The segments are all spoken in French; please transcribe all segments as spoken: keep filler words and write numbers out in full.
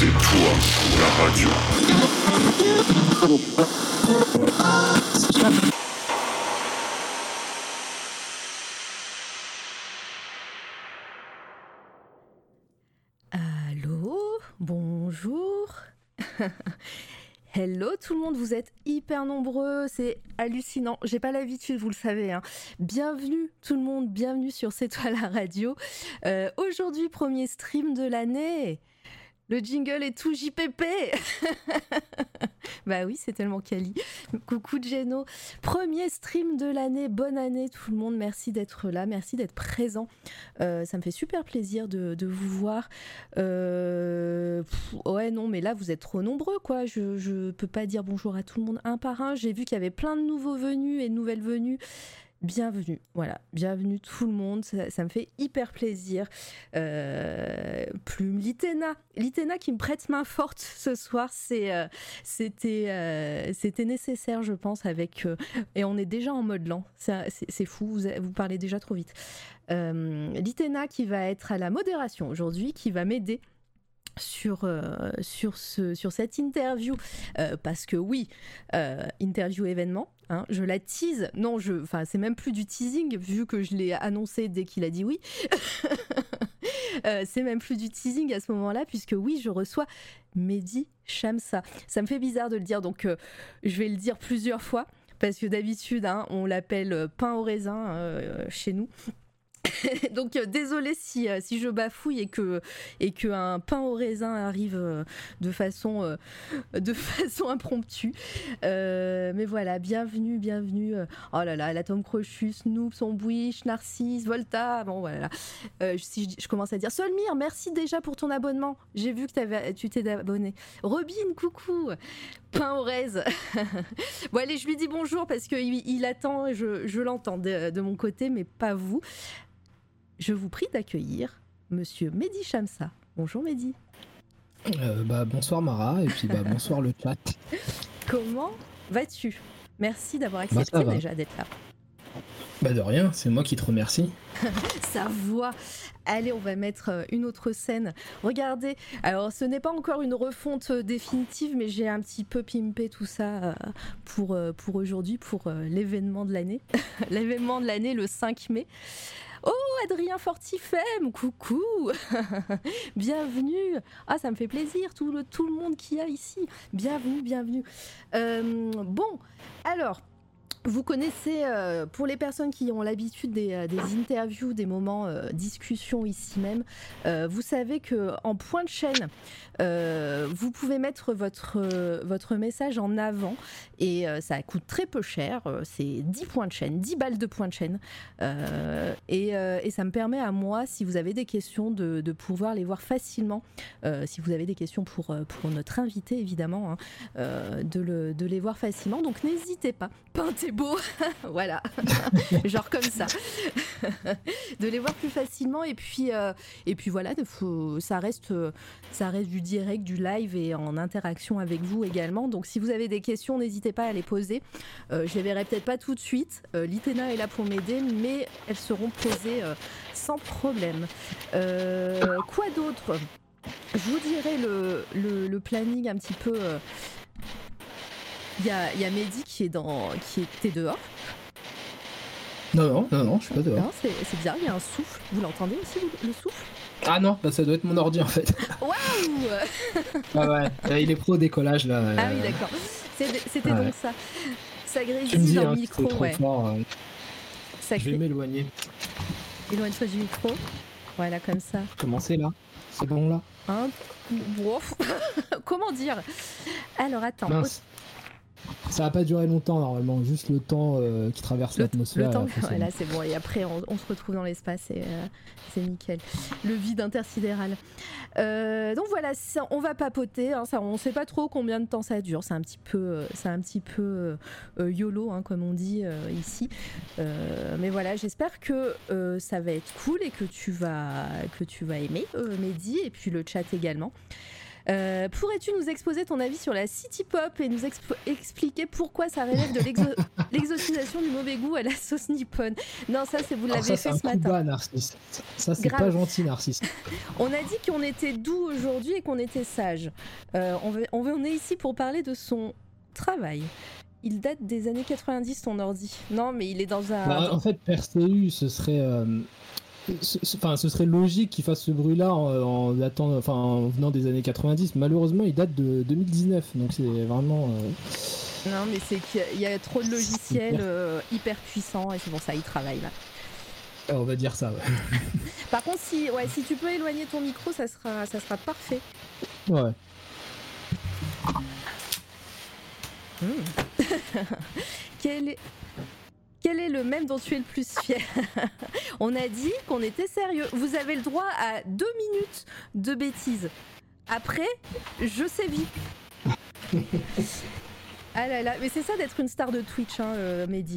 C'est toi, la radio. Allô, bonjour. Hello tout le monde, vous êtes hyper nombreux, c'est hallucinant, j'ai pas l'habitude, vous le savez, hein. Bienvenue tout le monde, bienvenue sur C'est toi la radio. Euh, aujourd'hui, premier stream de l'année. Le jingle est tout J P P. Bah oui, c'est tellement quali. Coucou Geno. Premier stream de l'année. Bonne année tout le monde. Merci d'être là. Merci d'être présent. Euh, ça me fait super plaisir de, de vous voir. Euh, pff, ouais, non, mais là, vous êtes trop nombreux, quoi. Je, je peux pas dire bonjour à tout le monde un par un. J'ai vu qu'il y avait plein de nouveaux venus et de nouvelles venues. Bienvenue, voilà, bienvenue tout le monde, ça, ça me fait hyper plaisir. Euh, Plume, Litena, Litena qui me prête main forte ce soir, c'est, euh, c'était, euh, c'était nécessaire je pense avec, euh, et on est déjà en mode lent, c'est, c'est, c'est fou, vous, vous parlez déjà trop vite. Euh, Litena qui va être à la modération aujourd'hui, qui va m'aider sur, euh, sur, ce, sur cette interview, euh, parce que oui, euh, interview événement, hein, je la tease, non, je, enfin c'est même plus du teasing, vu que je l'ai annoncé dès qu'il a dit oui, euh, c'est même plus du teasing à ce moment-là, puisque oui, je reçois Mehdi Shamsa. Ça me fait bizarre de le dire, donc euh, je vais le dire plusieurs fois, parce que d'habitude, hein, on l'appelle pain au raisin euh, chez nous. Donc euh, désolé si, euh, si je bafouille et que, et que un pain au raisin arrive euh, de façon euh, de façon impromptue, euh, mais voilà, bienvenue bienvenue euh, oh là là, l'atome crochu, Snoop, Sombwish, Narcisse, Volta, bon voilà, euh, si je, je commence à dire Solmire, merci déjà pour ton abonnement, j'ai vu que t'avais, tu t'es abonné. Robin, coucou, pain au raisin. Bon allez, je lui dis bonjour parce qu'il il attend, je, je l'entends de, de mon côté, mais pas vous. Je vous prie d'accueillir Monsieur Mehdi Shamsa. Bonjour Mehdi. Euh, bah, bonsoir Mara, et puis bah, bonsoir le chat. Comment vas-tu ? Merci d'avoir accepté bah, déjà d'être là. Bah de rien, c'est moi qui te remercie. Sa voix. Allez, on va mettre une autre scène. Regardez, alors ce n'est pas encore une refonte définitive, mais j'ai un petit peu pimpé tout ça pour, pour aujourd'hui, pour l'événement de l'année. L'événement de l'année le cinq mai. Oh, Adrien Fortifem, coucou. Bienvenue. Ah, ça me fait plaisir, tout le, tout le monde qu'il y a ici. Bienvenue, bienvenue. Euh, bon, alors... Vous connaissez, euh, pour les personnes qui ont l'habitude des, euh, des interviews, des moments euh, discussion ici même, euh, vous savez qu'en point de chaîne, euh, vous pouvez mettre votre, euh, votre message en avant et euh, ça coûte très peu cher, euh, c'est dix points de chaîne, dix balles de points de chaîne. Euh, et, euh, et ça me permet à moi, si vous avez des questions, de, de pouvoir les voir facilement. Euh, si vous avez des questions pour, pour notre invité, évidemment, hein, euh, de, le, de les voir facilement. Donc n'hésitez pas, peintez beau, voilà, genre comme ça, de les voir plus facilement et puis euh, et puis voilà, faut, ça reste ça reste du direct, du live et en interaction avec vous également. Donc si vous avez des questions, n'hésitez pas à les poser. Euh, je les verrai peut-être pas tout de suite. Euh, Litena est là pour m'aider, mais elles seront posées euh, sans problème. Euh, quoi d'autre ? Je vous dirai le, le, le planning un petit peu. Euh, Il y a, y a Mehdi qui est dans, qui était dehors. Non, non, non, non, je suis pas dehors. Non, c'est, c'est bizarre, il y a un souffle. Vous l'entendez aussi, vous, le souffle ? Ah non, bah ça doit être mon ordi en fait. Waouh ! Ah ouais, là, il est pro décollage là. Ah oui, d'accord. C'est, c'était ouais. donc ça. Ça grésille tu me dis, dans hein, le micro, trop ouais. Fort, euh... Ça je vais crée... m'éloigner. Éloigne-toi du micro. Voilà, comme ça. Commencez là. C'est bon là. Hein ? Comment dire ? Alors, attends. Mince. Ça va pas durer longtemps normalement, juste le temps euh, qui traverse le, l'atmosphère. Le temps, là, ouais, là c'est bon, et après on, on se retrouve dans l'espace et euh, c'est nickel. Le vide intersidéral. Euh, donc voilà, ça, on va papoter, hein, ça, on sait pas trop combien de temps ça dure, c'est un petit peu, euh, c'est un petit peu euh, YOLO, hein, comme on dit euh, ici. Euh, mais voilà, j'espère que euh, ça va être cool et que tu vas, que tu vas aimer, euh, Mehdi, et puis le chat également. Euh, pourrais-tu nous exposer ton avis sur la city pop et nous exp- expliquer pourquoi ça relève de l'exo- l'exotisation du mauvais goût à la sauce nippone? Non, ça c'est vous l'avez Alors ça, fait c'est ce un coup matin. bas, Narcisse. Ça, c'est Grave. pas gentil, Narcisse. On a dit qu'on était doux aujourd'hui et qu'on était sage. Euh, on, veut, on, veut, on est ici pour parler de son travail. Il date des années quatre-vingt-dix, ton ordi. Non, mais il est dans un... Bah, en fait, P R C U, ce serait... Euh... Enfin, ce serait logique qu'il fasse ce bruit-là en, en, datant, enfin, en venant des années quatre-vingt-dix. Malheureusement, il date de deux mille dix-neuf, donc c'est vraiment. Euh... Non, mais c'est qu'il y a trop de logiciels euh, hyper puissants et c'est pour ça qu'il travaille là. Ah, on va dire ça. Ouais. Par contre, si, ouais, si tu peux éloigner ton micro, ça sera, ça sera parfait. Ouais. Mmh. Quel est... Quel est le mème dont tu es le plus fier? On a dit qu'on était sérieux. Vous avez le droit à deux minutes de bêtises. Après, je sévis. Ah là là, mais c'est ça d'être une star de Twitch, hein, euh, Mehdi.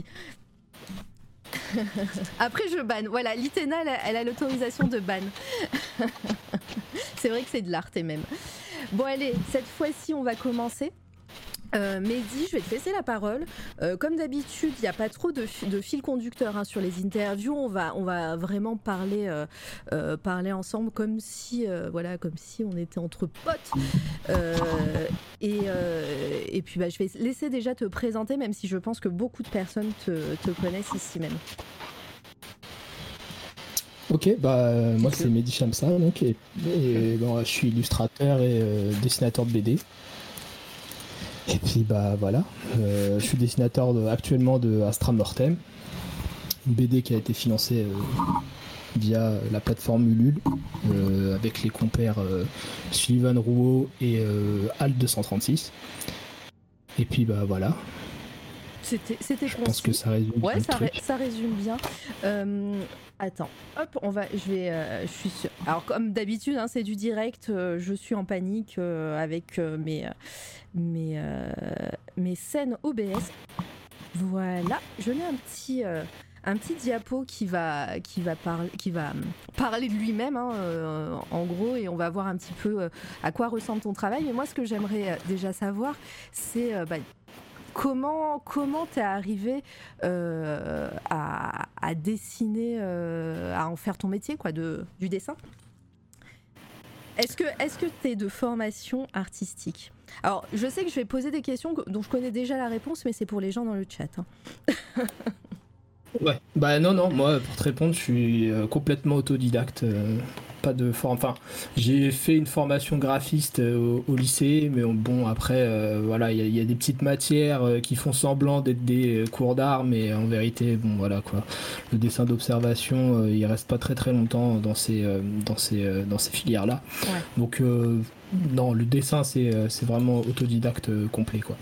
Après, je banne. Voilà, Litena, elle a, elle a l'autorisation de ban. C'est vrai que c'est de l'art, et même. Bon, allez, cette fois-ci, on va commencer. Euh, Mehdi, je vais te laisser la parole. Euh, comme d'habitude, il n'y a pas trop de, f- de fil conducteur hein, sur les interviews. On va, on va vraiment parler, euh, euh, parler ensemble comme si, euh, voilà, comme si on était entre potes. Euh, et, euh, et puis, bah, je vais laisser déjà te présenter, même si je pense que beaucoup de personnes te, te connaissent ici même. Ok, bah euh, moi c'est Mehdi Chamsa, donc et, et bon, je suis illustrateur et euh, dessinateur de B D. Et puis bah voilà, euh, je suis dessinateur de, actuellement de Astra Mortem, une B D qui a été financée euh, via la plateforme Ulule, euh, avec les compères euh, Sullivan Rouault et euh, Alt deux cent trente-six. Et puis bah voilà. C'était, c'était Je concis. pense que ça résume ouais, bien le ça, truc. ré- ça résume bien. Euh, attends, hop, on va, je vais, euh, je suis sûre. Alors comme d'habitude, hein, c'est du direct. euh, je suis en panique euh, avec euh, mes, euh, mes, euh, mes scènes O B S. Voilà, je mets un petit, euh, un petit diapo qui va, qui va parler, qui va hum, parler de lui-même, hein, euh, en gros, et on va voir un petit peu euh, à quoi ressemble ton travail. Mais moi, ce que j'aimerais euh, déjà savoir, c'est euh, bah, Comment comment t'es arrivé euh, à, à dessiner, euh, à en faire ton métier quoi, de, du dessin? Est-ce que est-ce que t'es de formation artistique? Alors, je sais que je vais poser des questions dont je connais déjà la réponse, mais c'est pour les gens dans le chat. Hein. Ouais, bah non, non, moi pour te répondre, je suis euh, complètement autodidacte. Euh, pas de forme. Enfin, j'ai fait une formation graphiste euh, au, au lycée, mais bon, après, euh, voilà, il y, y a des petites matières euh, qui font semblant d'être des euh, cours d'art, mais en vérité, bon, voilà quoi. Le dessin d'observation, euh, il reste pas très très longtemps dans ces, euh, dans ces, euh, dans ces filières-là. Ouais. Donc, euh, non, le dessin, c'est, euh, c'est vraiment autodidacte euh, complet, quoi.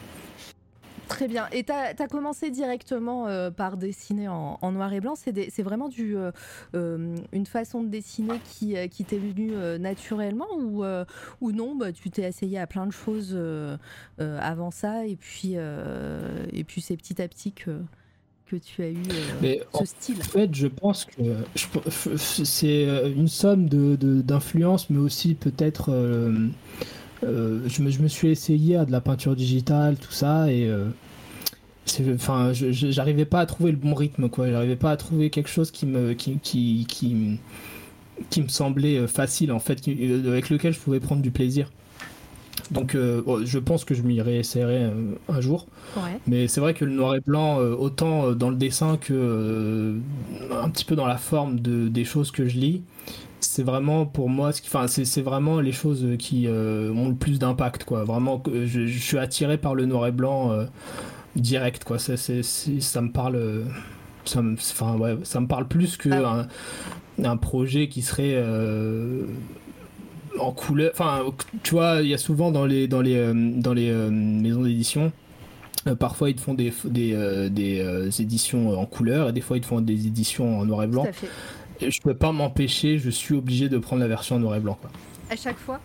Très bien. Et tu as commencé directement euh, par dessiner en, en noir et blanc. C'est, des, c'est vraiment du, euh, euh, une façon de dessiner qui, euh, qui t'est venue euh, naturellement ou, euh, ou non bah, tu t'es essayé à plein de choses euh, euh, avant ça et puis, euh, et puis c'est petit à petit que, que tu as eu euh, Mais ce en style. En fait, je pense que je, c'est une somme de, de, d'influences, mais aussi peut-être... Euh, Euh, je, me, je me suis essayé à de la peinture digitale, tout ça, et euh, c'est, enfin, je, je, j'arrivais pas à trouver le bon rythme, quoi. J'arrivais pas à trouver quelque chose qui me, qui, qui, qui, qui me semblait facile, en fait, qui, avec lequel je pouvais prendre du plaisir. Donc, euh, bon, je pense que je m'y réessayerai euh, un jour. Ouais. Mais c'est vrai que le noir et blanc, euh, autant dans le dessin que euh, un petit peu dans la forme de, des choses que je lis, c'est vraiment pour moi, enfin c'est, c'est vraiment les choses qui euh, ont le plus d'impact quoi. Vraiment, je, je suis attiré par le noir et blanc euh, direct quoi. C'est, c'est, c'est, ça me parle, ça me, enfin ouais, ça me parle plus que ah. un, un projet qui serait euh, en couleur. Enfin, tu vois, il y a souvent dans les dans les euh, dans les euh, maisons d'édition. Euh, parfois ils te font des des, euh, des euh, éditions en couleur et des fois ils te font des éditions en noir et blanc. Tout à fait. Je peux pas m'empêcher, je suis obligé de prendre la version en noir et blanc quoi. À chaque fois.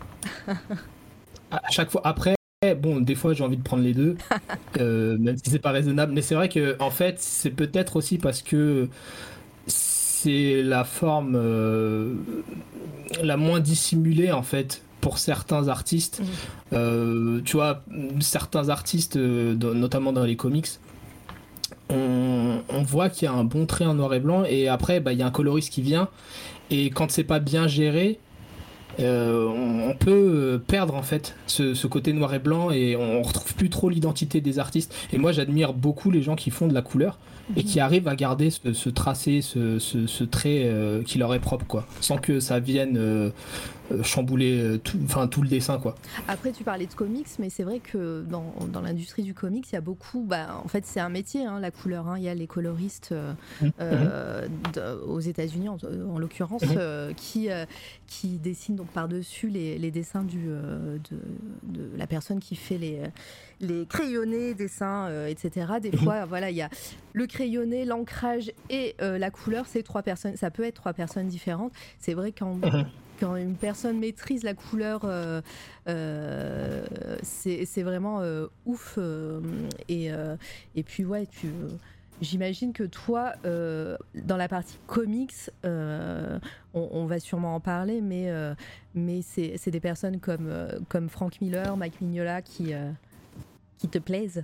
À chaque fois. Après, bon, des fois j'ai envie de prendre les deux, euh, même si c'est pas raisonnable. Mais c'est vrai que en fait, c'est peut-être aussi parce que c'est la forme euh, la moins dissimulée en fait. pour certains artistes, Mmh. euh, tu vois, certains artistes, euh, dans- notamment dans les comics, on, on voit qu'il y a un bon trait en noir et blanc, et après, bah, il y a un coloriste qui vient, et quand c'est pas bien géré, euh, on, on peut perdre en fait ce, ce côté noir et blanc, et on, on retrouve plus trop l'identité des artistes. Et moi, j'admire beaucoup les gens qui font de la couleur et qui arrivent à garder ce, ce tracé, ce, ce, ce trait euh, qui leur est propre, quoi, sans que ça vienne euh, euh, chambouler euh, tout, enfin, tout le dessin, quoi. Après, tu parlais de comics, mais c'est vrai que dans, dans l'industrie du comics, il y a beaucoup. Bah, en fait, c'est un métier, hein, la couleur. Hein. Il y a les coloristes euh, Mmh. euh, de- aux États-Unis, en, en l'occurrence, Mmh. euh, qui, euh, qui dessinent donc par-dessus les, les dessins du, euh, de, de la personne qui fait les, les crayonnés, dessins, euh, et cetera. Des Mmh. fois, voilà, il y a le crayonné, l'ancrage et euh, la couleur. C'est trois personnes. Ça peut être trois personnes différentes. C'est vrai qu'en Mmh. quand une personne maîtrise la couleur, euh, euh, c'est, c'est vraiment euh, ouf. euh, et, euh, et puis, ouais, tu, j'imagine que toi, euh, dans la partie comics, euh, on, on va sûrement en parler, mais, euh, mais c'est, c'est des personnes comme, euh, comme Frank Miller, Mike Mignola qui, euh, qui te plaisent.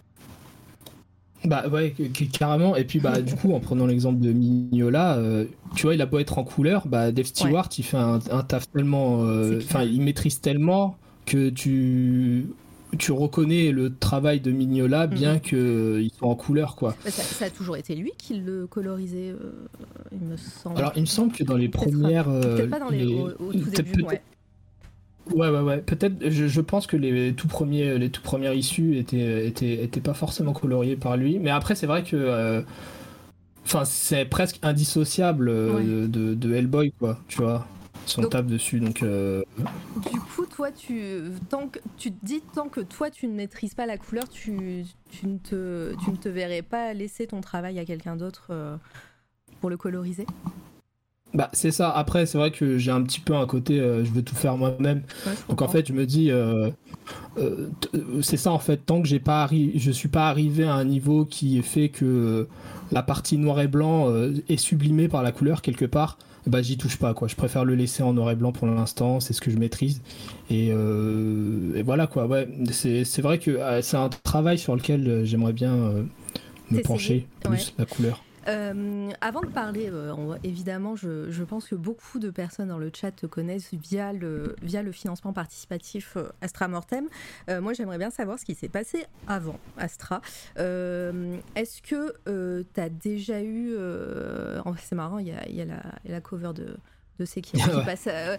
Bah ouais, c- c- carrément. Et puis bah du coup, en prenant l'exemple de Mignola, euh, tu vois, il a beau être en couleur, bah Dave Stewart, il fait un, un taf tellement, euh, C'est enfin, clair. il maîtrise tellement que tu tu reconnais le travail de Mignola, bien Mhm. que il soit en couleur, quoi. Bah, ça, ça a toujours été lui qui le colorisait, euh, il me semble. Alors, il me semble que dans les Peut-être, premières, euh, peut-être pas dans les, les- au, au tout peut-être- début, peut-être- ouais. Ouais, ouais, ouais. Peut-être, je, je pense que les tout premiers, les tout premières issues étaient, étaient, étaient pas forcément coloriées par lui. Mais après, c'est vrai que, euh, enfin, c'est presque indissociable euh, Ouais. de, de, de Hellboy, quoi. Tu vois, son Donc- tape dessus. Donc, euh, Du coup, toi, tu, tant que, tu te dis, tant que toi, tu ne maîtrises pas la couleur, tu, tu, ne, te, tu ne te verrais pas laisser ton travail à quelqu'un d'autre euh, pour le coloriser. bah, c'est ça. Après, c'est vrai que j'ai un petit peu un côté, euh, je veux tout faire moi-même. Ouais, je Donc, en comprends. fait, je me dis, euh, euh, t- euh, c'est ça, en fait. Tant que j'ai pas arri- je suis pas arrivé à un niveau qui fait que la partie noir et blanc euh, est sublimée par la couleur quelque part, bah j'y touche pas, quoi. Je préfère le laisser en noir et blanc pour l'instant, c'est ce que je maîtrise. Et, euh, et voilà, quoi. Ouais, c'est, c'est vrai que euh, c'est un travail sur lequel euh, j'aimerais bien euh, me T'essayer, pencher plus, ouais. la couleur. Euh, avant de parler, euh, on va- évidemment, je, je pense que beaucoup de personnes dans le chat te connaissent via le, via le financement participatif euh, Astra Mortem. Euh, moi, j'aimerais bien savoir ce qui s'est passé avant Astra. Euh, est-ce que tu as déjà eu... euh, en fait, c'est marrant, il y a, il y a la, il y a la cover de... de Sekiro qui Ouais. passe. euh,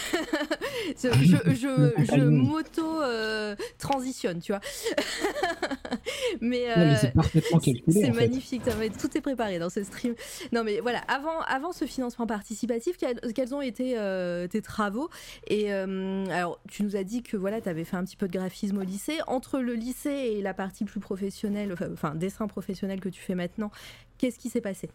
je je, je, je m'auto-transitionne, tu vois. mais, Non, mais euh, c'est parfaitement c'est calculé, c'est en fait. magnifique, ça va être- tout est préparé dans ce stream. Non mais voilà, avant, avant ce financement participatif, quels, quels ont été euh, tes travaux? Et euh, alors, tu nous as dit que voilà, tu avais fait un petit peu de graphisme au lycée. Entre le lycée et la partie plus professionnelle, enfin, enfin dessin professionnel que tu fais maintenant, qu'est-ce qui s'est passé?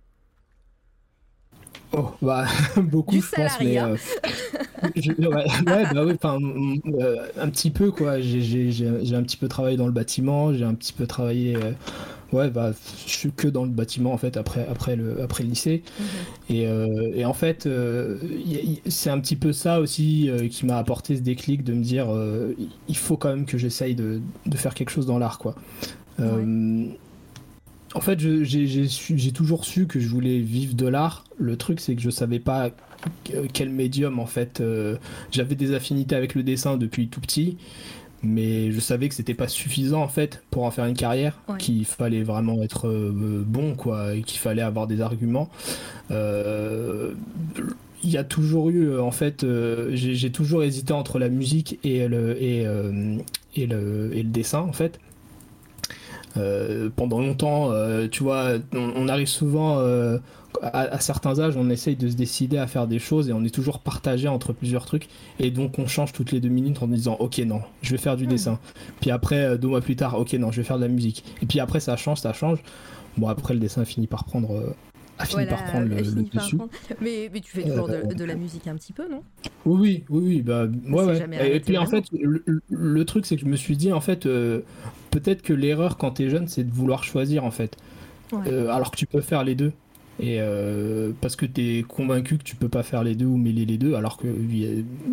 Oh, bah, beaucoup, Du je pense, mais... salariat. euh, je- ouais, ouais, bah oui, enfin, mm, euh, un petit peu, quoi. J'ai, j'ai, j'ai j'ai un petit peu travaillé dans le bâtiment, j'ai un petit peu travaillé... euh, ouais, bah, je suis que dans le bâtiment, en fait, après, après, le, après le lycée. Mhm. Et, euh, et en fait, euh, y a- y- c'est un petit peu ça aussi euh, qui m'a apporté ce déclic de me dire, euh, il faut quand même que j'essaye de, de faire quelque chose dans l'art, quoi. Euh, En fait, je- j'ai j'ai su- j'ai toujours su que je voulais vivre de l'art. Le truc, c'est que je savais pas que- quel médium, en fait. euh, J'avais des affinités avec le dessin depuis tout petit, mais je savais que c'était pas suffisant, en fait, pour en faire une carrière. Ouais. Qu'il fallait vraiment être euh, bon, quoi, et qu'il fallait avoir des arguments. Euh, Il y a toujours eu, euh, en fait, euh, j'ai j'ai toujours hésité entre la musique et le, et, euh, et le, et le dessin, en fait. Euh, pendant longtemps, euh, tu vois, on, on arrive souvent euh, à, à certains âges, on essaye de se décider à faire des choses et on est toujours partagé entre plusieurs trucs. Et donc on change toutes les deux minutes en disant ok non, je vais faire du Hmm. dessin. Puis après, euh, deux mois plus tard, ok non, je vais faire de la musique. Et puis après ça change, ça change. Bon après le dessin finit par prendre, euh, a fini Voilà, par prendre le, elle le finit par dessus. prendre. Mais, mais tu fais toujours Euh, de, de la musique un petit peu, non? Oui, oui, oui, oui, bah, ouais, s'est ouais. jamais Et arrêté puis en vraiment. fait, le, le- le truc, c'est que je me suis dit, en fait, euh, peut-être que l'erreur quand t'es jeune, c'est de vouloir choisir, en fait. Ouais. Euh, alors que tu peux faire les deux. Et euh, parce que t'es convaincu que tu peux pas faire les deux ou mêler les deux, alors que il y a-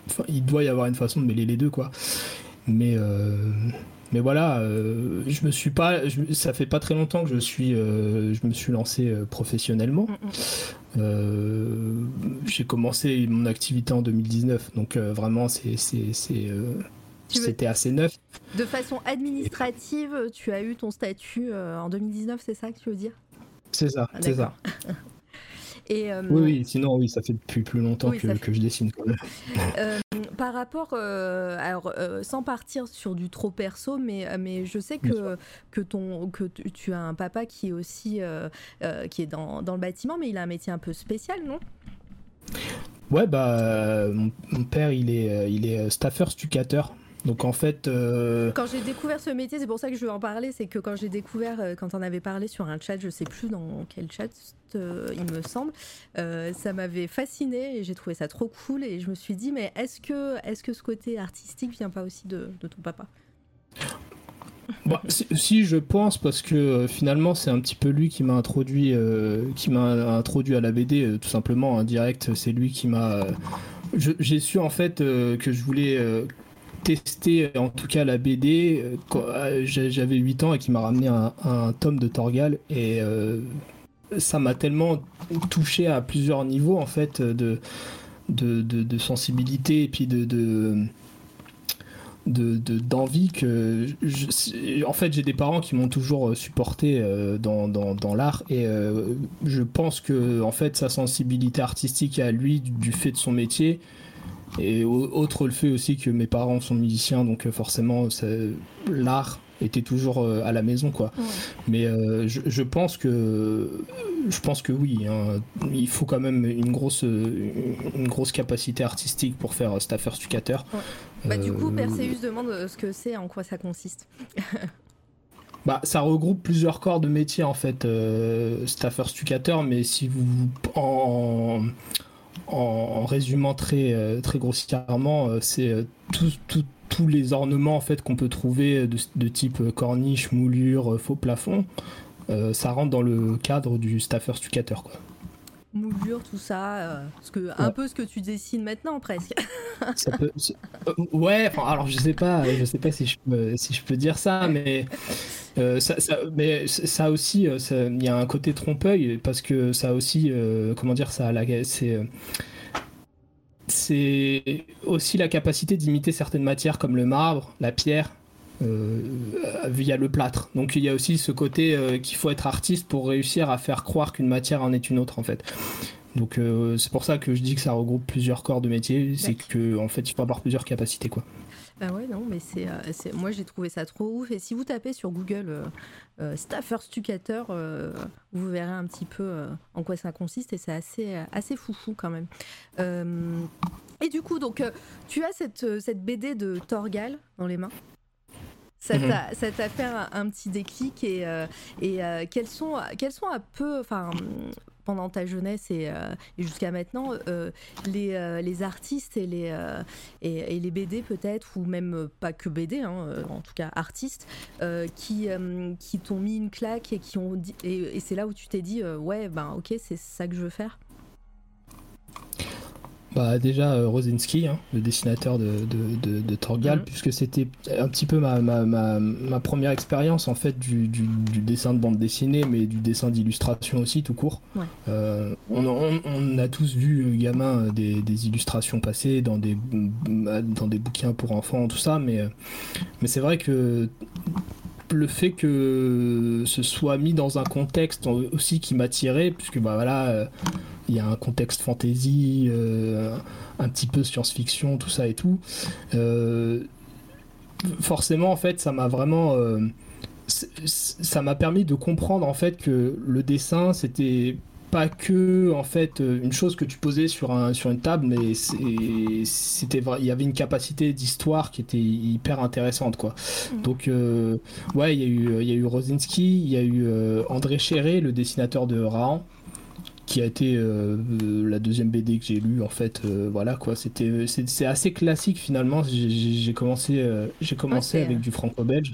enfin, il doit y avoir une façon de mêler les deux, quoi. Mais euh, mais voilà, euh, je me suis pas, je, ça fait pas très longtemps que je suis, euh, je me suis lancé euh, professionnellement. Mm-hmm. Euh, j'ai commencé mon activité en deux mille dix-neuf, donc euh, vraiment c'est c'est c'est euh, c'était assez neuf. De façon administrative, tu as eu ton statut euh, en deux mille dix-neuf, c'est ça que tu veux dire? C'est ça, ah, c'est ça. Et, euh, oui, oui, sinon, oui, ça fait depuis plus longtemps oui, que, fait... que je dessine quand même. Euh, par rapport, euh, alors, euh, sans partir sur du trop perso, mais, mais je sais que, que, ton, que tu as un papa qui est aussi euh, euh, qui est dans, dans le bâtiment, mais il a un métier un peu spécial, non? Ouais, bah, mon, mon père, il est, il est staffeur stucateur. Donc en fait... Euh... Quand j'ai découvert ce métier, c'est pour ça que je veux en parler, c'est que quand j'ai découvert, euh, quand on avait parlé sur un chat, je sais plus dans quel chat euh, il me semble, euh, ça m'avait fasciné et j'ai trouvé ça trop cool et je me suis dit, mais est-ce que, est-ce que ce côté artistique vient pas aussi de, de ton papa? Bah, si, si, je pense, parce que euh, finalement c'est un petit peu lui qui m'a introduit, euh, qui m'a introduit à la B D, euh, tout simplement, en direct, c'est lui qui m'a... Euh, je, j'ai su en fait euh, que je voulais... Euh, tester en tout cas la B D quand j'avais huit ans et qui m'a ramené un, un tome de Torgal et euh, ça m'a tellement touché à plusieurs niveaux en fait de, de, de, de sensibilité et puis de, de, de, de d'envie que je, en fait j'ai des parents qui m'ont toujours supporté euh, dans, dans, dans l'art et euh, je pense que en fait sa sensibilité artistique à lui du, du fait de son métier. Et autre le fait aussi que mes parents sont musiciens, donc forcément l'art était toujours à la maison, quoi. Ouais. Mais euh, je, je pense que je pense que oui, hein, il faut quand même une grosse une grosse capacité artistique pour faire staffeur stucateur. Ouais. Bah, euh, du coup, Perseus demande ce que c'est, en quoi ça consiste. Bah, ça regroupe plusieurs corps de métier en fait, euh, staffeur stucateur, mais si vous en En, en résumant très, euh, très grossièrement, euh, c'est euh, tous tout, tout les ornements en fait, qu'on peut trouver de, de type corniche, moulure, faux plafond. Euh, ça rentre dans le cadre du staffeur stucateur, quoi. Moulure, tout ça, euh, ce que, ouais. Un peu ce que tu dessines maintenant presque. Ça peut, euh, ouais, alors je sais pas, je sais pas si je peux, si je peux dire ça, mais euh, ça, ça, mais ça aussi, il y a un côté trompe-œil parce que ça aussi, euh, comment dire, ça, c'est, c'est aussi la capacité d'imiter certaines matières comme le marbre, la pierre. Euh, via le plâtre. Donc il y a aussi ce côté euh, qu'il faut être artiste pour réussir à faire croire qu'une matière en est une autre en fait. Donc euh, c'est pour ça que je dis que ça regroupe plusieurs corps de métier, c'est que en fait il faut avoir plusieurs capacités, quoi. Bah ouais, non, mais c'est, euh, c'est... moi j'ai trouvé ça trop ouf. Et si vous tapez sur Google euh, euh, staffeur stucateur, euh, vous verrez un petit peu euh, en quoi ça consiste et c'est assez, assez foufou quand même. Euh... Et du coup, donc, euh, tu as cette, cette B D de Torgal dans les mains. Ça t'a, mmh. ça t'a fait un, un petit déclic et, euh, et euh, quels sont, quels sont un peu, enfin, pendant ta jeunesse et, euh, et jusqu'à maintenant, euh, les, euh, les artistes et les, euh, et, et les B D peut-être, ou même pas que B D, hein, en tout cas artistes, euh, qui, euh, qui t'ont mis une claque et qui ont dit, et, et c'est là où tu t'es dit, euh, ouais, ben ok, c'est ça que je veux faire. Bah déjà euh, Rosinski, hein, le dessinateur de, de, de, de Torgal, mmh. puisque c'était un petit peu ma, ma, ma, ma première expérience en fait du, du, du dessin de bande dessinée, mais du dessin d'illustration aussi tout court. Ouais. Euh, on, on, on a tous vu gamin des, des illustrations passer dans des, dans des bouquins pour enfants, tout ça, mais, mais c'est vrai que le fait que ce soit mis dans un contexte aussi qui m'attirait, puisque bah voilà, euh, il y a un contexte fantasy, euh, un petit peu science-fiction, tout ça et tout. Euh, forcément, en fait, ça m'a vraiment, euh, ça m'a permis de comprendre en fait que le dessin, c'était pas que en fait une chose que tu posais sur un sur une table, mais c'est, c'était il y avait une capacité d'histoire qui était hyper intéressante, quoi. Mmh. Donc euh, ouais, il y a eu il y a eu Rosinski, il y a eu euh, André Chéré, le dessinateur de Rahan, qui a été euh, la deuxième B D que j'ai lue en fait. Euh, voilà, quoi, c'était c'est, c'est assez classique finalement. J'ai, j'ai commencé euh, j'ai commencé okay. avec du franco-belge.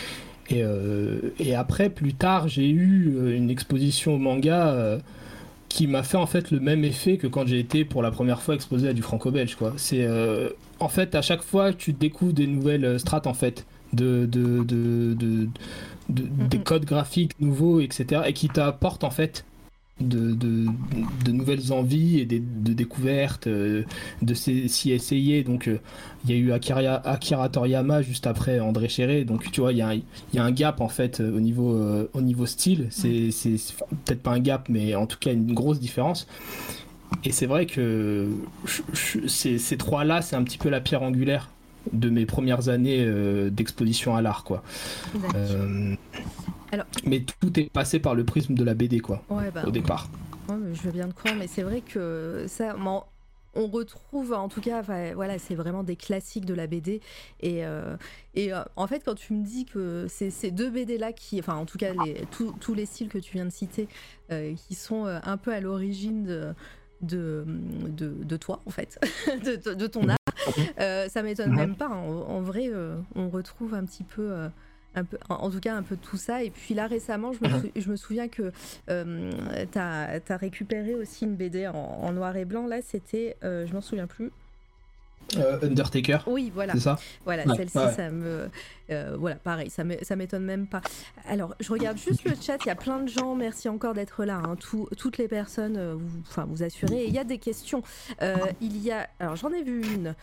Et, euh, et après, plus tard, j'ai eu une exposition au manga euh, qui m'a fait en fait le même effet que quand j'ai été pour la première fois exposé à du franco-belge, quoi. C'est euh, en fait à chaque fois tu découvres des nouvelles strates en fait de, de, de, de, de Mm-hmm. des codes graphiques nouveaux, et cetera, et qui t'apportent en fait de, de, de nouvelles envies et des, de découvertes, euh, de s'y essayer. Donc il euh, y a eu Akira, Akira Toriyama juste après André Chéret, donc tu vois il y, y a un gap en fait au niveau, euh, au niveau style, c'est, ouais. c'est, c'est peut-être pas un gap mais en tout cas une grosse différence. Et c'est vrai que je, je, ces, ces trois là c'est un petit peu la pierre angulaire de mes premières années euh, d'exposition à l'art, quoi. Euh, Alors, mais tout est passé par le prisme de la B D, quoi, ouais, bah, au départ. Ouais, mais je veux bien te croire, mais c'est vrai que ça, on retrouve, en tout cas, voilà, c'est vraiment des classiques de la B D. Et, euh, et euh, en fait, quand tu me dis que c'est ces deux B D là qui, enfin, en tout cas, les, tout, tous les styles que tu viens de citer, euh, qui sont un peu à l'origine de De, de, de toi en fait, de, de, de ton art, euh, ça m'étonne mm-hmm. même pas. En, en vrai, euh, on retrouve un petit peu, euh, un peu, en, en tout cas un peu de tout ça. Et puis là récemment, je me, sou- je me souviens que euh, t'as, t'as récupéré aussi une B D en, en noir et blanc. Là, c'était, euh, je m'en souviens plus. Euh, Undertaker. Oui, voilà. C'est ça. Voilà, ouais, celle-ci, ouais. ça me, euh, voilà, pareil, ça, me, ça m'étonne même pas. Alors, je regarde juste le chat. Il y a plein de gens. Merci encore d'être là. Hein. Tout, toutes les personnes, euh, vous, enfin, vous assurez. Et il y a des questions. Euh, il y a, alors j'en ai vu une.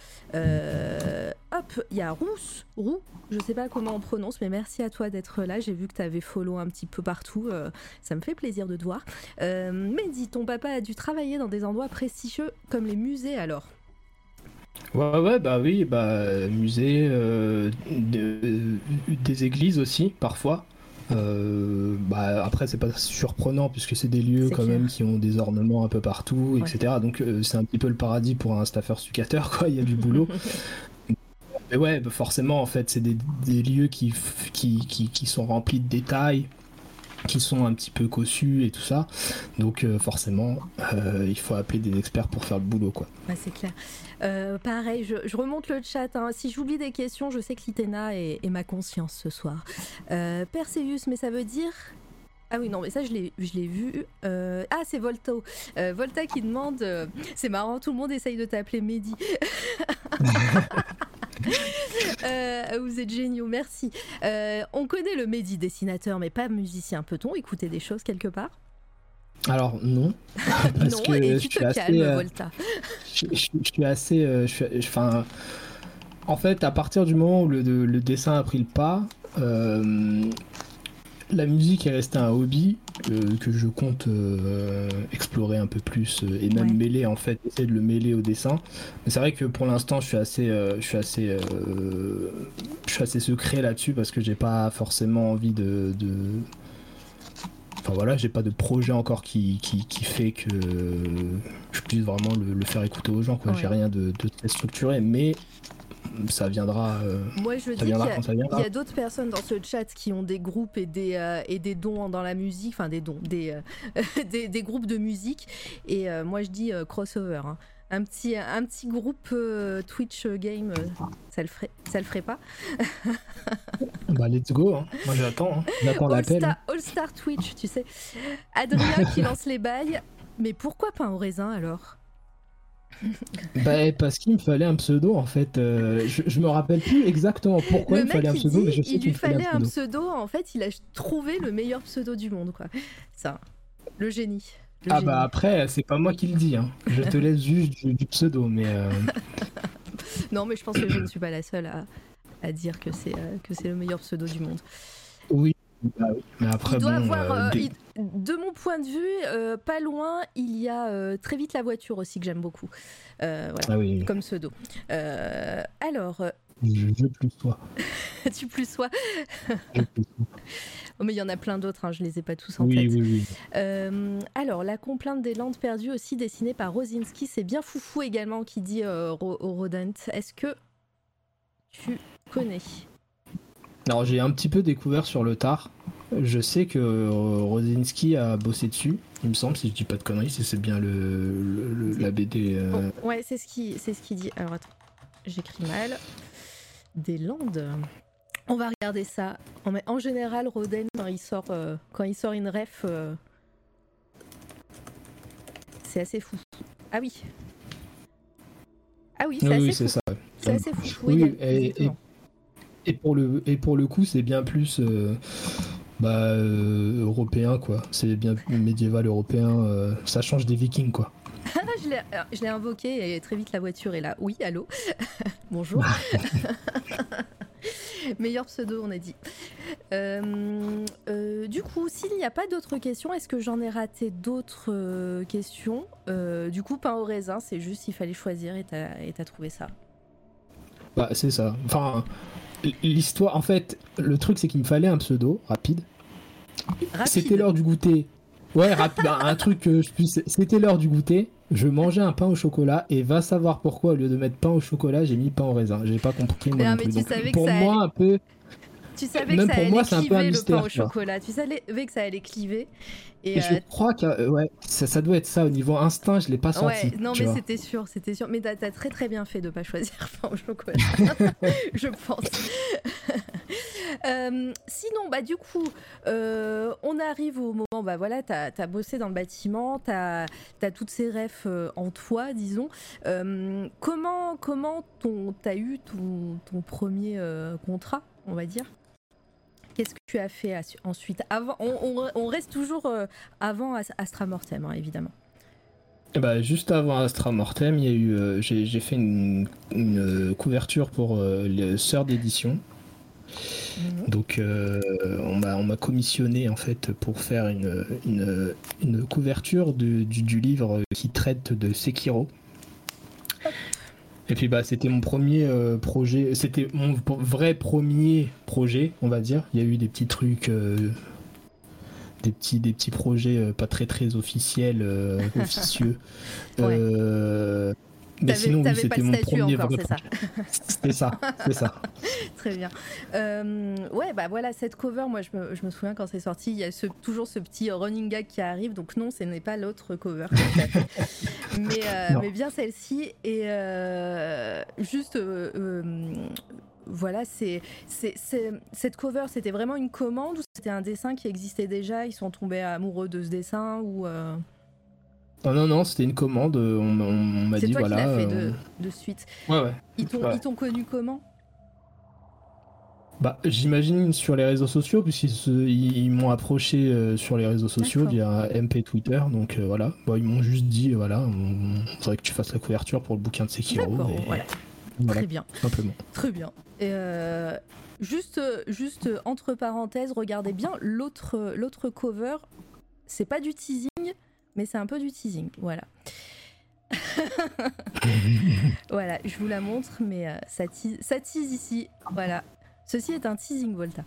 Euh, hop, il y a Rousse, Roux. Je sais pas comment on prononce, mais merci à toi d'être là. J'ai vu que tu avais follow un petit peu partout. Euh, ça me fait plaisir de te voir. Euh, Mehdi, ton papa a dû travailler dans des endroits prestigieux comme les musées, alors. Ouais, ouais, bah oui, bah, musée, euh, de, des églises aussi, parfois. Euh, bah, après, c'est pas surprenant puisque c'est des lieux c'est quand clair. Même qui ont des ornements un peu partout, ouais. et cetera. Donc, euh, c'est un petit peu le paradis pour un staffeur stuccateur, quoi. Il y a du boulot. Mais ouais, bah, forcément, en fait, c'est des, des lieux qui, qui, qui, qui sont remplis de détails, qui sont un petit peu cossus et tout ça. Donc, euh, forcément, euh, il faut appeler des experts pour faire le boulot, quoi. Ouais, c'est clair. Euh, pareil, je, je remonte le chat. Hein. Si j'oublie des questions, je sais que l'Itena est, est ma conscience ce soir. Euh, Perseus, mais ça veut dire... Ah oui, non, mais ça, je l'ai, je l'ai vu. Euh... Ah, c'est Volto. Euh, Volta qui demande... Euh... C'est marrant, tout le monde essaye de t'appeler Mehdi. euh, vous êtes géniaux, merci. Euh, on connaît le Mehdi dessinateur, mais pas musicien. Peut-on écouter des choses quelque part ? Alors non, parce non, que et tu je te suis calmes, assez, euh, Volta. Je, je, je suis assez, euh, je suis, enfin, en fait, à partir du moment où le, le, le dessin a pris le pas, euh, la musique est restée un hobby euh, que je compte euh, explorer un peu plus euh, et même ouais. mêler en fait, essayer de le mêler au dessin. Mais c'est vrai que pour l'instant, je suis assez, euh, je suis assez, euh, je suis assez secret là-dessus parce que j'ai pas forcément envie de, de... Enfin voilà, j'ai pas de projet encore qui, qui, qui fait que je puisse vraiment le, le faire écouter aux gens, quoi. Ouais. J'ai rien de, de très structuré, mais ça viendra. Euh, Moi, je dis qu'il y a, a d'autres personnes dans ce chat qui ont des groupes et des, euh, et des dons dans la musique, enfin des dons, des, euh, des, des groupes de musique. Et euh, moi, je dis euh, crossover. Hein. Un petit, un petit groupe euh, Twitch game, euh, ça le ferait, ça le ferait pas. Bah let's go, hein. Moi j'attends, hein. J'attends All l'appel. Star, All Star Twitch, tu sais. Adrien qui lance les bails, mais pourquoi pain au raisin alors? Bah parce qu'il me fallait un pseudo en fait. Euh, je, je me rappelle plus exactement pourquoi le il me fallait un pseudo, dit, mais je sais il qu'il lui fallait un pseudo. un pseudo. En fait, il a trouvé le meilleur pseudo du monde, quoi. Ça, le génie. Le ah génie. bah après, c'est pas moi qui le dis, hein. Je te laisse juste du, du pseudo, mais. Euh... non, mais je pense que je ne suis pas la seule à, à dire que c'est euh, que c'est le meilleur pseudo du monde. Oui. Bah oui. Mais après, il doit bon, avoir, euh, euh, des... il, de mon point de vue, euh, pas loin, il y a euh, Très vite la voiture aussi que j'aime beaucoup. Euh, voilà, ah oui. comme pseudo. Euh, alors. Je, je plus sois. tu plus sois. je plus sois. Oh, mais il y en a plein d'autres, hein, je les ai pas tous en oui, tête. Oui, oui. Euh, alors, La complainte des Landes perdues, aussi dessinée par Rosinski, c'est bien foufou également qui dit euh, Rodent. Est-ce que tu connais ? Alors j'ai un petit peu découvert sur le tard. Je sais que euh, Rosinski a bossé dessus, il me semble, si je dis pas de conneries, si c'est bien le, le, le la B D. Euh... Oh, ouais, c'est ce qui, c'est ce qu'il dit. Alors attends, j'écris mal. Des Landes. On va regarder ça. En général, Roden, quand il sort, euh, quand il sort une ref, euh, c'est assez fou. Ah oui. Ah oui, c'est oui, assez oui, fou. c'est ça. C'est assez fou. Oui, Oui, et, et, et, pour le, et pour le coup, c'est bien plus euh, bah, euh, européen, quoi. C'est bien plus médiéval européen. Euh, ça change des Vikings, quoi. je, l'ai, je l'ai invoqué et très vite la voiture est là. Oui, allô. Bonjour. Meilleur pseudo, on a dit. Euh, euh, du coup, s'il n'y a pas d'autres questions, est-ce que j'en ai raté d'autres euh, questions euh, Du coup, pain au raisin, c'est juste il fallait choisir et t'as, et t'as trouvé ça. Bah, c'est ça. Enfin, l'histoire, en fait, le truc, c'est qu'il me fallait un pseudo rapide. Rapide. C'était l'heure du goûter. Ouais, rapide, un truc que je puisse. C'était l'heure du goûter. Je mangeais un pain au chocolat et va savoir pourquoi au lieu de mettre pain au chocolat, j'ai mis pain au raisin. J'ai pas compris moi non, non mais plus. tu Donc, savais pour que ça moi allait... un peu. Tu savais Même que ça pour allait moi, c'est un peu un cliver le mystère, pain au tu vois. chocolat. Tu savais que ça allait cliver. Et, Et euh... je crois que euh, ouais, ça, ça doit être ça au niveau instinct, je l'ai pas senti. Ouais, non tu mais vois. c'était sûr, c'était sûr. Mais t'as, t'as très très bien fait de pas choisir pain au chocolat, je pense. euh, sinon, bah du coup, euh, on arrive au moment, bah voilà, t'as, t'as bossé dans le bâtiment, t'as, t'as toutes ces refs euh, en toi, disons. Euh, comment comment ton, t'as eu ton, ton premier euh, contrat, on va dire? Qu'est-ce que tu as fait as- ensuite avant, on, on, on reste toujours euh, avant Astra Mortem, hein, évidemment. Et bah, juste avant Astra Mortem, il y a eu, euh, j'ai, j'ai fait une, une couverture pour euh, les sœurs d'édition. Mmh. Donc euh, on, m'a, on m'a commissionné en fait pour faire une, une, une couverture de, du, du livre qui traite de Sekiro. Et puis bah c'était mon premier euh, projet, c'était mon vrai premier projet, on va dire. Il y a eu des petits trucs, euh, des petits des petits projets euh, pas très très officiels, euh, officieux. Ouais. Euh, mais t'avais, sinon t'avais oui, c'était mon premier encore, vrai c'est projet. Ça. C'était ça, c'est ça. Très bien. Euh, ouais, bah voilà, cette cover, moi je me, je me souviens quand c'est sorti, il y a ce, toujours ce petit running gag qui arrive, donc non, ce n'est pas l'autre cover que tu as fait. mais, euh, mais bien celle-ci, et euh, juste... Euh, euh, voilà, c'est, c'est, c'est, cette cover, c'était vraiment une commande ou c'était un dessin qui existait déjà? Ils sont tombés amoureux de ce dessin ou euh... Oh non, non, c'était une commande. On, on, on m'a c'est dit toi voilà. qui l'as fait euh, de, de suite. Ouais, ouais. Ils t'ont, ouais. ils t'ont connu comment? Bah, j'imagine sur les réseaux sociaux, puisqu'ils se, ils, ils m'ont approché euh, sur les réseaux sociaux D'accord. via M P Twitter. Donc euh, voilà, bon, ils m'ont juste dit voilà, on, on faudrait que tu fasses la couverture pour le bouquin de Sekiro. D'accord, et, voilà. voilà. Très bien. Simplement. Très bien. Et euh, juste, juste entre parenthèses, regardez bien l'autre, l'autre cover. C'est pas du teasing, mais c'est un peu du teasing. Voilà. Voilà, je vous la montre, mais euh, ça, tease, ça tease ici. Voilà. Ceci est un teasing, Volta.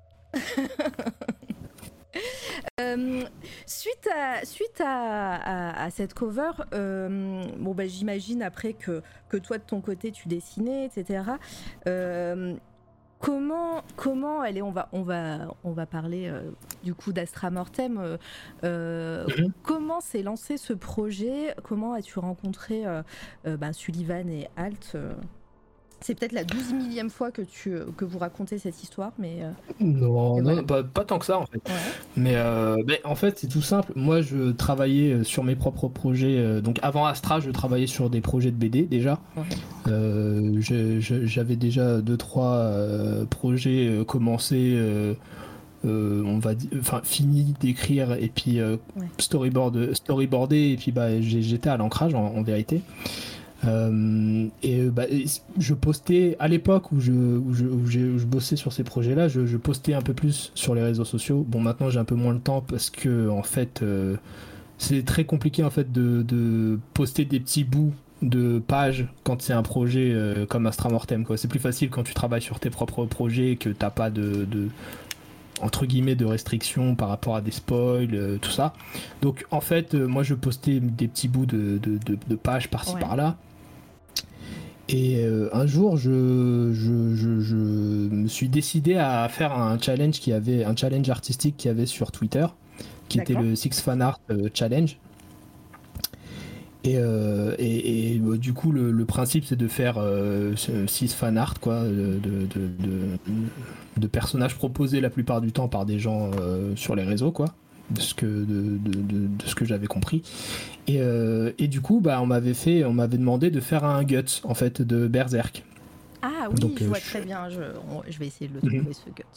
euh, suite à, suite à, à, à cette cover, euh, bon, bah, j'imagine après que, que toi de ton côté tu dessinais, et cetera. Euh, comment, comment, allez, on va, on va, on va parler euh, du coup d'Astra Mortem. Euh, euh, mm-hmm. Comment s'est lancé ce projet? Comment as-tu rencontré euh, euh, ben, Sullivan et Alt euh, C'est peut-être la douze millième fois que, tu, que vous racontez cette histoire, mais... Euh... Non, non voilà. pas, pas tant que ça, en fait. Ouais. Mais, euh, mais en fait, c'est tout simple. Moi, je travaillais sur mes propres projets. Euh, donc, avant Astra, je travaillais sur des projets de B D, déjà. Ouais. Euh, je, je, j'avais déjà deux, trois euh, projets euh, commencés, euh, euh, on va dire... Enfin, finis d'écrire, et puis euh, ouais. storyboard, storyboardé, et puis bah, j'étais à l'ancrage, en, en vérité. Euh, et bah, je postais à l'époque où je, où je, où je, où je bossais sur ces projets-là, je, je postais un peu plus sur les réseaux sociaux. Bon, maintenant j'ai un peu moins le temps parce que en fait, euh, c'est très compliqué en fait de, de poster des petits bouts de pages quand c'est un projet euh, comme Astra Mortem, quoi. C'est plus facile quand tu travailles sur tes propres projets et que t'as pas de, de entre guillemets de restrictions par rapport à des spoils, euh, tout ça. Donc en fait, euh, moi je postais des petits bouts de, de, de, de pages par-ci ouais. par-là. Et euh, un jour, je, je, je, je me suis décidé à faire un challenge qui avait un challenge artistique qu'il y avait sur Twitter, qui D'accord. était le Six Fan Art euh, Challenge. Et, euh, et, et euh, du coup, le, le principe, c'est de faire euh, six fan art, quoi, de, de, de, de, de personnages proposés la plupart du temps par des gens euh, sur les réseaux, quoi. de ce que de, de, de, de ce que j'avais compris. Et, euh, et du coup, bah, on m'avait fait, on m'avait demandé de faire un Guts en fait de Berserk. Ah oui, donc, je euh, vois je... très bien. Je, on, je vais essayer de le trouver mm-hmm. ce Guts.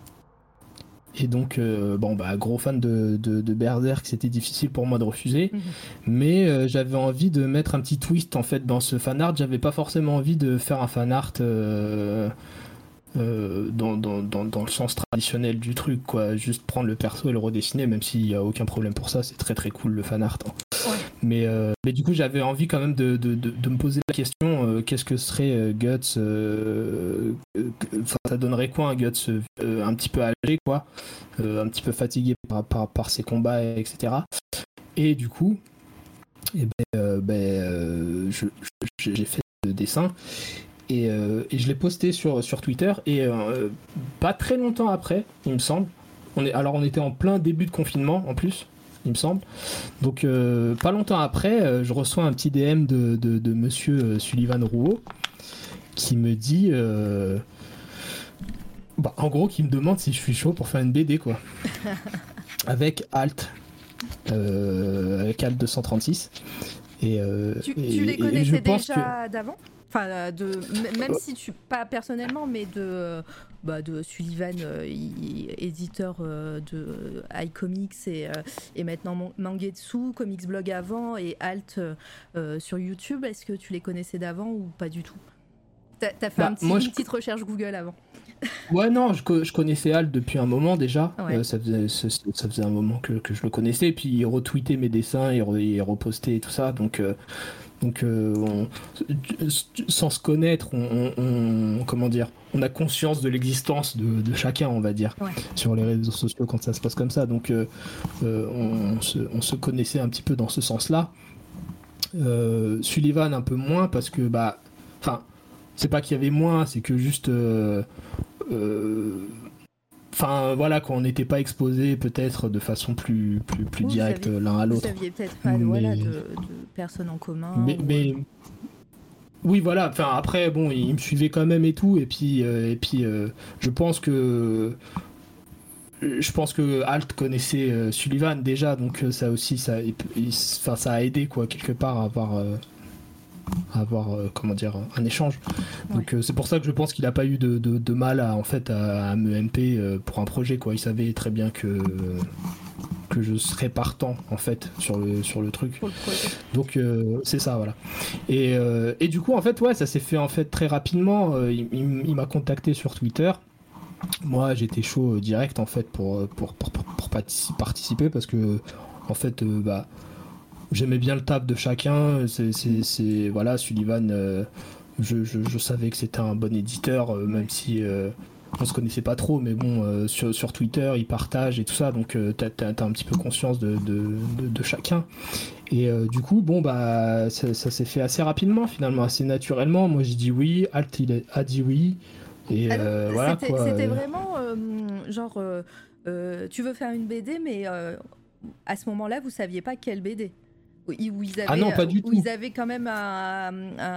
Et donc, euh, bon, bah, gros fan de, de, de Berserk, c'était difficile pour moi de refuser. Mmh. Mais euh, j'avais envie de mettre un petit twist, en fait, dans ce fanart. J'avais pas forcément envie de faire un fanart euh, euh, dans, dans, dans, dans le sens traditionnel du truc, quoi. Juste prendre le perso et le redessiner, même s'il y a aucun problème pour ça. C'est très, très cool, le fanart. Hein. Ouais. Mais, euh, mais du coup, j'avais envie quand même de, de, de, de me poser la question, euh, qu'est-ce que serait euh, Guts euh, euh, ça donnerait quoi un Guts euh, un petit peu âgé, quoi, euh, un petit peu fatigué par, par, par ses combats, et cetera. Et du coup, eh ben, euh, ben, euh, je, je, j'ai fait le dessin et, euh, et je l'ai posté sur, sur Twitter. Et euh, pas très longtemps après, il me semble, on est, alors on était en plein début de confinement en plus. Il me semble. Donc, euh, pas longtemps après, euh, je reçois un petit D M de, de, de monsieur euh, Sullivan Rouault qui me dit. Euh, bah, en gros, qui me demande si je suis chaud pour faire une B D, quoi. Avec Alt. Euh, avec Alt deux cent trente-six. Et, euh, tu, et, tu les connaissais et je pense déjà que... d'avant ? Enfin, de, même si tu pas personnellement, mais de, bah, de Sullivan, euh, il, éditeur euh, de iComics et, euh, et maintenant Mangetsu, Comics Blog avant et Alt euh, sur YouTube. Est-ce que tu les connaissais d'avant ou pas du tout ? T'as, t'as fait bah, un petit, moi, une je... petite recherche Google avant. Ouais, non, je, je connaissais Alt depuis un moment déjà. Ouais. Euh, ça, faisait, ça, ça faisait un moment que, que je le connaissais. Puis il retweetait mes dessins, il, re, il repostait et tout ça. Donc, euh, donc euh, on, sans se connaître, on, on, on, comment dire, on a conscience de l'existence de, de chacun, on va dire, ouais. sur les réseaux sociaux quand ça se passe comme ça. Donc, euh, euh, on, on, se, on se connaissait un petit peu dans ce sens-là. Euh, Sullivan un peu moins parce que, bah, enfin. C'est pas qu'il y avait moins, c'est que juste... Euh, euh, enfin, voilà, quand on n'était pas exposé peut-être de façon plus, plus, plus directe saviez, l'un à l'autre. Vous saviez peut-être pas mais... voilà, de, de personnes en commun. Mais, ou... mais... Oui, voilà, enfin, après, bon, il me suivait quand même et tout, et puis, euh, et puis euh, je pense que... Je pense que Alt connaissait euh, Sullivan déjà, donc ça aussi, ça, il, il, ça a aidé, quoi, quelque part, à avoir... Euh, avoir euh, comment dire un échange ouais. donc euh, c'est pour ça que je pense qu'il n'a pas eu de, de, de mal à en fait à, à me M P euh, pour un projet, quoi. Il savait très bien que euh, que je serais partant en fait sur le sur le truc, le donc euh, c'est ça, voilà. Et, euh, et du coup en fait ouais ça s'est fait en fait très rapidement. euh, il, il, il m'a contacté sur Twitter. Moi j'étais chaud euh, direct en fait pour pour, pour, pour, pour participer parce que en fait euh, bah j'aimais bien le taf de chacun. C'est, c'est, c'est voilà, Sullivan. Euh, je, je, je savais que c'était un bon éditeur, euh, même si euh, on se connaissait pas trop. Mais bon, euh, sur, sur Twitter, il partage et tout ça, donc euh, t'as, t'as, t'as un petit peu conscience de, de, de, de chacun. Et euh, du coup, bon bah, ça, ça s'est fait assez rapidement, finalement, assez naturellement. Moi, j'ai dit oui. Alt, il a dit oui. Et Alors, euh, voilà c'était, quoi. C'était vraiment euh, genre, euh, euh, tu veux faire une B D, mais euh, à ce moment-là, vous saviez pas quelle B D. Où ils avaient, ah non, pas du où tout. Ils avaient quand même un,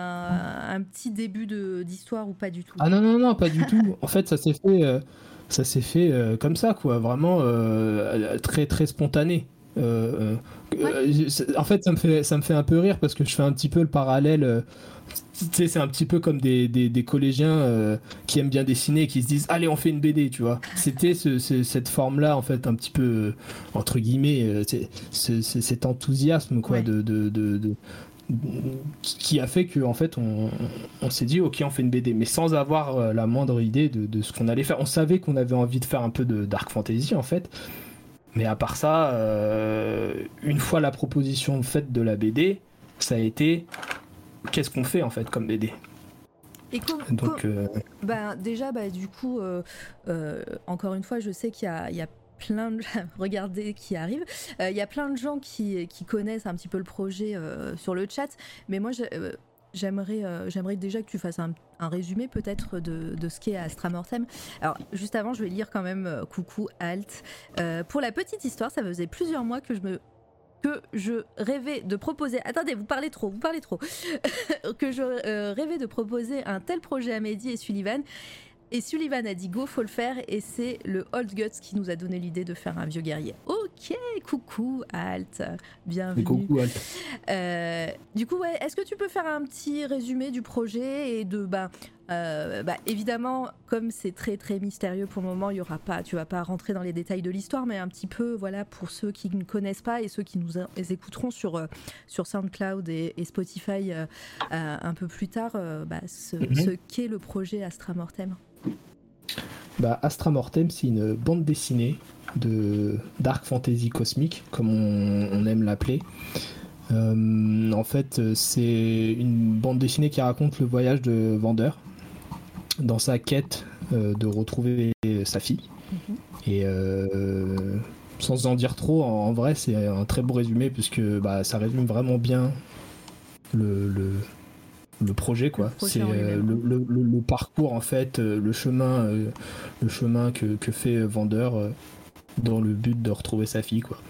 un, un petit début de, d'histoire ou pas du tout. Ah non, non, non, pas du tout. En fait, ça s'est fait, euh, ça s'est fait euh, comme ça, quoi. Vraiment euh, très, très spontané. Euh, ouais. euh, en fait, ça me fait, ça me fait un peu rire parce que je fais un petit peu le parallèle. Euh, tu sais, c'est un petit peu comme des, des, des collégiens euh, qui aiment bien dessiner et qui se disent allez on fait une B D, tu vois. C'était ce, ce, cette forme là en fait un petit peu euh, entre guillemets euh, c'est, c'est, c'est cet enthousiasme quoi, ouais. de, de, de, de, de qui a fait que en fait on, on s'est dit ok on fait une B D, mais sans avoir euh, la moindre idée de, de ce qu'on allait faire. On savait qu'on avait envie de faire un peu de dark fantasy en fait, mais à part ça euh, une fois la proposition faite de la B D, ça a été qu'est-ce qu'on fait en fait comme B D. Et com- donc com- euh... bah, déjà bah, du coup euh, euh, encore une fois je sais qu'il y a, il y a plein de regardez qui arrive euh, il y a plein de gens qui, qui connaissent un petit peu le projet euh, sur le chat, mais moi euh, j'aimerais, euh, j'aimerais déjà que tu fasses un, un résumé peut-être de, de ce qu'est Astra Mortem. Alors juste avant je vais lire quand même euh, coucou Alt. Euh, pour la petite histoire, ça faisait plusieurs mois que je me que je rêvais de proposer... Attendez, vous parlez trop, vous parlez trop. que je euh, rêvais de proposer un tel projet à Mehdi et Sullivan. Et Sullivan a dit go, faut le faire. Et c'est le Old Guts qui nous a donné l'idée de faire un vieux guerrier. Ok, Ok, coucou Alt, bienvenue. Et coucou Alt. Euh, du coup, ouais, est-ce que tu peux faire un petit résumé du projet et de, bah, euh, bah, évidemment, comme c'est très très mystérieux pour le moment, il y aura pas, tu vas pas rentrer dans les détails de l'histoire, mais un petit peu, voilà, pour ceux qui ne connaissent pas et ceux qui nous les écouteront sur euh, sur SoundCloud et, et Spotify euh, euh, un peu plus tard, euh, bah, ce, mm-hmm. ce qu'est le projet Astra Mortem. Bah, Astra Mortem, c'est une bande dessinée de dark fantasy cosmique, comme on, on aime l'appeler. Euh, en fait, c'est une bande dessinée qui raconte le voyage de Vander dans sa quête euh, de retrouver sa fille. Mm-hmm. Et euh, sans en dire trop, en, en vrai, c'est un très beau résumé puisque bah, ça résume vraiment bien le, le le projet quoi. Le projet c'est euh, le, le, le, le parcours en fait, euh, le chemin euh, le chemin que, que fait Vander euh, dans le but de retrouver sa fille quoi.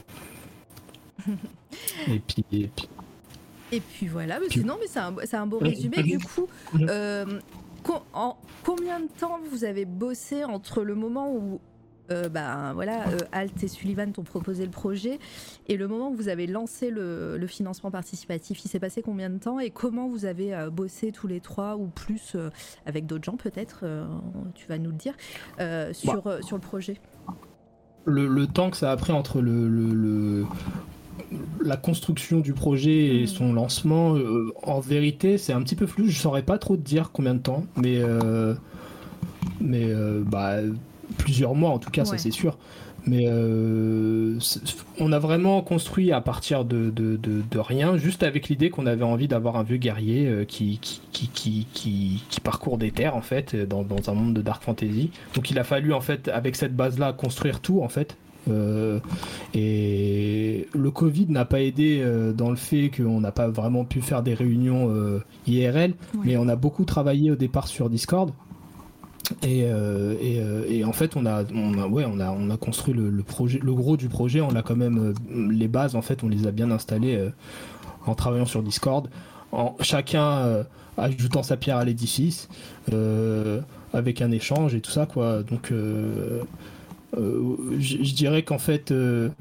et puis et puis et puis voilà, mais puis... sinon mais c'est un, c'est un beau résumé. Du coup euh, co- en combien de temps vous avez bossé entre le moment où Euh, bah, voilà, euh, Alt et Sullivan t'ont proposé le projet et le moment où vous avez lancé le, le financement participatif, il s'est passé combien de temps et comment vous avez euh, bossé tous les trois ou plus euh, avec d'autres gens peut-être, euh, tu vas nous le dire, euh, sur, bah, euh, sur le projet. Le, le temps que ça a pris entre le, le, le la construction du projet et mmh. son lancement, euh, en vérité c'est un petit peu flou, je saurais pas trop te dire combien de temps, mais euh, mais euh, bah plusieurs mois en tout cas, ouais. Ça c'est sûr. Mais euh, on a vraiment construit à partir de, de, de, de rien, juste avec l'idée qu'on avait envie d'avoir un vieux guerrier euh, qui, qui, qui, qui, qui, qui parcourt des terres en fait, dans, dans un monde de dark fantasy. Donc il a fallu en fait, avec cette base-là, construire tout en fait. Euh, et le Covid n'a pas aidé euh, dans le fait qu'on n'a pas vraiment pu faire des réunions euh, I R L, ouais. Mais on a beaucoup travaillé au départ sur Discord. Et, euh, et, euh, et en fait on a, on a, ouais, on a, on a construit le, le projet, le gros du projet, on a quand même euh, les bases en fait, on les a bien installées euh, en travaillant sur Discord, en chacun euh, ajoutant sa pierre à l'édifice, euh, avec un échange et tout ça quoi. Donc euh, euh, je dirais qu'en fait euh,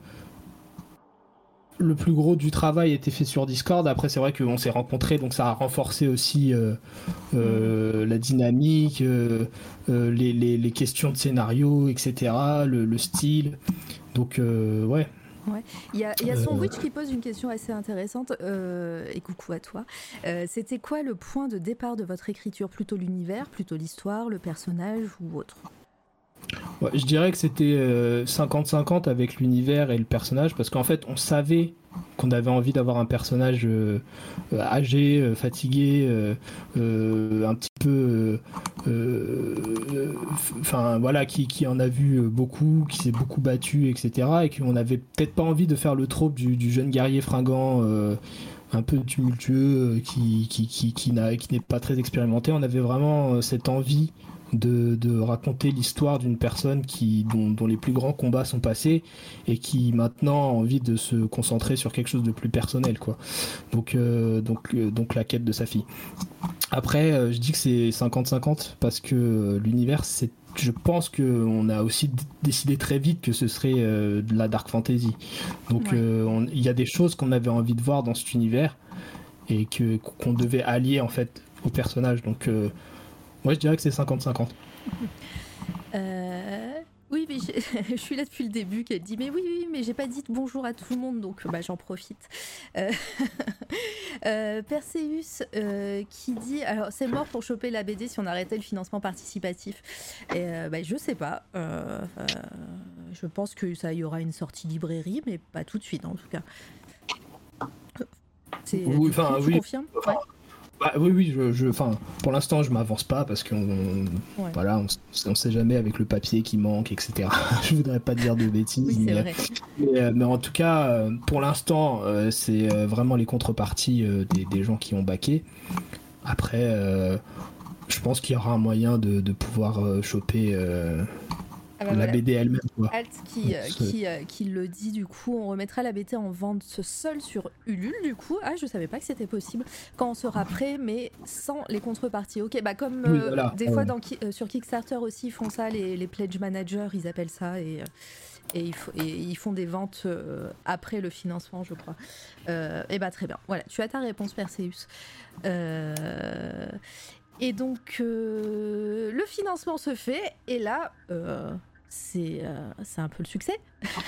le plus gros du travail était fait sur Discord. Après, c'est vrai qu'on s'est rencontrés, donc ça a renforcé aussi euh, euh, la dynamique, euh, euh, les, les, les questions de scénario, et cetera, le, le style. Donc, euh, ouais. Ouais. Il y a, il y a Sandwich euh... qui pose une question assez intéressante, euh, et coucou à toi. Euh, c'était quoi le point de départ de votre écriture ? Plutôt l'univers, plutôt l'histoire, le personnage ou autre ? Ouais, je dirais que c'était euh, cinquante cinquante avec l'univers et le personnage, parce qu'en fait on savait qu'on avait envie d'avoir un personnage euh, euh, âgé, euh, fatigué, euh, euh, un petit peu enfin euh, voilà, qui, qui en a vu beaucoup, qui s'est beaucoup battu, etc., et qu'on avait peut-être pas envie de faire le trope du, du jeune guerrier fringant euh, un peu tumultueux, qui, qui, qui, qui, n'a, qui n'est pas très expérimenté. On avait vraiment cette envie De, de raconter l'histoire d'une personne qui, dont, dont les plus grands combats sont passés et qui maintenant a envie de se concentrer sur quelque chose de plus personnel quoi. Donc, euh, donc, euh, donc la quête de sa fille. Après euh, je dis que c'est cinquante cinquante parce que euh, l'univers, c'est, je pense qu'on a aussi d- décidé très vite que ce serait euh, de la dark fantasy. Donc il ouais. euh, y a des choses qu'on avait envie de voir dans cet univers et que, qu'on devait allier en fait au personnage. Donc euh, moi, je dirais que c'est cinquante cinquante. Euh, oui, mais je suis là depuis le début, qui a dit mais oui, oui, mais j'ai pas dit bonjour à tout le monde, donc bah, j'en profite. Euh, euh, Perseus euh, qui dit alors c'est mort pour choper la B D si on arrêtait le financement participatif. Et, euh, bah, je sais pas. Euh, euh, je pense que ça y aura une sortie librairie, mais pas tout de suite en tout cas. C'est, oui, enfin, oui. confirme ouais. Bah, oui, oui, je, je, pour l'instant, je m'avance pas parce qu'on ouais. voilà, on ne sait jamais avec le papier qui manque, et cetera. Je voudrais pas dire de bêtises, oui, mais, mais, mais en tout cas, pour l'instant, c'est vraiment les contreparties des, des gens qui ont backé. Après, euh, je pense qu'il y aura un moyen de, de pouvoir choper euh, ah bah la voilà. B D elle-même. Quoi. Alt qui, euh, qui, euh, qui le dit, du coup, on remettra la B D en vente seule sur Ulule, du coup. Ah, je savais pas que c'était possible. Quand on sera prêt, mais sans les contreparties. Ok, bah comme euh, oui, voilà. des fois dans, euh, sur Kickstarter aussi, ils font ça, les, les pledge managers, ils appellent ça, et, Et, il faut, et ils font des ventes euh, après le financement, je crois. Euh, et bah très bien. Voilà, tu as ta réponse, Perseus. Euh, et donc, euh, le financement se fait, et là, euh, c'est, euh, c'est un peu le succès.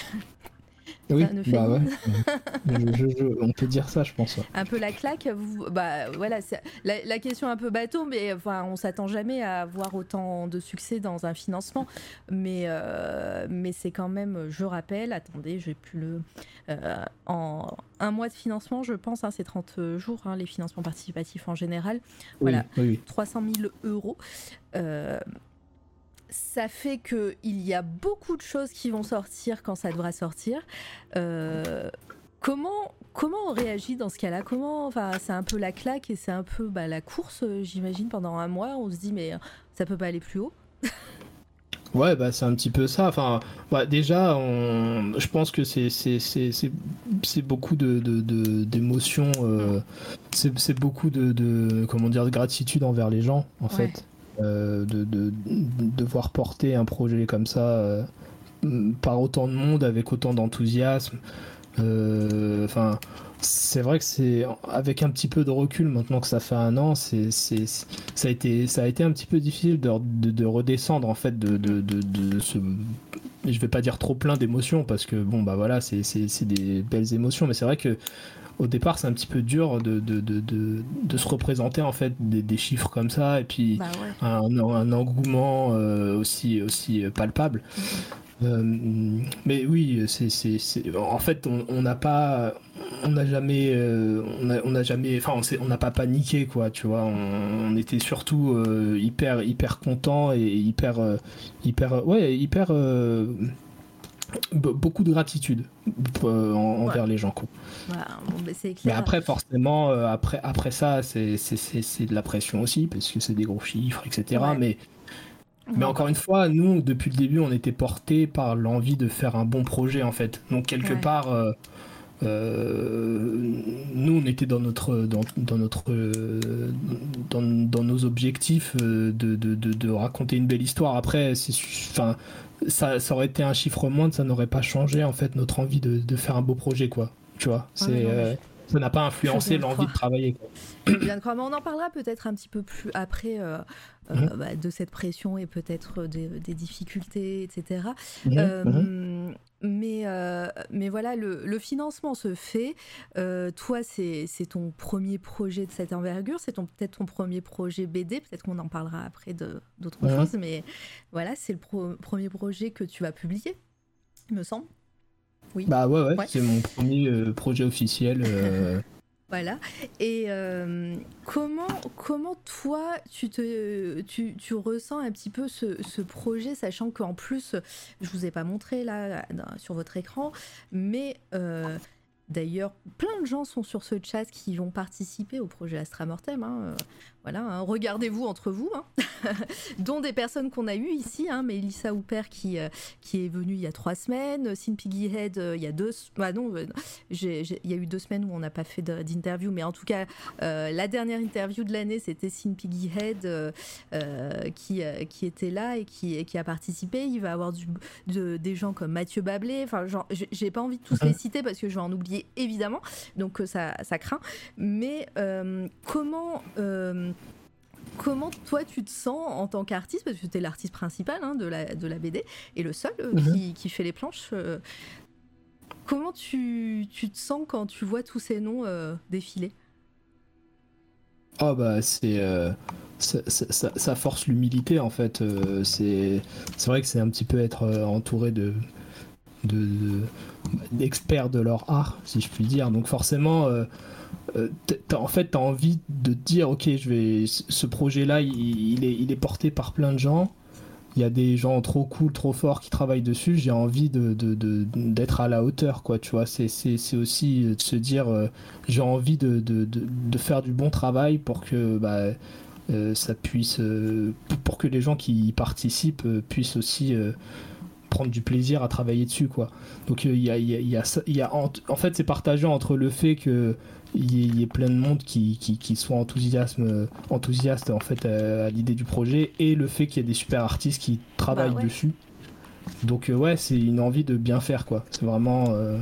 Oui, bah ouais. je, je, je, on peut dire ça, je pense. Ouais. Un peu la claque. Vous, bah voilà, c'est la, la question un peu bateau, mais enfin, on s'attend jamais à avoir autant de succès dans un financement. Mais euh, mais c'est quand même, je rappelle, attendez, j'ai plus le euh, en un mois de financement, je pense, hein, c'est trente jours, hein, les financements participatifs en général. Voilà, oui, oui. trois cent mille euros. Euh, Ça fait qu'il y a beaucoup de choses qui vont sortir quand ça devra sortir. Euh, comment, comment on réagit dans ce cas-là? Comment, enfin, c'est un peu la claque et c'est un peu bah, la course, j'imagine, pendant un mois. On se dit, mais ça peut pas aller plus haut. Ouais, bah, c'est un petit peu ça. Enfin, bah, déjà, on... je pense que c'est, c'est, c'est, c'est, c'est beaucoup de, de, de, d'émotions. Euh, c'est, c'est beaucoup de, de, comment dire, de gratitude envers les gens, en ouais. fait. Euh, de, de, de voir porter un projet comme ça euh, par autant de monde avec autant d'enthousiasme. Enfin, euh, c'est vrai que c'est avec un petit peu de recul maintenant que ça fait un an, c'est, c'est, c'est ça a été ça a été un petit peu difficile de, de, de redescendre en fait de, de, de, de ce, je vais pas dire trop plein d'émotions parce que bon bah voilà c'est, c'est, c'est des belles émotions, mais c'est vrai que au départ, c'est un petit peu dur de, de, de, de, de se représenter en fait des, des chiffres comme ça et puis bah ouais. un, un engouement euh, aussi, aussi palpable. Mmh. Euh, mais oui, c'est, c'est, c'est... en fait, on n'a pas, on n'a jamais, euh, on a, on a jamais, enfin, on n'a pas paniqué quoi, tu vois. On, on était surtout euh, hyper, hyper content et hyper, euh, hyper, ouais, hyper. Euh, beaucoup de gratitude euh, en, envers ouais. les gens quoi. Voilà, bon, bah c'est clair. Mais après forcément euh, après, après ça c'est, c'est, c'est, c'est de la pression aussi parce que c'est des gros chiffres etc ouais. mais, mais encore une fois nous depuis le début on était portés par l'envie de faire un bon projet en fait donc quelque ouais. part euh, Euh, nous on était dans notre dans, dans notre euh, dans, dans nos objectifs euh, de, de, de, de raconter une belle histoire. Après c'est enfin ça, ça aurait été un chiffre moindre, ça n'aurait pas changé en fait notre envie de, de faire un beau projet quoi, tu vois. C'est ouais, non, euh, je... ça n'a pas influencé l'envie de travailler quoi. Je viens de croire, mais on en parlera peut-être un petit peu plus après euh, euh, mmh. bah, de cette pression et peut-être des, des difficultés, et cetera. Mmh. Euh, mmh. Mais, euh, mais voilà, le, le financement se fait. Euh, toi, c'est, c'est ton premier projet de cette envergure, c'est ton, peut-être ton premier projet B D, peut-être qu'on en parlera après de, d'autres mmh. choses, mais voilà, c'est le pro- premier projet que tu vas publier, il me semble. Oui. Bah ouais, ouais, ouais. C'est mon premier euh, projet officiel. Euh... Voilà. Et euh, comment, comment toi, tu, te, tu, tu ressens un petit peu ce, ce projet, sachant qu'en plus, je ne vous ai pas montré là sur votre écran, mais euh, d'ailleurs, plein de gens sont sur ce chat qui vont participer au projet Astra Mortem. Hein. Voilà, hein, regardez-vous entre vous, hein. dont des personnes qu'on a eues ici, hein, Mélissa Hooper qui, euh, qui est venue il y a trois semaines, Sin Piggyhead euh, il y a deux, bah non, euh, j'ai, j'ai, il y a eu deux semaines où on n'a pas fait de, d'interview, mais en tout cas, euh, la dernière interview de l'année, c'était Sin Piggyhead euh, euh, qui, euh, qui était là et qui, qui a participé. Il va y avoir du, de, des gens comme Mathieu Bablé, enfin, genre, j'ai pas envie de tous les citer parce que je vais en oublier évidemment, donc euh, ça, ça craint. Mais euh, comment euh, Comment toi tu te sens en tant qu'artiste, parce que tu es l'artiste principal hein, de, la, de la B D et le seul euh, mm-hmm. qui, qui fait les planches, euh, comment tu, tu te sens quand tu vois tous ces noms euh, défiler? Oh bah c'est euh, ça, ça, ça force l'humilité en fait, euh, c'est, c'est vrai que c'est un petit peu être euh, entouré de, de, de d'experts de leur art si je puis dire, donc forcément euh, Euh, en fait t'as envie de te dire ok je vais ce projet là il, il, est, il est porté par plein de gens, il y a des gens trop cool trop forts qui travaillent dessus, j'ai envie de, de, de, d'être à la hauteur quoi, tu vois, c'est, c'est, c'est aussi de se dire euh, j'ai envie de, de, de, de faire du bon travail pour que bah, euh, ça puisse euh, pour que les gens qui y participent euh, puissent aussi euh, prendre du plaisir à travailler dessus quoi. Donc il euh, y a, y a, y a, y a en, en fait c'est partagé entre le fait que il y ait plein de monde qui, qui, qui soit enthousiasme, enthousiaste en fait à, à l'idée du projet et le fait qu'il y ait des super artistes qui travaillent bah ouais. dessus. Donc euh, ouais, c'est une envie de bien faire, quoi. C'est vraiment... Euh...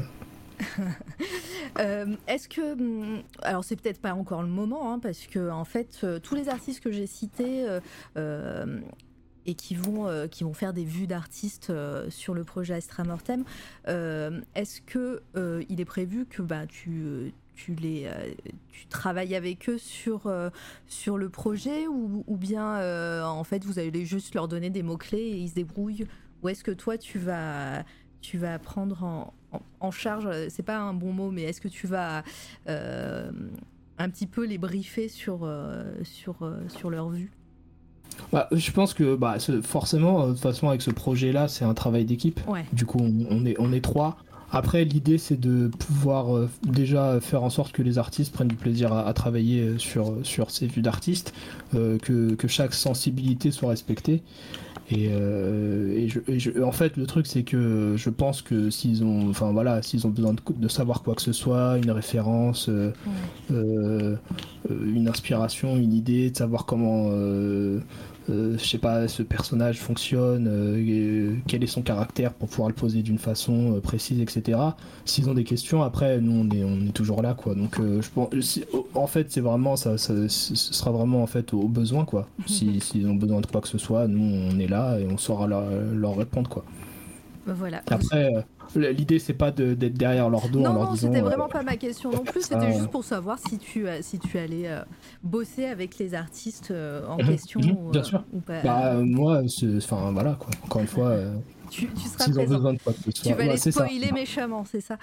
euh, est-ce que... Alors c'est peut-être pas encore le moment, hein, parce que en fait, euh, tous les artistes que j'ai cités... Euh, euh, et qui vont, euh, qui vont faire des vues d'artistes euh, sur le projet Astra Mortem, euh, est-ce que euh, il est prévu que bah, tu, tu, les, euh, tu travailles avec eux sur, euh, sur le projet, ou, ou bien euh, en fait vous allez juste leur donner des mots-clés et ils se débrouillent, ou est-ce que toi tu vas, tu vas prendre en, en, en charge, c'est pas un bon mot, mais est-ce que tu vas euh, un petit peu les briefer sur, euh, sur, euh, sur leur vue? Bah, je pense que bah, forcément, de toute façon, avec ce projet-là, c'est un travail d'équipe. Ouais. Du coup, on, on, est, on est trois. Après, l'idée, c'est de pouvoir euh, déjà faire en sorte que les artistes prennent du plaisir à, à travailler sur, sur ces vues d'artistes, euh, que, que chaque sensibilité soit respectée. Et, euh, et, je, et je, en fait, le truc, c'est que je pense que s'ils ont, enfin voilà, s'ils ont besoin de, de savoir quoi que ce soit, une référence, euh, ouais. euh, une inspiration, une idée, de savoir comment, euh, euh, je sais pas, ce personnage fonctionne, euh, quel est son caractère pour pouvoir le poser d'une façon euh, précise, et cetera. S'ils ont des questions, après, nous, on est, on est toujours là, quoi. Donc, euh, je pense, si, en fait, c'est vraiment, ça, ça, ce sera vraiment en fait au besoin, quoi. Si, s'ils ont besoin de quoi que ce soit, nous, on est là et on saura leur, leur répondre, quoi. Voilà. Après, euh, l'idée, c'est pas de, d'être derrière leur dos non, en leur non, disant... Non, c'était euh, vraiment pas ma question non plus. C'était euh... juste pour savoir si tu, si tu allais euh, bosser avec les artistes euh, en mmh, question mmh, ou, bien sûr. ou pas. Bah, euh, moi, enfin, voilà, quoi. Encore une fois... Euh, tu, tu seras s'ils présent. ont besoin de quoi que ce soit. Tu vas ouais, les spoiler méchamment, c'est ça.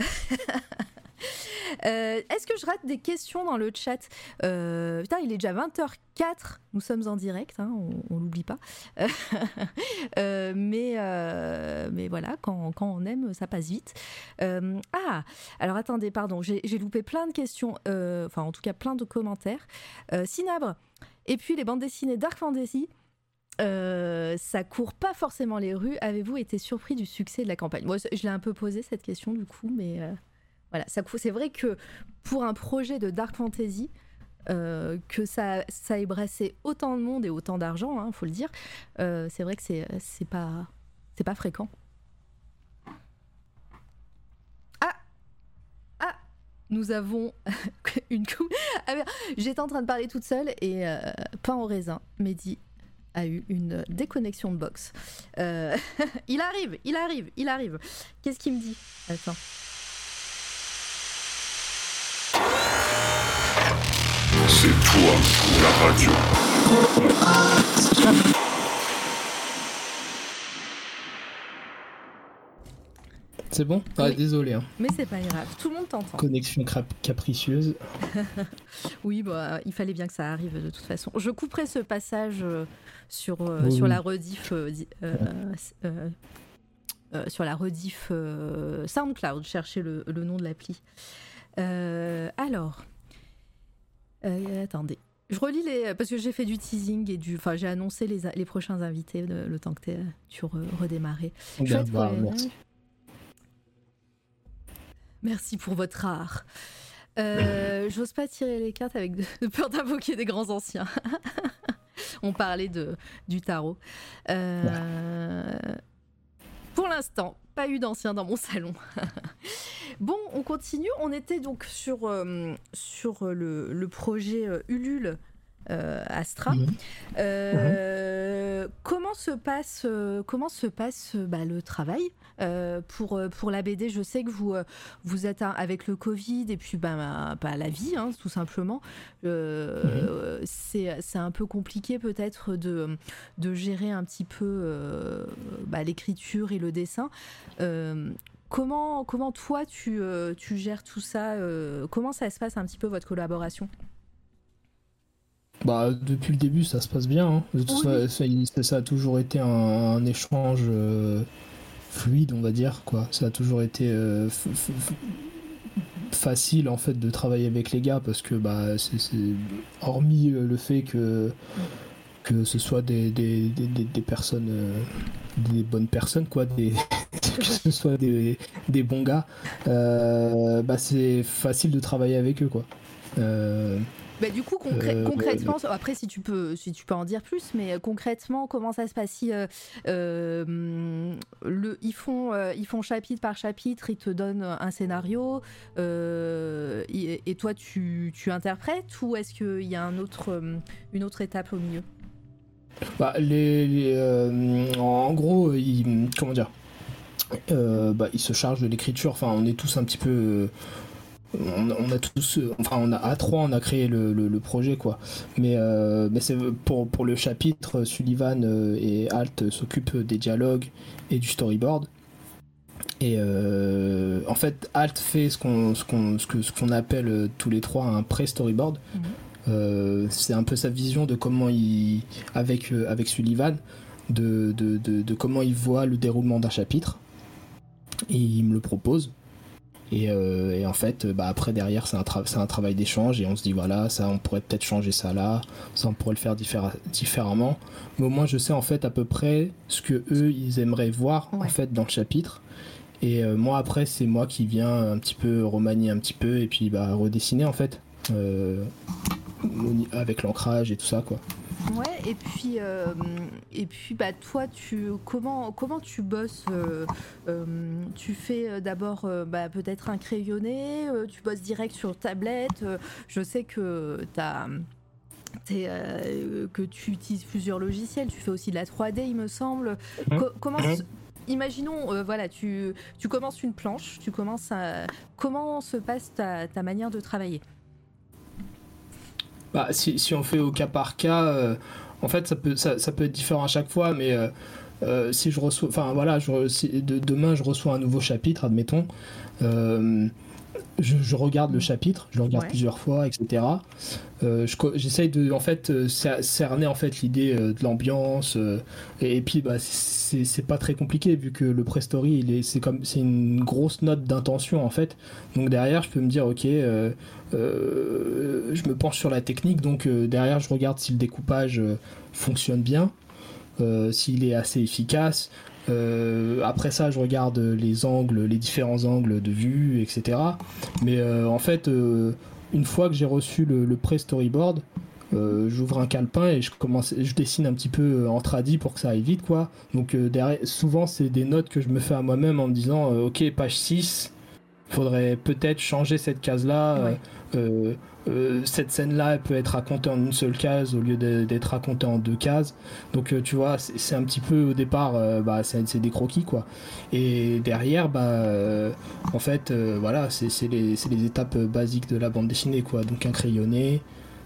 Euh, est-ce que je rate des questions dans le chat? euh, Putain, il est déjà vingt heures quatre, nous sommes en direct, hein, on, on l'oublie pas. euh, mais, euh, mais voilà, quand, quand on aime, ça passe vite. Euh, ah, alors attendez, pardon, j'ai, j'ai loupé plein de questions, euh, enfin en tout cas plein de commentaires. Euh, Cinabre, et puis les bandes dessinées Dark Fantasy. Euh, ça court pas forcément les rues. Avez-vous été surpris du succès de la campagne? Moi, je l'ai un peu posé cette question du coup, mais euh, voilà, ça, c'est vrai que pour un projet de Dark Fantasy, euh, que ça, ça ait brassé autant de monde et autant d'argent, hein, faut le dire, euh, c'est vrai que c'est, c'est pas, c'est pas fréquent. Ah, ah, nous avons une coup. Ah, j'étais en train de parler toute seule et euh, pain au raisin, Mehdi a eu une déconnexion de box. Euh, il arrive, il arrive, il arrive. Qu'est-ce qu'il me dit? Attends. C'est toi, la radio. C'est bon? Ah, oui. Désolé. Hein. Mais c'est pas grave, tout le monde t'entend. Connexion capricieuse. Oui, bah, il fallait bien que ça arrive de toute façon. Je couperai ce passage euh, sur, euh, oui, sur oui. la rediff... Euh, euh, euh, euh, sur la rediff euh, SoundCloud, cherchez le, le nom de l'appli. Euh, alors... Euh, attendez. Je relis les... Parce que j'ai fait du teasing et du... Enfin, j'ai annoncé les, les prochains invités le, le temps que tu re, redémarrais. Bien, bah, merci. Merci pour votre art. Euh, j'ose pas tirer les cartes avec de, de peur d'invoquer des grands anciens. On parlait de, du tarot. Euh, pour l'instant, pas eu d'anciens dans mon salon. Bon, on continue. On était donc sur, euh, sur le, le projet euh, Ulule euh, Astra. Mmh. Euh, mmh. Comment se passe, euh, comment se passe bah, le travail euh, pour, pour la B D? Je sais que vous, vous êtes un, avec le Covid et puis bah, bah, la vie, hein, tout simplement. Euh, mmh. c'est, c'est un peu compliqué peut-être de, de gérer un petit peu euh, bah, l'écriture et le dessin. Euh, Comment, comment toi tu, euh, tu gères tout ça euh, Comment ça se passe un petit peu votre collaboration? Bah, depuis le début ça se passe bien. Hein. Oui. Ça, ça, ça a toujours été un, un échange euh, fluide, on va dire. Quoi. Ça a toujours été euh, f- f- facile en fait de travailler avec les gars parce que bah, c'est, c'est... hormis le fait que que ce soit des, des, des, des personnes, euh, des bonnes personnes, quoi, des, que ce soit des, des bons gars, euh, bah c'est facile de travailler avec eux, quoi. Euh, Bah, du coup, concré- Euh, concrètement, après si tu peux, si tu peux en dire plus, mais euh, concrètement, comment ça se passe si, euh, euh, le, ils font, euh, ils font chapitre par chapitre, ils te donnent un scénario, euh, et, et toi tu, tu interprètes, ou est-ce qu'il y a un autre, euh, une autre étape au milieu? Bah, les, les, euh, en gros, ils, comment dire, euh, bah, ils se chargent de l'écriture. Enfin, on est tous un petit peu, euh, on, on a tous, euh, enfin, on a à trois, on a créé le, le, le projet, quoi. Mais, euh, mais c'est pour pour le chapitre, Sullivan euh, et Alt s'occupent des dialogues et du storyboard. Et euh, en fait, Alt fait ce qu'on ce qu'on ce que ce qu'on appelle euh, tous les trois un pré-storyboard. Mhm. Euh, c'est un peu sa vision de comment il, avec, euh, avec Sullivan, de, de, de, de comment il voit le déroulement d'un chapitre. Et il me le propose. Et, euh, et en fait, bah, après, derrière, c'est un, tra- c'est un travail d'échange. Et on se dit, voilà, ça, on pourrait peut-être changer ça là. Ça, on pourrait le faire diffé- différemment. Mais au moins, je sais en fait à peu près ce que eux, ils aimeraient voir Ouais. en fait dans le chapitre. Et euh, moi, après, c'est moi qui viens un petit peu remanier un petit peu. Et puis, bah, redessiner en fait. Euh, avec l'ancrage et tout ça, quoi. Ouais, et puis, euh, et puis bah, toi, tu, comment, comment tu bosses euh, euh, tu fais euh, d'abord euh, bah, peut-être un crayonné, euh, tu bosses direct sur tablette. euh, je sais que t'as, t'es, euh, que tu utilises plusieurs logiciels, tu fais aussi de la trois D, il me semble. Mhm. Co- comment, Mhm. se- imaginons, euh, voilà, tu, tu commences une planche, tu commences à, comment se passe ta, ta manière de travailler? Bah, si, si on fait au cas par cas, euh, en fait, ça peut, ça, ça peut être différent à chaque fois, mais euh, euh, si je reçois, enfin voilà, je, si, de, demain je reçois un nouveau chapitre, admettons, euh, je, je regarde le chapitre, je le regarde Ouais. plusieurs fois, et cetera. Euh, je co- j'essaye de, en fait, euh, cer- cerner en fait l'idée euh, de l'ambiance, euh, et, et puis bah c'est c'est pas très compliqué vu que le pré-story, il est, c'est comme, c'est une grosse note d'intention en fait. Donc derrière, je peux me dire, ok, euh, euh, je me penche sur la technique, donc euh, derrière, je regarde si le découpage euh, fonctionne bien, euh, s'il est assez efficace. Euh, après ça, je regarde les angles, les différents angles de vue, et cetera. Mais euh, en fait, euh, une fois que j'ai reçu le, le pré-storyboard, euh, j'ouvre un calepin et je commence, je dessine un petit peu en tradi pour que ça aille vite, quoi. Donc euh, derrière, souvent, c'est des notes que je me fais à moi-même en me disant, euh, ok, page six, faudrait peut-être changer cette case-là. euh, Ouais. euh, euh, cette scène-là, elle peut être racontée en une seule case au lieu de- d'être racontée en deux cases. Donc, euh, tu vois, c'est c'est un petit peu au départ, euh, bah, c'est c'est des croquis, quoi. Et derrière, bah, euh, en fait, euh, voilà, c'est c'est les, c'est les étapes basiques de la bande dessinée, quoi. Donc, un crayonné,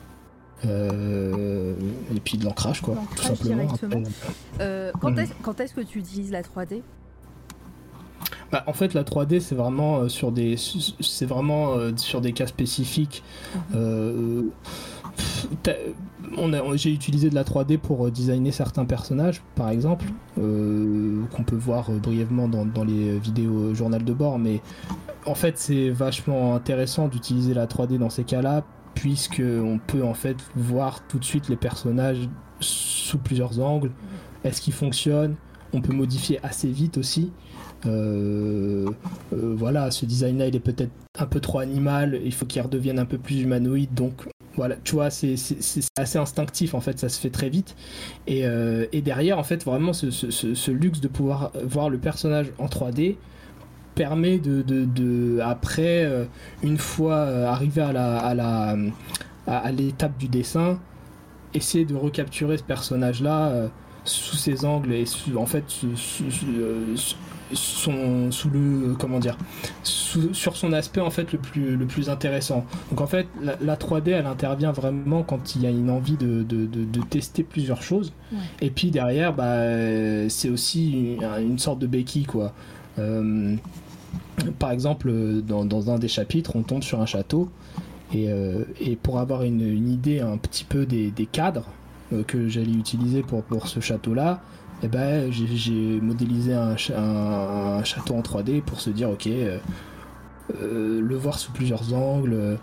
euh, et puis de l'ancrage, quoi, tout L'ancrage simplement. directement. Après, Euh, quand Mhm. est-ce quand est-ce que tu utilises la trois D? bah, en fait, la trois D, c'est vraiment euh, sur des, c'est vraiment euh, sur des cas spécifiques. Euh, pff, t'as- on a- j'ai utilisé de la trois D pour euh, designer certains personnages, par exemple, euh, qu'on peut voir euh, brièvement dans, dans les vidéos euh, journal de bord. Mais en fait, c'est vachement intéressant d'utiliser la trois D dans ces cas-là, puisque on peut en fait voir tout de suite les personnages sous plusieurs angles. Est-ce qu'ils fonctionnent? On peut modifier assez vite aussi. Euh, euh, voilà, ce design-là, il est peut-être un peu trop animal, il faut qu'il redevienne un peu plus humanoïde, donc voilà, tu vois, c'est, c'est, c'est assez instinctif en fait, ça se fait très vite. Et, euh, et derrière, en fait, vraiment, ce, ce, ce, ce luxe de pouvoir voir le personnage en trois D permet de, de, de après, euh, une fois euh, arrivé à la, à la, à, à l'étape du dessin, essayer de recapturer ce personnage-là euh, sous ses angles et sous, en fait sous, sous, sous, euh, son, sous le comment dire sous, sur son aspect en fait le plus le plus intéressant. Donc en fait la, la trois D elle intervient vraiment quand il y a une envie de, de, de, de tester plusieurs choses. Ouais. Et puis derrière bah euh, c'est aussi une, une sorte de béquille, quoi. Euh, par exemple dans, dans un des chapitres on tombe sur un château. Et, euh, et pour avoir une, une idée un petit peu des, des cadres euh, que j'allais utiliser pour, pour ce château-là, eh ben, j'ai, j'ai modélisé un, ch- un, un château en trois D pour se dire, ok, euh, euh, le voir sous plusieurs angles,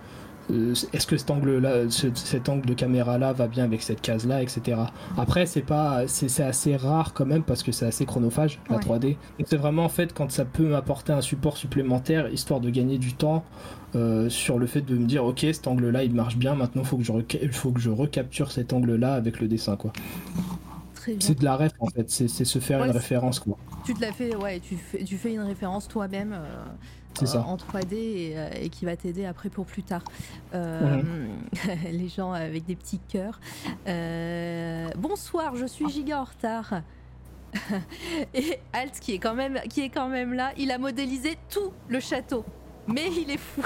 euh, est-ce que cet angle-là, ce, cet angle de caméra-là va bien avec cette case-là, et cetera. Après, c'est pas, c'est, c'est assez rare quand même parce que c'est assez chronophage la ouais. trois D. Donc c'est vraiment en fait quand ça peut m'apporter un support supplémentaire histoire de gagner du temps euh, sur le fait de me dire ok cet angle-là il marche bien, maintenant faut que je reca- faut que je recapture cet angle-là avec le dessin quoi. C'est de la ref en fait, c'est, c'est se faire ouais, une référence quoi. Tu te la fais, ouais, tu fais, tu fais une référence toi-même. Euh... C'est ça. en trois D et, et qui va t'aider après pour plus tard. Euh, mmh. Les gens avec des petits cœurs. Euh, bonsoir, je suis giga en retard. Et Alt qui est quand même qui est quand même là, il a modélisé tout le château, mais il est fou.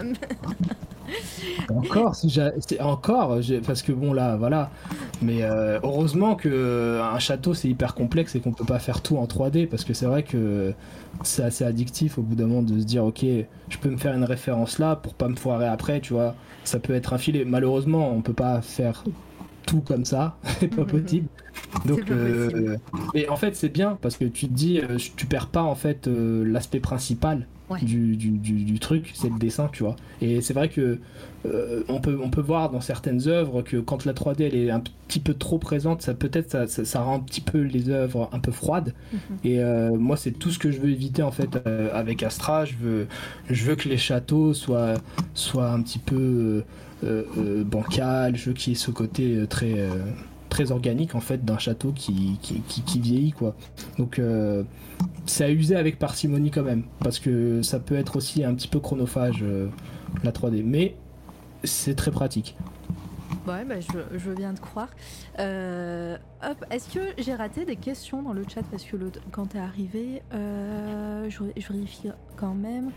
Encore, si j'ai, c'est encore, j'ai, parce que bon là, voilà. Mais euh, heureusement que euh, un château c'est hyper complexe et qu'on peut pas faire tout en trois D parce que c'est vrai que c'est assez addictif au bout d'un moment de se dire ok, je peux me faire une référence là pour pas me foirer après, tu vois. Ça peut être un filet. Malheureusement, on peut pas faire tout comme ça, c'est pas possible. Donc, c'est pas euh, possible. Et en fait, c'est bien parce que tu te dis, euh, tu perds pas en fait euh, l'aspect principal. Ouais. Du, du, du, du truc, c'est le dessin, tu vois. Et c'est vrai que euh, on peut on peut voir dans certaines œuvres que quand la trois D elle est un petit peu trop présente, ça peut-être ça, ça, ça rend un petit peu les œuvres un peu froides. Mm-hmm. Et euh, moi c'est tout ce que je veux éviter en fait euh, avec Astra. Je veux je veux que les châteaux soient soient un petit peu euh, euh, bancal. Je veux qu'il y ait ce côté très euh, très organique en fait d'un château qui qui, qui, qui vieillit quoi. Donc euh, c'est à user avec parcimonie quand même parce que ça peut être aussi un petit peu chronophage euh, la trois D mais c'est très pratique. Ouais bah je, je viens de croire. Euh, hop, est-ce que j'ai raté des questions dans le chat parce que le, quand t'es arrivé euh, je, je vérifie quand même.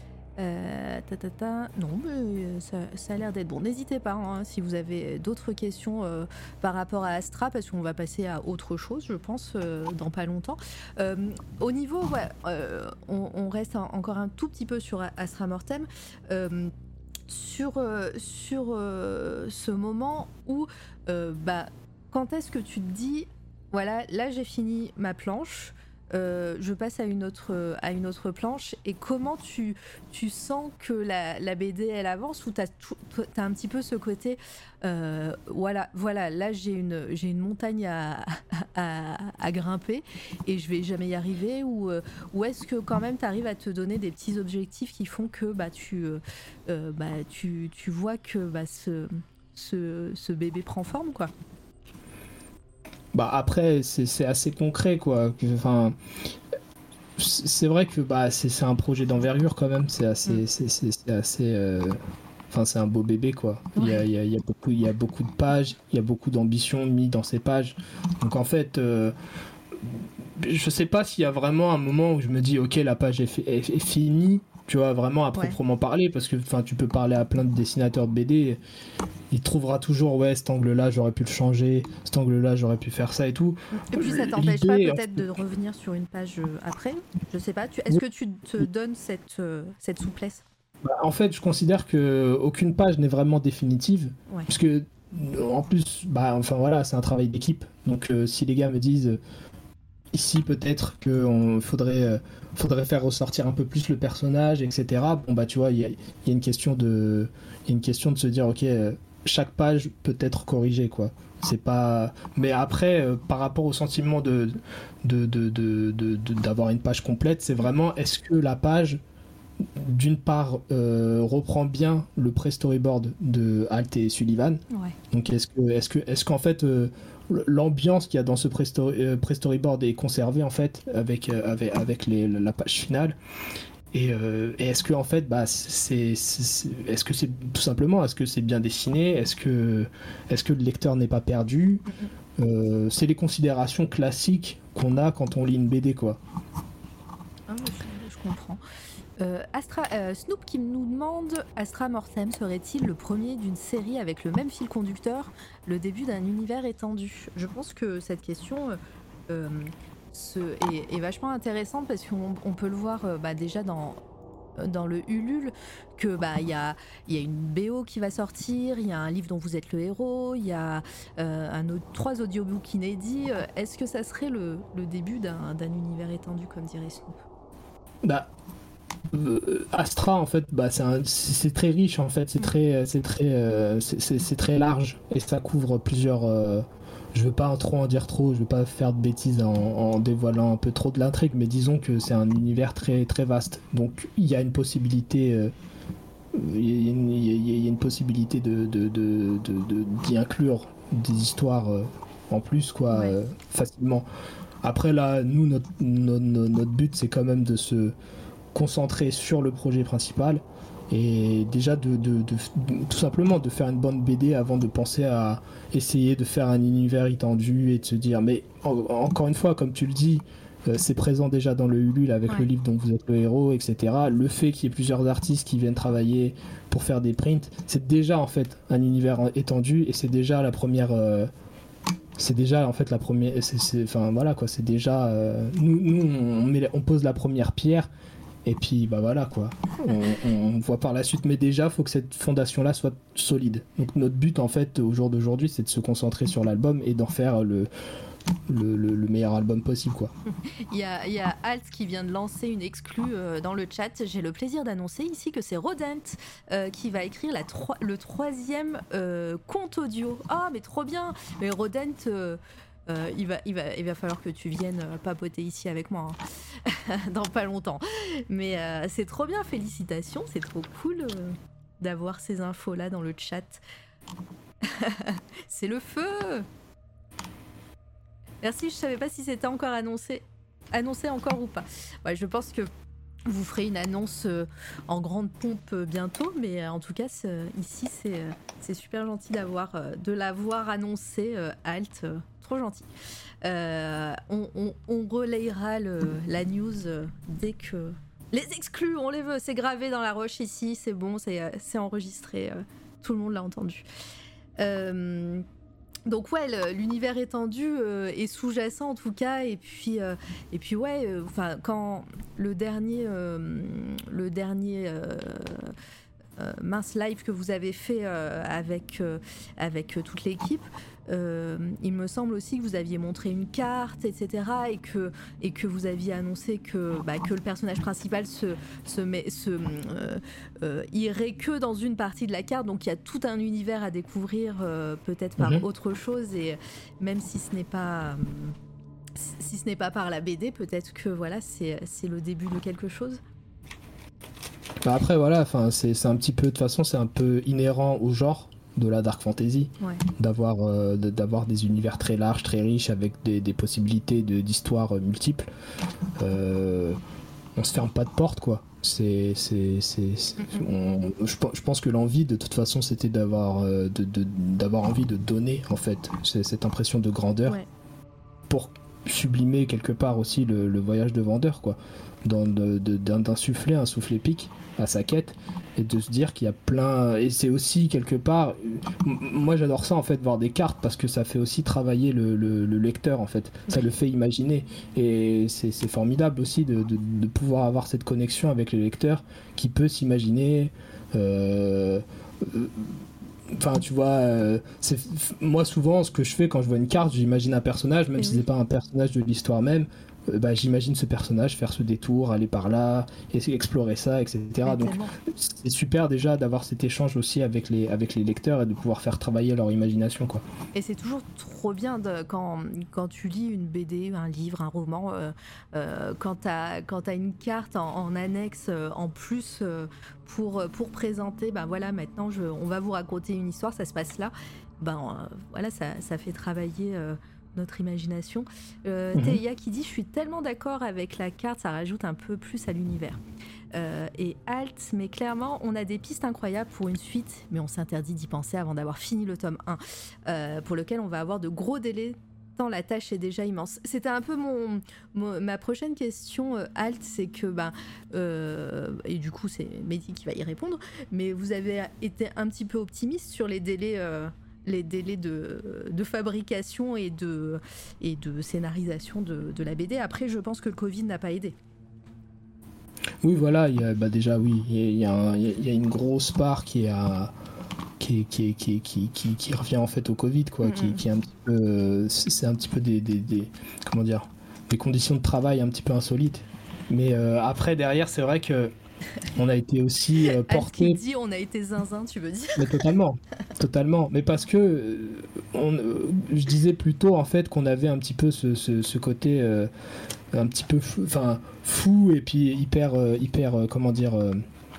Euh, ta, ta, ta. Non, mais ça, ça a l'air d'être bon. N'hésitez pas hein, si vous avez d'autres questions euh, par rapport à Astra, parce qu'on va passer à autre chose, je pense, euh, dans pas longtemps. Euh, au niveau, ouais, euh, on, on reste un, encore un tout petit peu sur Astra Mortem. Euh, sur euh, sur euh, ce moment où, euh, bah, quand est-ce que tu te dis, voilà, là j'ai fini ma planche. Euh, je passe à une autre à une autre planche et comment tu tu sens que la, la B D elle avance ou t'as t'as un petit peu ce côté euh, voilà voilà là j'ai une j'ai une montagne à, à, à grimper et je vais jamais y arriver ou ou est-ce que quand même t'arrives à te donner des petits objectifs qui font que bah tu euh, bah tu tu vois que bah ce ce ce bébé prend forme quoi. Bah après c'est, c'est assez concret quoi. Enfin c'est vrai que bah c'est, c'est un projet d'envergure quand même. C'est assez mmh. c'est, c'est, c'est assez euh... enfin c'est un beau bébé quoi. Ouais. Il y a il y a, il y a beaucoup il y a beaucoup de pages, il y a beaucoup d'ambition mis dans ces pages. Donc en fait euh... je sais pas s'il y a vraiment un moment où je me dis ok la page est, fi- est, est finie. Tu vois, vraiment à proprement ouais. parler, parce que tu peux parler à plein de dessinateurs de B D, il trouvera toujours, ouais, cet angle-là, j'aurais pu le changer, cet angle-là, j'aurais pu faire ça et tout. Et puis ça t'empêche L'idée, pas peut-être en... de revenir sur une page après, je sais pas, tu... est-ce que tu te donnes cette, euh, cette souplesse ? Bah, en fait, je considère qu'aucune page n'est vraiment définitive, ouais. parce que, en plus, bah, enfin voilà, c'est un travail d'équipe, donc euh, si les gars me disent... Ici, peut-être qu'il faudrait, euh, faudrait faire ressortir un peu plus le personnage, et cetera. Bon, bah, tu vois, il y a, y a une question de, y a une question de se dire, ok, euh, chaque page peut être corrigée, quoi. C'est pas... Mais après, euh, par rapport au sentiment de, de, de, de, de, de, d'avoir une page complète, c'est vraiment, est-ce que la page, d'une part, euh, reprend bien le pré-storyboard de Alt et Sullivan. Ouais. Donc, est-ce, que, est-ce, que, est-ce qu'en fait... Euh, l'ambiance qu'il y a dans ce pré-story, euh, pré-storyboard est conservée en fait avec, euh, avec, avec les, la page finale et, euh, et est-ce que en fait bah, c'est, c'est, c'est, est-ce que c'est tout simplement est-ce que c'est bien dessiné, est-ce que, est-ce que le lecteur n'est pas perdu, mm-hmm. euh, c'est les considérations classiques qu'on a quand on lit une B D quoi. Ah, je, je comprends. Euh, Astra, euh, Snoop qui nous demande Astra Mortem serait-il le premier d'une série avec le même fil conducteur, le début d'un univers étendu ? Je pense que cette question euh, ce, est, est vachement intéressante parce qu'on on peut le voir euh, bah, déjà dans, dans le Ulule que bah il y a il y a une B O qui va sortir, il y a un livre dont vous êtes le héros, il y a euh, un autre, trois audiobooks inédits. Est-ce que ça serait le, le début d'un, d'un univers étendu comme dirait Snoop ? Bah euh, Astra en fait, bah c'est, un, c'est, c'est très riche en fait, c'est très, c'est très, euh, c'est, c'est, c'est très large et ça couvre plusieurs. Euh, je veux pas en trop en dire trop, je veux pas faire de bêtises en, en dévoilant un peu trop de l'intrigue, mais disons que c'est un univers très très vaste. Donc il y a une possibilité. Euh, il y a une, il y a une possibilité de, de, de, de, de d'y inclure des histoires euh, en plus quoi, Ouais. euh, facilement. Après là, nous notre, notre, notre but c'est quand même de se concentrer sur le projet principal et déjà de, de, de, de tout simplement de faire une bonne B D avant de penser à essayer de faire un univers étendu et de se dire mais en, encore une fois comme tu le dis euh, c'est présent déjà dans le Ulule avec Ouais. le livre dont vous êtes le héros, etc. Le fait qu'il y ait plusieurs artistes qui viennent travailler pour faire des prints, c'est déjà en fait un univers étendu et c'est déjà la première euh, c'est déjà en fait la première c'est, c'est, enfin voilà quoi, c'est déjà euh, nous, nous on, met, on pose la première pierre et puis bah voilà quoi, on, on voit par la suite, mais déjà faut que cette fondation là soit solide. Donc notre but en fait au jour d'aujourd'hui c'est de se concentrer sur l'album et d'en faire le le, le, le meilleur album possible quoi. Il y a, il y a Alt qui vient de lancer une exclue euh, dans le chat. J'ai le plaisir d'annoncer ici que c'est Rodent euh, qui va écrire la tro- le troisième euh, conte audio. Ah mais trop bien. Mais Rodent euh, euh, il, va, il, va, il va falloir que tu viennes euh, papoter ici avec moi hein. Dans pas longtemps. Mais euh, c'est trop bien, félicitations, c'est trop cool euh, d'avoir ces infos là dans le chat. C'est le feu. Merci, je savais pas si c'était encore annoncé, annoncé encore ou pas. Ouais, je pense que vous ferez une annonce euh, en grande pompe euh, bientôt, mais euh, en tout cas c'est, ici c'est, euh, c'est super gentil d'avoir, euh, de l'avoir annoncé euh, Alt, euh, trop gentil. Euh, on, on, on relayera le, la news euh, dès que les exclus, on les veut, c'est gravé dans la roche ici, c'est bon, c'est, euh, c'est enregistré, euh, tout le monde l'a entendu. Euh, Donc ouais, le, l'univers étendu euh, est sous-jacent en tout cas, et puis euh, et puis ouais, enfin euh, quand le dernier euh, le dernier euh, euh, mince live que vous avez fait euh, avec euh, avec euh, toute l'équipe, euh, il me semble aussi que vous aviez montré une carte, et cetera, et que et que vous aviez annoncé que bah, que le personnage principal se se met se euh, euh, irait que dans une partie de la carte, donc il y a tout un univers à découvrir euh, peut-être par Mm-hmm. autre chose, et même si ce n'est pas euh, si ce n'est pas par la B D, peut-être que voilà c'est c'est le début de quelque chose. Bah après voilà, enfin c'est c'est un petit peu de toute façon c'est un peu inhérent au genre de la dark fantasy, Ouais. d'avoir euh, de, d'avoir des univers très larges, très riches avec des, des possibilités de d'histoires multiples. Euh, on se ferme pas de porte quoi. C'est c'est c'est, c'est on, je, je pense que l'envie de toute façon c'était d'avoir euh, de, de d'avoir envie de donner en fait c'est cette impression de grandeur Ouais. pour sublimer quelque part aussi le, le voyage de vendeur quoi, dans de, de, d'insuffler un souffle épique à sa quête et de se dire qu'il y a plein, et c'est aussi quelque part m- moi j'adore ça en fait, voir des cartes parce que ça fait aussi travailler le, le, le lecteur en fait, ça le fait imaginer et c'est, c'est formidable aussi de, de, de pouvoir avoir cette connexion avec le lecteur qui peut s'imaginer euh, euh, enfin tu vois euh, c'est, moi souvent ce que je fais quand je vois une carte j'imagine un personnage même Et si oui. c'est pas un personnage de l'histoire même euh, bah, j'imagine ce personnage faire ce détour, aller par là, essayer d'explorer ça, etc. Ouais, Donc tellement. c'est super déjà d'avoir cet échange aussi avec les, avec les lecteurs et de pouvoir faire travailler leur imagination quoi. Et c'est toujours trop bien de, quand, quand tu lis une B D, un livre, un roman, euh, euh, quand tu as quand t'as une carte en, en annexe euh, en plus euh, pour, pour présenter, ben voilà, maintenant je, on va vous raconter une histoire, ça se passe là, ben euh, voilà, ça, ça fait travailler euh, notre imagination. Euh, Mhm. Théa qui dit « Je suis tellement d'accord avec la carte, ça rajoute un peu plus à l'univers. Euh, » Et Alt, mais clairement, on a des pistes incroyables pour une suite, mais on s'interdit d'y penser avant d'avoir fini le tome un, euh, pour lequel on va avoir de gros délais tant la tâche est déjà immense. C'était un peu mon, mon- ma prochaine question, euh, Alt, c'est que, ben, euh, et du coup c'est Mehdi qui va y répondre, mais vous avez été un petit peu optimiste sur les délais, euh, les délais de, de fabrication et de, et de scénarisation de, de la B D. Après, je pense que le Covid n'a pas aidé. Oui voilà, il y a, bah déjà oui, il y a, il y a un- il y a une grosse part qui est à qui, qui, qui, qui, qui, qui revient en fait au Covid quoi, Mhm. qui, qui est un petit peu euh, c'est c'est un petit peu des, des, des comment dire des conditions de travail un petit peu insolites, mais euh, après derrière c'est vrai que on a été aussi euh, porté. dit on a été zinzin, tu veux dire? Mais totalement, totalement. Mais parce que euh, on, euh, je disais plutôt en fait qu'on avait un petit peu ce, ce, ce côté euh, un petit peu fou, enfin fou et puis hyper euh, hyper euh, comment dire. Euh,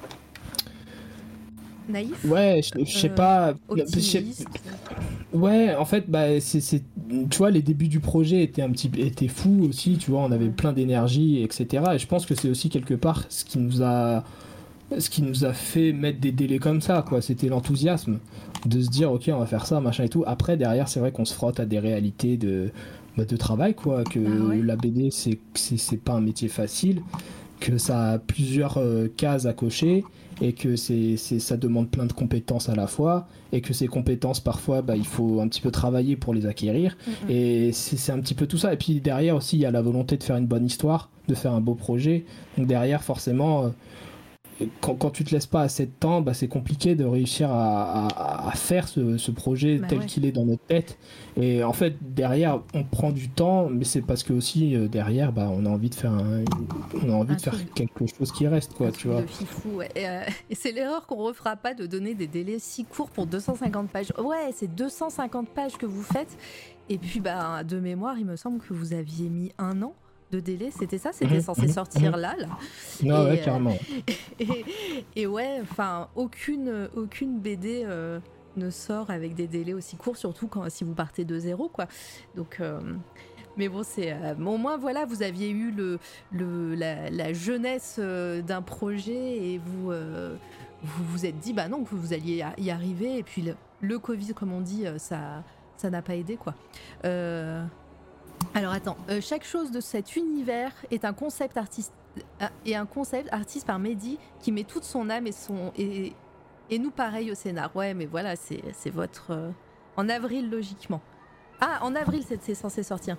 Naïf. Ouais, je, je sais euh, pas. Optimiste. Ouais, en fait, bah, c'est, c'est, tu vois, les débuts du projet étaient un petit, étaient fous aussi. Tu vois, on avait Ouais. plein d'énergie, et cetera. Et je pense que c'est aussi quelque part ce qui nous a, ce qui nous a fait mettre des délais comme ça, quoi. C'était l'enthousiasme de se dire, ok, on va faire ça, machin et tout. Après, derrière, c'est vrai qu'on se frotte à des réalités de, bah, de travail, quoi. Que Bah ouais. la B D, c'est, c'est, c'est pas un métier facile, que ça a plusieurs euh, cases à cocher et que c'est, c'est, ça demande plein de compétences à la fois et que ces compétences parfois bah, il faut un petit peu travailler pour les acquérir Mm-mm. et c'est, c'est un petit peu tout ça et puis derrière aussi il y a la volonté de faire une bonne histoire, de faire un beau projet, donc derrière forcément euh, quand, quand tu te laisses pas assez de temps, bah, c'est compliqué de réussir à, à, à faire ce, ce projet Bah tel ouais. qu'il est dans notre tête. Et en fait, derrière, on prend du temps, mais c'est parce que aussi euh, derrière, bah, on a envie de faire, un, on a envie Un de faire truc. quelque chose qui reste, quoi, Un tu truc vois. de fifou, ouais. Et, euh, et c'est l'erreur qu'on refera pas de donner des délais si courts pour deux cent cinquante pages. Ouais, c'est deux cent cinquante pages que vous faites. Et puis, bah, de mémoire, il me semble que vous aviez mis un an de délai. C'était ça? C'était Mhm, censé mhm, sortir mhm. là, là. Non, Et, ouais, euh, carrément. Et, et ouais, enfin, aucune, aucune B D euh, ne sort avec des délais aussi courts, surtout quand, si vous partez de zéro, quoi. Donc, euh, mais bon, c'est euh, au moins voilà, vous aviez eu le, le la, la jeunesse euh, d'un projet et vous euh, vous vous êtes dit bah non que vous alliez y arriver et puis le, le Covid comme on dit euh, ça ça n'a pas aidé quoi. Euh, alors attends, euh, chaque chose de cet univers est un concept artiste et un concept artiste par Mehdi qui met toute son âme et son et, et nous pareil au scénar. Ouais, mais voilà, c'est c'est votre euh, en avril logiquement. Ah, en avril c'est, c'est censé sortir.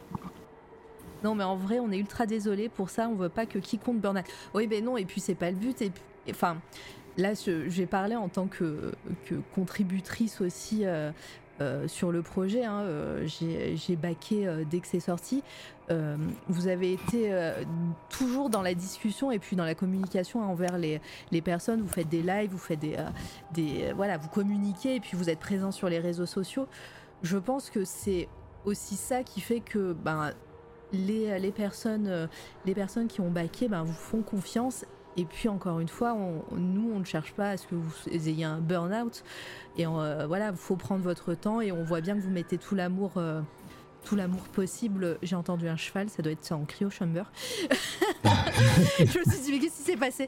Non, mais en vrai, on est ultra désolé pour ça. On veut pas que quiconque burn out. Oui, ben non. Et puis c'est pas le but. Et puis, enfin, là, je, j'ai parlé en tant que, que contributrice aussi euh, euh, sur le projet. Hein, euh, j'ai, j'ai backé euh, dès que c'est sorti. Euh, vous avez été euh, toujours dans la discussion et puis dans la communication envers les, les personnes. Vous faites des lives, vous faites des, euh, des euh, voilà, vous communiquez et puis vous êtes présent sur les réseaux sociaux. Je pense que c'est aussi ça qui fait que ben les, les personnes euh, les personnes qui ont backé ben, vous font confiance. Et puis encore une fois, on, nous on ne cherche pas à ce que vous ayez un burn-out. Et euh, voilà, il faut prendre votre temps et on voit bien que vous mettez tout l'amour, euh, tout l'amour possible. J'ai entendu un cheval, ça doit être ça en cryo chamber. Je me suis dit mais qu'est-ce qui s'est passé?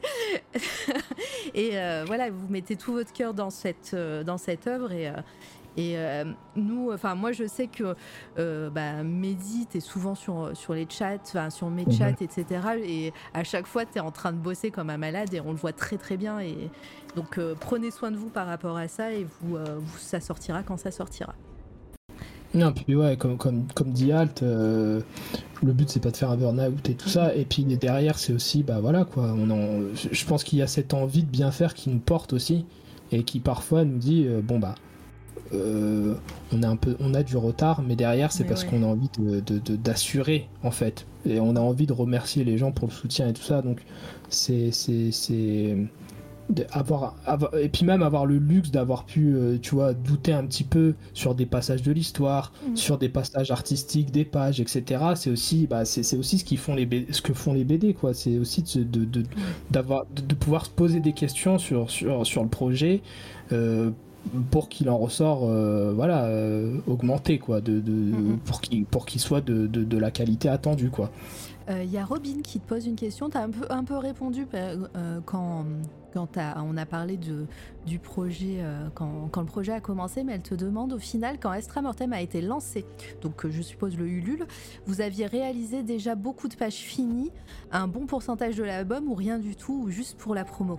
Et euh, voilà, vous mettez tout votre cœur dans cette euh, dans cette œuvre et euh, Et euh, nous, enfin moi je sais que euh, bah, Mehdi, t'es souvent sur, sur les chats, enfin sur mes chats, Mhm. et cetera. Et à chaque fois, t'es en train de bosser comme un malade et on le voit très très bien. Et donc euh, prenez soin de vous par rapport à ça et vous, euh, vous ça sortira quand ça sortira. Non, puis ouais, comme, comme, comme dit Alt, euh, le but c'est pas de faire un burn-out et tout ça, et puis derrière c'est aussi, bah voilà quoi, on en, je pense qu'il y a cette envie de bien faire qui nous porte aussi, et qui parfois nous dit, euh, bon bah, euh, on, a un peu, on a du retard, mais derrière c'est Mais parce ouais. qu'on a envie de, de, de- d'assurer en fait, et on a envie de remercier les gens pour le soutien et tout ça, donc c'est... c'est, c'est... de- Avoir, avoir- et puis même avoir le luxe d'avoir pu euh, tu vois douter un petit peu sur des passages de l'histoire, Mhm. sur des passages artistiques, des pages, etc. C'est aussi bah, c'est, c'est aussi ce qui font les B D, ce que font les B D quoi, c'est aussi de, se- de, de, d'avoir, de, de pouvoir se poser des questions sur, sur, sur le projet euh, pour qu'il en ressort euh, voilà euh, augmenté quoi, de, de, Mhm. pour qu'il, pour qu'il soit de, de, de la qualité attendue quoi. Il euh, y a Robin qui te pose une question. Tu as un peu, un peu répondu euh, quand, quand on a parlé de, du projet, euh, quand, quand le projet a commencé, mais elle te demande au final, quand Astra Mortem a été lancé, donc euh, je suppose le Ulule, vous aviez réalisé déjà beaucoup de pages finies, un bon pourcentage de l'album ou rien du tout, ou juste pour la promo?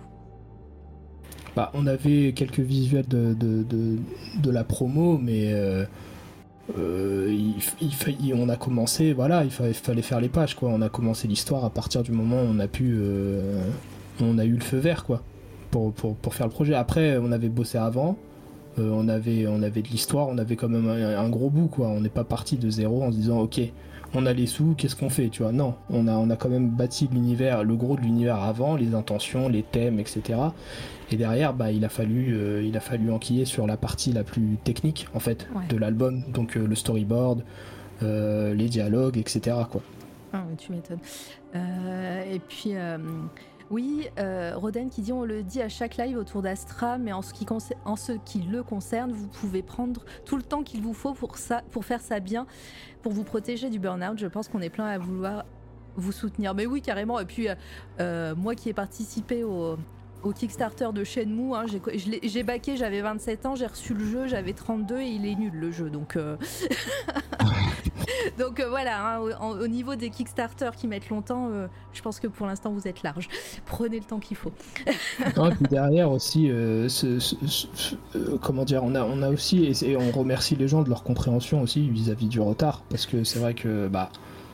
Bah, on avait quelques visuels de, de, de, de la promo, mais euh, euh, il, il, il, on a commencé, voilà, il fallait, il fallait faire les pages, quoi. On a commencé l'histoire à partir du moment où on a pu, euh, on a eu le feu vert, quoi, pour, pour, pour faire le projet. Après, on avait bossé avant, euh, on avait, on avait de l'histoire, on avait quand même un, un gros bout, quoi. On n'est pas parti de zéro en se disant, ok, on a les sous, qu'est-ce qu'on fait, tu vois? Non, on a, on a quand même bâti l'univers, le gros de l'univers avant, les intentions, les thèmes, et cetera. Et derrière, bah, il a fallu, euh, il a fallu enquiller sur la partie la plus technique, en fait, Ouais. de l'album, donc euh, le storyboard, euh, les dialogues, et cetera, quoi. Ah, mais tu m'étonnes. Euh, et puis, euh, oui, euh, Roden qui dit on le dit à chaque live autour d'Astra, mais en ce, qui concer- en ce qui le concerne, vous pouvez prendre tout le temps qu'il vous faut pour, ça, pour faire ça bien, pour vous protéger du burn-out. Je pense qu'on est plein à vouloir vous soutenir. Mais oui, carrément. Et puis, euh, euh, moi qui ai participé au. Au Kickstarter de Shenmue, hein, j'ai, je l'ai- j'ai backé, j'avais vingt-sept ans, j'ai reçu le jeu, j'avais trente-deux et il est nul le jeu, donc euh... donc euh, voilà, hein, au, au niveau des Kickstarter qui mettent longtemps, euh, je pense que pour l'instant vous êtes large. Prenez le temps qu'il faut. Non, et puis derrière aussi, euh, ce, ce, ce, euh, comment dire, on a, on a aussi, et, et on remercie les gens de leur compréhension aussi vis-à-vis du retard, parce que c'est vrai que, bah,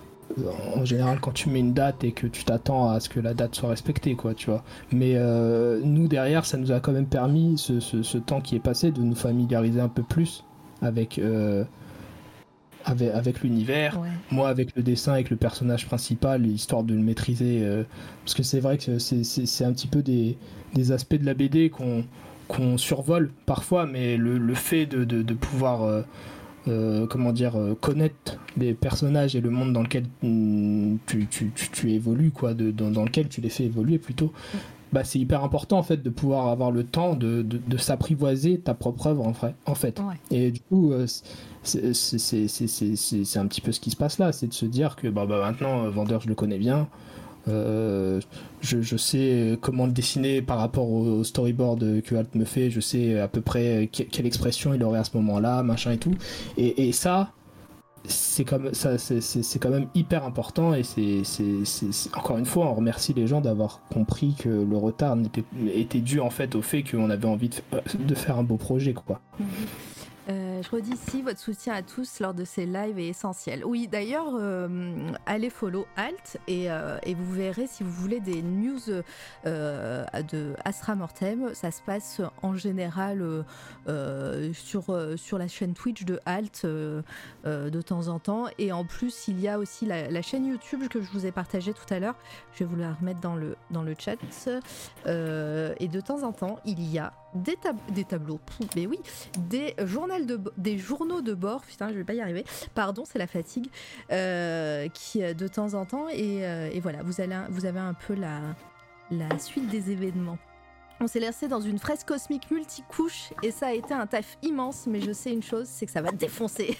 en général, quand tu mets une date et que tu t'attends à ce que la date soit respectée, quoi, tu vois. Mais euh, nous, derrière, ça nous a quand même permis, ce, ce, ce temps qui est passé, de nous familiariser un peu plus avec, euh, avec, avec l'univers. Ouais. Moi, avec le dessin, avec le personnage principal, histoire de le maîtriser. Euh, parce que c'est vrai que c'est, c'est, c'est un petit peu des, des aspects de la B D qu'on, qu'on survole parfois, mais le, le fait de, de, de pouvoir... Euh, Euh, comment dire, euh, connaître les personnages et le monde dans lequel mm, tu, tu, tu, tu évolues, quoi, de, dans, dans lequel tu les fais évoluer plutôt, bah, c'est hyper important en fait de pouvoir avoir le temps de, de, de s'apprivoiser ta propre œuvre en, vrai, en fait. Ouais. Et du coup, euh, c'est, c'est, c'est, c'est, c'est, c'est, c'est un petit peu ce qui se passe là, c'est de se dire que bah, bah, maintenant, euh, Vendeur, je le connais bien. Euh, je, je sais comment le dessiner par rapport au storyboard que Alt me fait, je sais à peu près que, quelle expression il aurait à ce moment-là, machin et tout. Et, et ça, c'est, comme, ça c'est, c'est, c'est quand même hyper important et c'est, c'est, c'est, c'est, encore une fois, on remercie les gens d'avoir compris que le retard n'était, était dû en fait au fait qu'on avait envie de, de faire un beau projet, quoi. Euh, je redis ici, votre soutien à tous lors de ces lives est essentiel. Oui, d'ailleurs, euh, allez follow Alt et, euh, et vous verrez si vous voulez des news euh, de Astra Mortem. Ça se passe en général euh, euh, sur, euh, sur la chaîne Twitch de Alt euh, euh, de temps en temps. Et en plus, il y a aussi la, la chaîne YouTube que je vous ai partagée tout à l'heure. Je vais vous la remettre dans le, dans le chat. Euh, et de temps en temps, il y a des, tab- des tableaux, mais oui, des journaux de, des journaux de bord, putain je vais pas y arriver, pardon c'est la fatigue, euh, qui de temps en temps et, euh, et voilà vous, allez, vous avez un peu la, la suite des événements. On s'est lancé dans une fresque cosmique multicouche et ça a été un taf immense, mais je sais une chose, c'est que ça va défoncer.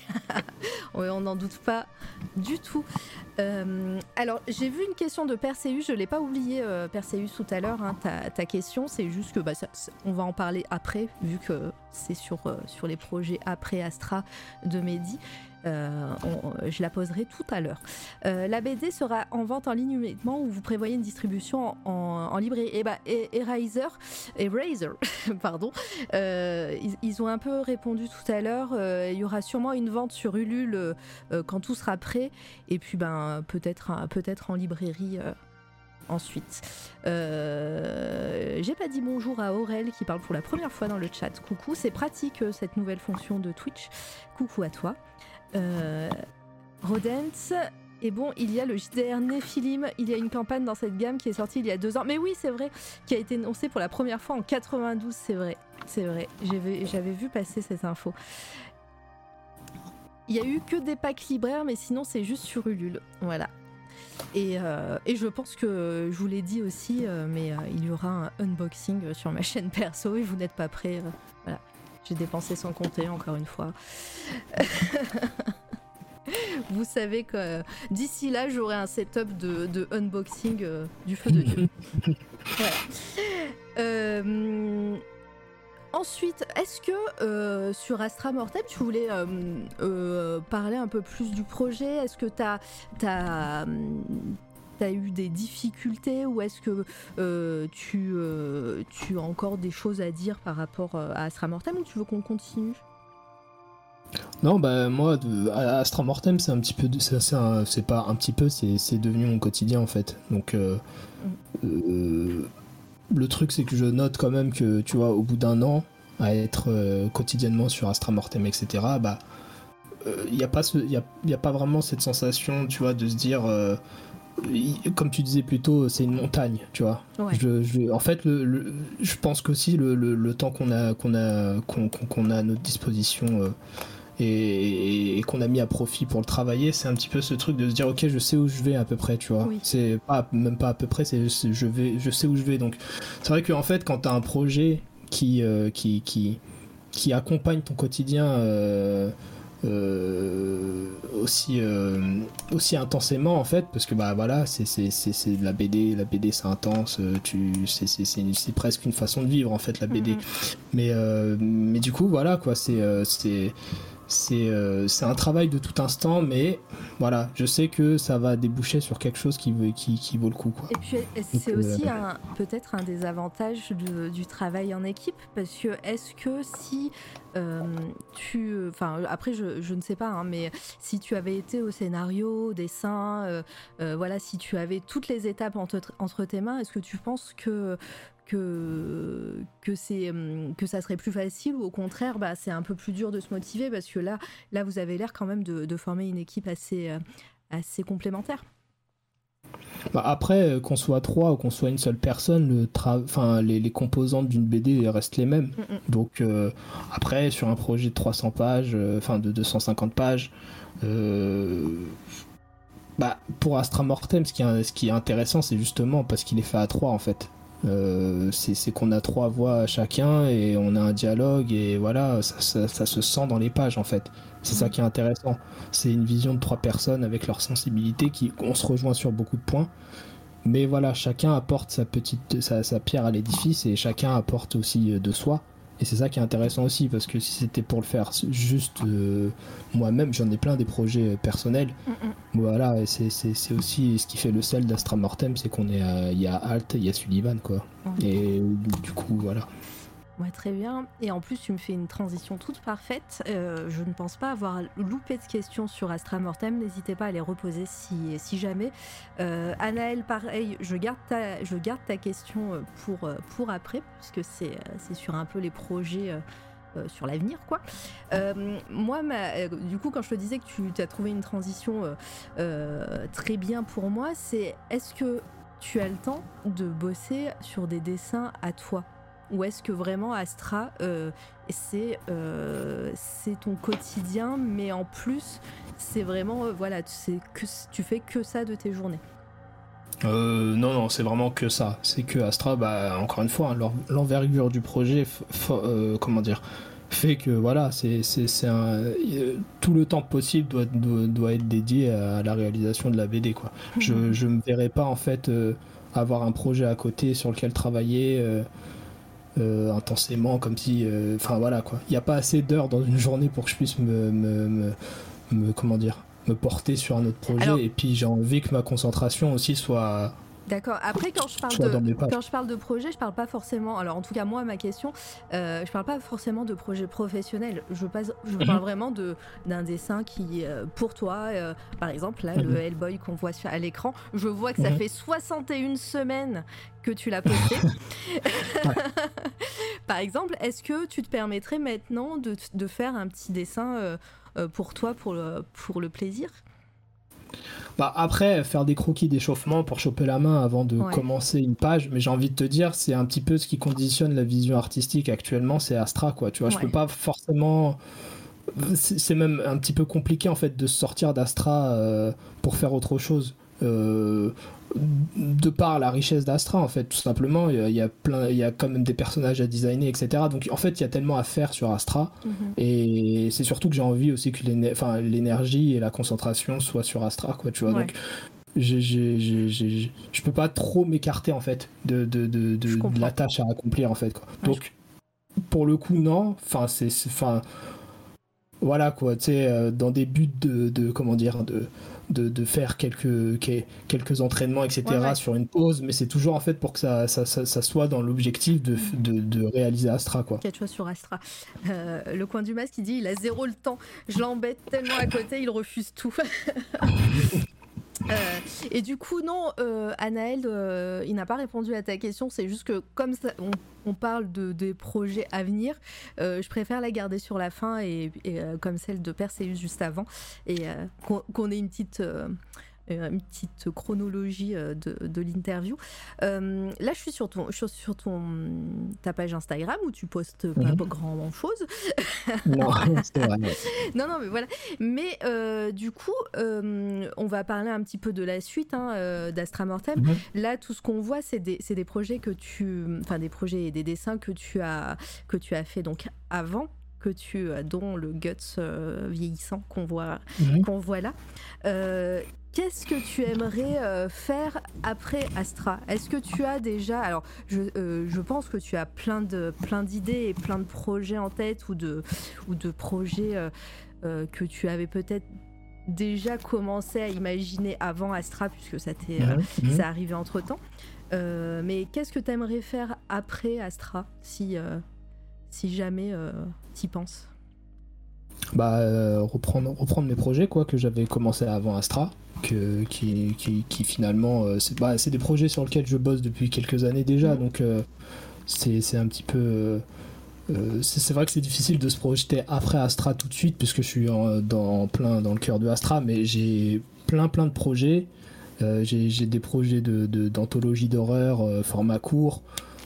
On n'en doute pas du tout. Euh, alors, j'ai vu une question de Perseus, je ne l'ai pas oublié, euh, Perseus, tout à l'heure, hein, ta, ta question, c'est juste que bah, ça, on va en parler après, vu que c'est sur, euh, sur les projets après Astra de Mehdi. Euh, on, je la poserai tout à l'heure. Euh, la B D sera en vente en ligne uniquement ou vous prévoyez une distribution en, en, en librairie. Et bah, Eraser, Eraser pardon, euh, ils, ils ont un peu répondu tout à l'heure. Euh, il y aura sûrement une vente sur Ulule euh, quand tout sera prêt. Et puis ben, peut-être, peut-être en librairie. Euh, Ensuite, euh, j'ai pas dit bonjour à Aurel qui parle pour la première fois dans le chat. Coucou, c'est pratique cette nouvelle fonction de Twitch. Coucou à toi. Euh, Rodent, et bon, il y a le J D R Nephilim, il y a une campagne dans cette gamme qui est sortie il y a deux ans, mais oui, c'est vrai, qui a été annoncée pour la première fois en quatre-vingt-douze, c'est vrai, c'est vrai, j'avais, j'avais vu passer cette info. Il y a eu que des packs libraires, mais sinon c'est juste sur Ulule, voilà. Et, euh, et je pense que je vous l'ai dit aussi, euh, mais euh, il y aura un unboxing sur ma chaîne perso et vous n'êtes pas prêts. Euh, voilà. J'ai dépensé sans compter encore une fois. Vous savez que euh, d'ici là, j'aurai un setup de, de unboxing euh, du feu de Dieu. Voilà. Euh, Ensuite, est-ce que euh, sur Astra Mortem, tu voulais euh, euh, parler un peu plus du projet ? Est-ce que tu as, t'as, t'as eu des difficultés ou est-ce que euh, tu, euh, tu as encore des choses à dire par rapport à Astra Mortem ou tu veux qu'on continue ? Non, bah moi, de, Astra Mortem, c'est un petit peu, c'est, c'est, un, c'est pas un petit peu, c'est, c'est devenu mon quotidien en fait. Donc, euh, mm. euh, le truc, c'est que je note quand même que, tu vois, au bout d'un an, à être euh, quotidiennement sur Astra Mortem, et cetera, bah, il n'y a pas ce, il y a, il y a pas vraiment cette sensation, tu vois, de se dire, euh, comme tu disais plus tôt, c'est une montagne, tu vois. Ouais. Je, je, en fait, le, le, je pense qu'aussi le, le, le temps qu'on a, qu'on a, qu'on, qu'on a à notre disposition. Euh, Et, et qu'on a mis à profit pour le travailler, c'est un petit peu ce truc de se dire ok, je sais où je vais à peu près, tu vois. Oui. C'est pas même pas à peu près, c'est, c'est je vais, je sais où je vais. Donc c'est vrai qu'en fait, quand t'as un projet qui euh, qui qui qui accompagne ton quotidien euh, euh, aussi euh, aussi intensément en fait, parce que bah voilà, c'est c'est c'est, c'est de la B D, la B D c'est intense, tu c'est c'est c'est, c'est presque une façon de vivre en fait la B D. Mm-hmm. Mais euh, mais du coup voilà quoi, c'est euh, c'est C'est, euh, c'est un travail de tout instant, mais voilà, je sais que ça va déboucher sur quelque chose qui, qui, qui vaut le coup, quoi. Et puis c'est Donc, aussi euh... un, peut-être un des avantages de, du travail en équipe, parce que est-ce que si euh, tu... Enfin, après, je, je ne sais pas, hein, mais si tu avais été au scénario, au dessin, euh, euh, voilà, si tu avais toutes les étapes entre, entre tes mains, est-ce que tu penses que... Que, que, c'est, que ça serait plus facile, ou au contraire bah, c'est un peu plus dur de se motiver, parce que là, là vous avez l'air quand même de, de former une équipe assez, assez complémentaire. Bah après, qu'on soit trois ou qu'on soit une seule personne, le tra- enfin, les, les composantes d'une B D restent les mêmes. Mm-mm. Donc euh, après, sur un projet de trois cents pages, enfin euh, de deux cent cinquante pages, euh, bah, pour Astra Mortem, ce qui est, ce qui est intéressant, c'est justement parce qu'il est fait à trois en fait. Euh, c'est, c'est qu'on a trois voix chacun et on a un dialogue et voilà, ça, ça, ça se sent dans les pages en fait. C'est mmh. ça qui est intéressant. C'est une vision de trois personnes avec leur sensibilité qui, on se rejoint sur beaucoup de points. Mais voilà, chacun apporte sa petite, sa, sa pierre à l'édifice et chacun apporte aussi de soi. Et c'est ça qui est intéressant aussi, parce que si c'était pour le faire juste euh, moi-même, j'en ai plein des projets personnels. Mm-mm. Voilà, et c'est, c'est, c'est aussi ce qui fait le sel d'Astra Mortem, c'est qu'on est, il y a Alt, il y a Sullivan, quoi. Mm-hmm. Et du coup, voilà. Ouais, très bien. Et en plus, tu me fais une transition toute parfaite. Euh, je ne pense pas avoir loupé de questions sur Astra Mortem. N'hésitez pas à les reposer si, si jamais. Euh, Anaël, pareil, je garde ta, je garde ta question pour, pour après, puisque c'est, c'est sur un peu les projets euh, sur l'avenir, quoi. Euh, moi, ma, euh, du coup, quand je te disais que tu as trouvé une transition euh, euh, très bien pour moi, c'est est-ce que tu as le temps de bosser sur des dessins à toi ? Ou est-ce que vraiment Astra, euh, c'est, euh, c'est ton quotidien, mais en plus, c'est vraiment, euh, voilà, c'est que, tu fais que ça de tes journées? euh, Non, non, c'est vraiment que ça. C'est que Astra, bah, encore une fois, hein, l'envergure du projet, f- f- euh, comment dire, fait que voilà, c'est, c'est, c'est un, euh, tout le temps possible doit, doit, doit être dédié à la réalisation de la B D, quoi. Mmh. Je, je me verrais pas, en fait, euh, avoir un projet à côté sur lequel travailler. Euh, Euh, intensément, comme si enfin euh, voilà quoi, il n'y a pas assez d'heures dans une journée pour que je puisse me, me, me, me comment dire me porter sur un autre projet. Alors, et puis j'ai envie que ma concentration aussi soit d'accord. Après, quand je parle de quand je parle de projet, je parle pas forcément. Alors, en tout cas, moi, ma question, euh, je parle pas forcément de projet professionnel. Je passe, je parle vraiment de d'un dessin qui, euh, pour toi, euh, par exemple, là, le Hellboy qu'on voit sur, à l'écran, je vois que ça fait soixante et une semaines que tu l'as posté. Par exemple, est-ce que tu te permettrais maintenant de de faire un petit dessin euh, euh, pour toi, pour le pour le plaisir? Bah après, faire des croquis d'échauffement pour choper la main avant de ouais. commencer une page, mais j'ai envie de te dire, c'est un petit peu ce qui conditionne la vision artistique actuellement, c'est Astra, quoi. Tu vois, ouais. je peux pas forcément... C'est, c'est même un petit peu compliqué, en fait, de sortir d'Astra euh, pour faire autre chose. Euh, de par la richesse d'Astra, en fait, tout simplement, il y a, il y a plein, il y a quand même des personnages à designer, et cetera. Donc, en fait, il y a tellement à faire sur Astra, mm-hmm. et c'est surtout que j'ai envie aussi que l'éner- enfin, l'énergie et la concentration soient sur Astra, quoi, tu vois. Ouais. Donc, j'ai, j'ai, j'ai, j'ai, je peux pas trop m'écarter, en fait, de, de, de, de, de la tâche à accomplir, en fait, quoi. Ouais, donc, je... pour le coup, non. Enfin, c'est, c'est, enfin, voilà, quoi. Tu sais, euh, dans des buts de, de comment dire, de De, de faire quelques, quelques entraînements, et cetera ouais, ouais. sur une pause, mais c'est toujours en fait pour que ça, ça, ça, ça soit dans l'objectif de, de, de réaliser Astra, quoi. Quelque chose sur Astra. Euh, le coin du masque, il dit il a zéro le temps. Je l'embête tellement à côté, il refuse tout. Euh, et du coup, non, euh, Anaël, euh, il n'a pas répondu à ta question. C'est juste que comme ça, on, on parle de, des projets à venir, euh, je préfère la garder sur la fin et, et euh, comme celle de Perseus juste avant, et euh, qu'on, qu'on ait une petite, euh, une petite chronologie de, de l'interview. Euh, là, je suis sur ton, je suis sur ton ta page Instagram où tu postes pas mmh. grand chose. Non, c'est vrai. non, non, mais voilà. Mais euh, du coup, euh, on va parler un petit peu de la suite hein, euh, d'Astra Mortem. Mmh. Là, tout ce qu'on voit, c'est des, c'est des projets que tu, enfin des projets et des dessins que tu as que tu as fait donc avant. Que tu, dont le Guts euh, vieillissant qu'on voit, mmh. qu'on voit là. Euh, qu'est-ce que tu aimerais euh, faire après Astra ? Est-ce que tu as déjà... Alors, je, euh, je pense que tu as plein, de, plein d'idées et plein de projets en tête ou de, ou de projets euh, euh, que tu avais peut-être déjà commencé à imaginer avant Astra, puisque ça t'est mmh. euh, ça arrivé entre-temps. Euh, mais qu'est-ce que tu aimerais faire après Astra, si... Euh, si jamais euh, t'y penses. Bah euh, reprendre reprendre mes projets quoi que j'avais commencé avant Astra, que qui qui, qui finalement euh, c'est bah c'est des projets sur lesquels je bosse depuis quelques années déjà, mmh. donc euh, c'est c'est un petit peu euh, c'est, c'est vrai que c'est difficile de se projeter après Astra tout de suite puisque je suis en, dans plein dans le cœur de Astra, mais j'ai plein plein de projets. Euh, j'ai j'ai des projets de, de d'anthologie d'horreur euh, format court.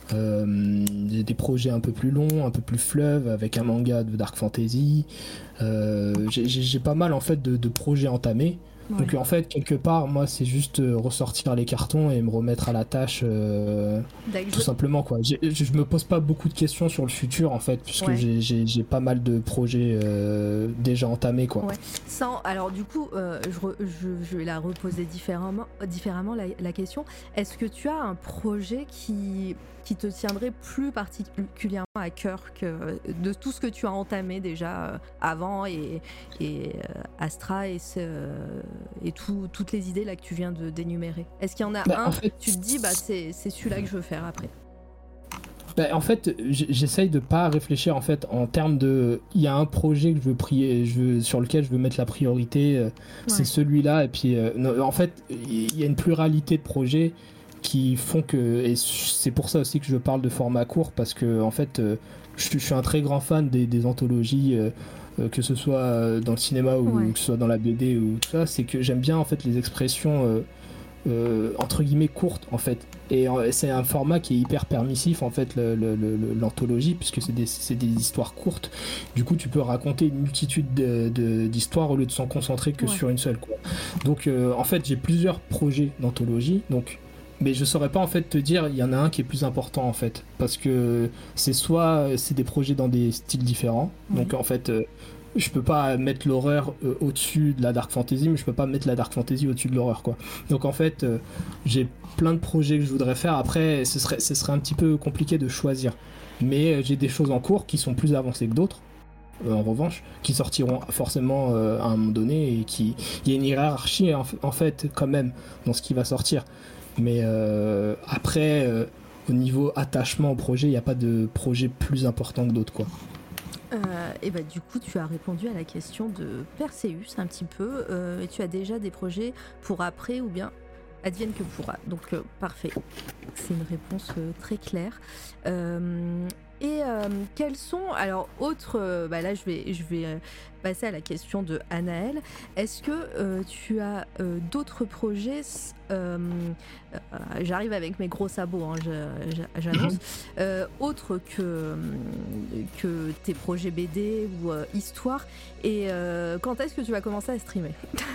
Euh, j'ai des projets un peu plus longs, un peu plus fleuves, avec un manga de Dark Fantasy. Euh, j'ai, j'ai pas mal en fait de, de projets entamés. Ouais. Donc en fait quelque part moi c'est juste ressortir les cartons et me remettre à la tâche euh, tout simplement quoi. J'ai, je me pose pas beaucoup de questions sur le futur en fait puisque ouais. j'ai, j'ai, j'ai pas mal de projets euh, déjà entamés quoi. Ouais. Sans, alors du coup euh, je, re, je, je vais la reposer différemment, différemment la, la question. Est-ce que tu as un projet qui, qui te tiendrait plus particulièrement à cœur que de tout ce que tu as entamé déjà euh, avant et, et euh, Astra et ce, euh, et tout, toutes les idées là que tu viens de d'énumérer. Est-ce qu'il y en a bah, un en fait, tu te dis bah c'est c'est celui-là que je veux faire après. Bah, en fait, j'essaye de pas réfléchir en fait en termes de il y a un projet que je veux prier je veux, sur lequel je veux mettre la priorité euh, ouais. c'est celui-là et puis euh, non, en fait il y a une pluralité de projets qui font que et c'est pour ça aussi que je parle de format court parce que en fait euh, je, je suis un très grand fan des, des anthologies euh, que ce soit dans le cinéma ou ouais. que ce soit dans la B D ou tout ça, c'est que j'aime bien en fait les expressions euh, euh, entre guillemets courtes en fait et euh, c'est un format qui est hyper permissif en fait le, le, le, l'anthologie puisque c'est des, c'est des histoires courtes, du coup tu peux raconter une multitude de, de, d'histoires au lieu de s'en concentrer que ouais. sur une seule quoi. Donc euh, en fait j'ai plusieurs projets d'anthologie donc mais je saurais pas en fait te dire il y en a un qui est plus important en fait parce que c'est soit c'est des projets dans des styles différents mmh. donc en fait euh, je peux pas mettre l'horreur euh, au-dessus de la dark fantasy mais je peux pas mettre la dark fantasy au-dessus de l'horreur quoi. Donc en fait euh, j'ai plein de projets que je voudrais faire, après ce serait, ce serait un petit peu compliqué de choisir mais euh, j'ai des choses en cours qui sont plus avancées que d'autres euh, en revanche qui sortiront forcément euh, à un moment donné et qui il y a une hiérarchie en, en fait quand même dans ce qui va sortir. Mais euh, après, euh, au niveau attachement au projet, il n'y a pas de projet plus important que d'autres, quoi. Euh, et bah, du coup, tu as répondu à la question de Perseus un petit peu. Euh, et tu as déjà des projets pour après ou bien advienne que pourra. Donc, euh, parfait. C'est une réponse euh, très claire. Euh, et euh, quels sont, alors, autres, euh, bah là, je vais, je vais euh, passer à la question de Anaël. Est-ce que euh, tu as euh, d'autres projets euh, euh, j'arrive avec mes gros sabots, hein, j'annonce. Euh, autres que, que tes projets B D ou euh, histoire. Et euh, quand est-ce que tu vas commencer à streamer?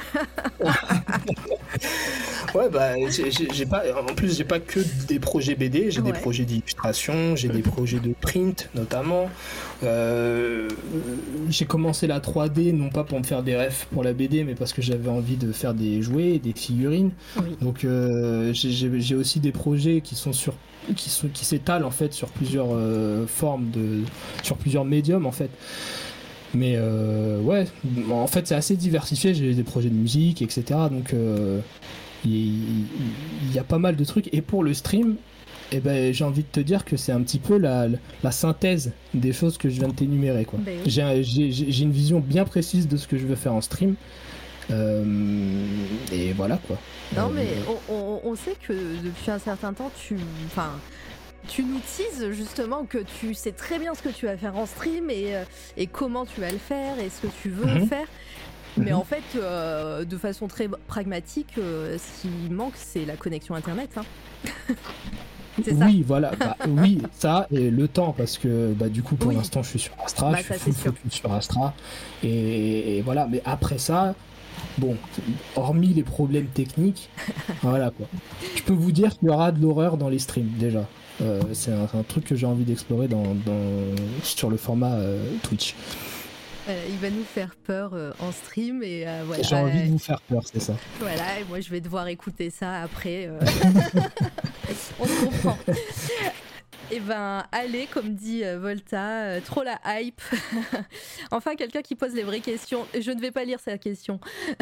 Ouais, bah, j'ai, j'ai pas, en plus, j'ai pas que des projets B D, j'ai ouais. des projets d'illustration, j'ai des projets de print notamment. Euh, j'ai commencé la trois D, non pas pour me faire des refs pour la B D, mais parce que j'avais envie de faire des jouets, des figurines. Oui. Donc, euh, j'ai, j'ai, j'ai aussi des projets qui sont sur, qui sont, qui s'étalent en fait sur plusieurs euh, formes de, sur plusieurs médiums en fait. Mais euh, ouais, en fait, c'est assez diversifié. J'ai des projets de musique, et cetera. Donc, il euh, y, y a pas mal de trucs. Et pour le stream, eh ben, j'ai envie de te dire que c'est un petit peu la, la synthèse des choses que je viens de t'énumérer, quoi. Ben oui. j'ai, j'ai, j'ai une vision bien précise de ce que je veux faire en stream. Euh, et voilà quoi. Non, Euh, mais on, on, on sait que depuis un certain temps, tu, enfin, tu nous teases justement que tu sais très bien ce que tu vas faire en stream et, euh, et comment tu vas le faire et ce que tu veux Mhm. faire. Mais Mhm. en fait, euh, de façon très pragmatique, euh, ce qui manque, c'est la connexion internet. Hein. C'est ça. Oui, voilà, bah, oui, ça et le temps parce que bah, du coup pour Oui. l'instant je suis sur Astra, Bah, je suis ça, full c'est sûr. focus sur Astra et, et voilà, mais après ça, bon, hormis les problèmes techniques, voilà quoi. Je peux vous dire qu'il y aura de l'horreur dans les streams déjà. Euh, c'est un, un truc que j'ai envie d'explorer dans, dans, sur le format euh, Twitch. Euh, il va nous faire peur euh, en stream et euh, voilà. J'ai envie de vous faire peur, c'est ça. Voilà, et moi je vais devoir écouter ça après. euh. On se comprend. Et ben, allez, comme dit euh, Volta, euh, trop la hype. Enfin, quelqu'un qui pose les vraies questions. Je ne vais pas lire sa question.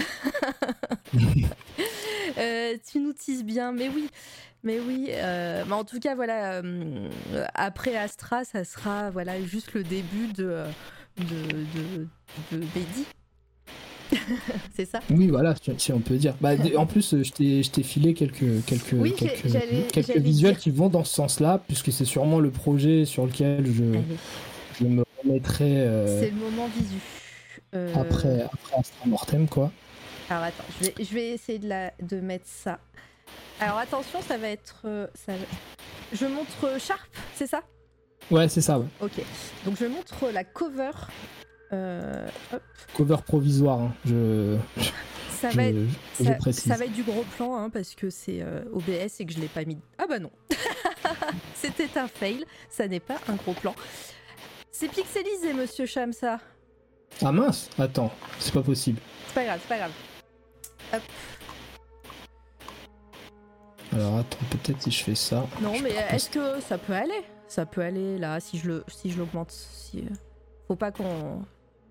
Euh, tu nous teases bien, mais oui. Mais oui, euh, mais en tout cas, voilà, euh, après Astra, ça sera voilà, juste le début de, de, de, de Mehdi. C'est ça? Oui, voilà, si, si on peut dire. Bah, d- en plus, euh, je t'ai, je t'ai filé quelques, quelques, Oui, j'ai- quelques, j'allais- quelques j'allais visuels dire. qui vont dans ce sens-là, puisque c'est sûrement le projet sur lequel je, Allez, je me remettrai euh, c'est le moment visu. Euh, après, après Astra Mortem, quoi. Alors attends, je vais, je vais essayer de, la, de mettre ça. Alors attention, ça va être... euh, Ça va- Je montre Sharp, c'est ça? Ouais, c'est ça, ouais. Ok, donc je montre la cover. Euh, hop. Cover provisoire, hein. je, Ça, je, va être, je ça, précise. ça va être du gros plan hein, parce que c'est euh, O B S et que je l'ai pas mis. Ah bah non, c'était un fail, ça n'est pas un gros plan. C'est pixelisé, monsieur Shamsa. Ah mince, attends, c'est pas possible. C'est pas grave, c'est pas grave. Hop. Alors attends, peut-être si je fais ça. Non, je mais peux pas- est-ce que ça peut aller? Ça peut aller là, si je le, si je l'augmente. Si... euh, Faut pas qu'on.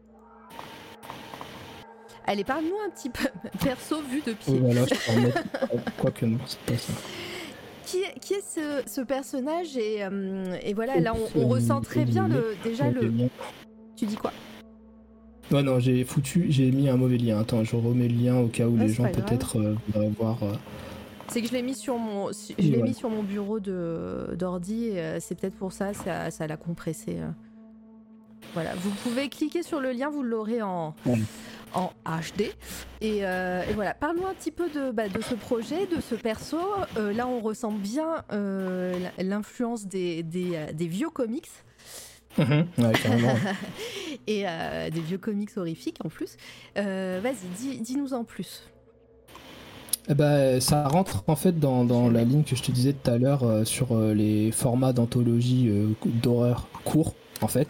Allez, parle-nous un petit peu, perso vu de pied. Oui, voilà, je peux en mettre. Quoique non, c'est pas ça. Qui est, qui est ce, ce personnage et, euh, et voilà, là on, Oups, on euh, ressent très bien le, déjà Mauvais le. lien. Tu dis quoi? Ouais, non, j'ai foutu, j'ai mis un mauvais lien. Attends, je remets le lien au cas où Ah, les c'est gens pas grave. peut-être euh, voudraient voir. euh, C'est que je l'ai mis sur mon, si- je Oui, l'ai voilà. mis sur mon bureau de d'ordi et euh, c'est peut-être pour ça, ça, ça l'a compressé. euh. Voilà, vous pouvez cliquer sur le lien, vous l'aurez en, Ouais. en H D. Et, euh, et voilà, parle-nous un petit peu de, bah, de ce projet, de ce perso. Euh, là, on ressent bien euh, l'influence des, des, euh, des vieux comics. Mhm, ouais, carrément. Et euh, des vieux comics horrifiques en plus. Euh, Vas-y, dis, dis-nous en plus. Eh ben, ça rentre en fait dans, dans la ligne que je te disais tout à l'heure euh, sur euh, les formats d'anthologie euh, d'horreur courts en fait.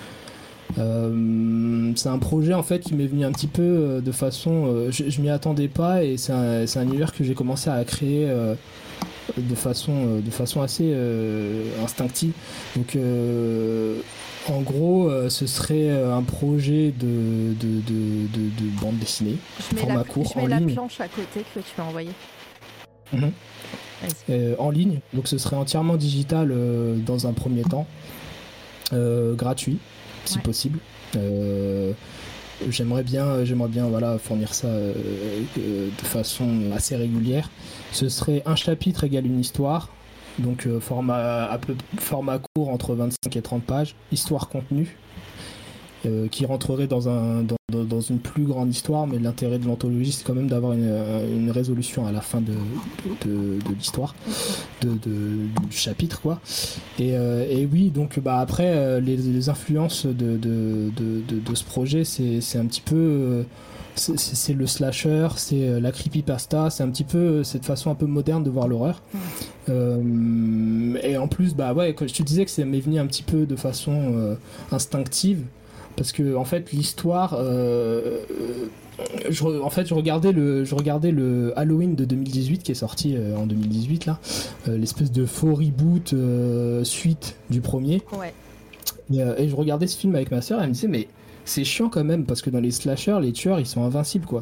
Euh, c'est un projet en fait qui m'est venu un petit peu euh, de façon, euh, je, je m'y attendais pas et c'est un, c'est un univers que j'ai commencé à créer euh, de façon, euh, de façon assez euh, instinctive. Donc euh, en gros, euh, ce serait euh, un projet de, de, de, de, de bande dessinée, Je mets, format la, court je mets en la ligne. planche à côté que tu m'as envoyée. Mhm. Vas-y. Euh, en ligne, donc ce serait entièrement digital euh, dans un premier temps, euh, gratuit si Ouais. possible. Euh, j'aimerais bien, j'aimerais bien voilà fournir ça euh, euh, de façon assez régulière. Ce serait un chapitre égale une histoire, donc euh, format à peu format court entre vingt-cinq et trente pages, histoire contenue. Euh, qui rentrerait dans, un, dans, dans- dans une plus grande histoire, mais l'intérêt de l'anthologie, c'est quand même d'avoir une, une résolution à la fin de, de, de- de l'histoire, de, de- du chapitre, quoi. Et, euh, et oui, donc bah, après, euh, les, les influences de, de, de, de, de ce projet, c'est, c'est un petit peu... euh, c'est, c'est- c'est le slasher, c'est euh, la creepypasta, c'est un petit peu euh, cette façon un peu moderne de voir l'horreur. Euh, et en plus, bah ouais, quand je te disais que ça m'est venu un petit peu de façon euh, instinctive, parce que en fait l'histoire euh, je, re- en fait je regardais le je regardais le Halloween de deux mille dix-huit qui est sorti euh, en deux mille dix-huit là, euh, l'espèce de faux reboot euh, suite du premier Ouais. et, euh, et je regardais ce film avec ma soeur, elle me disait mais c'est chiant quand même parce que dans les slashers les tueurs ils sont invincibles quoi.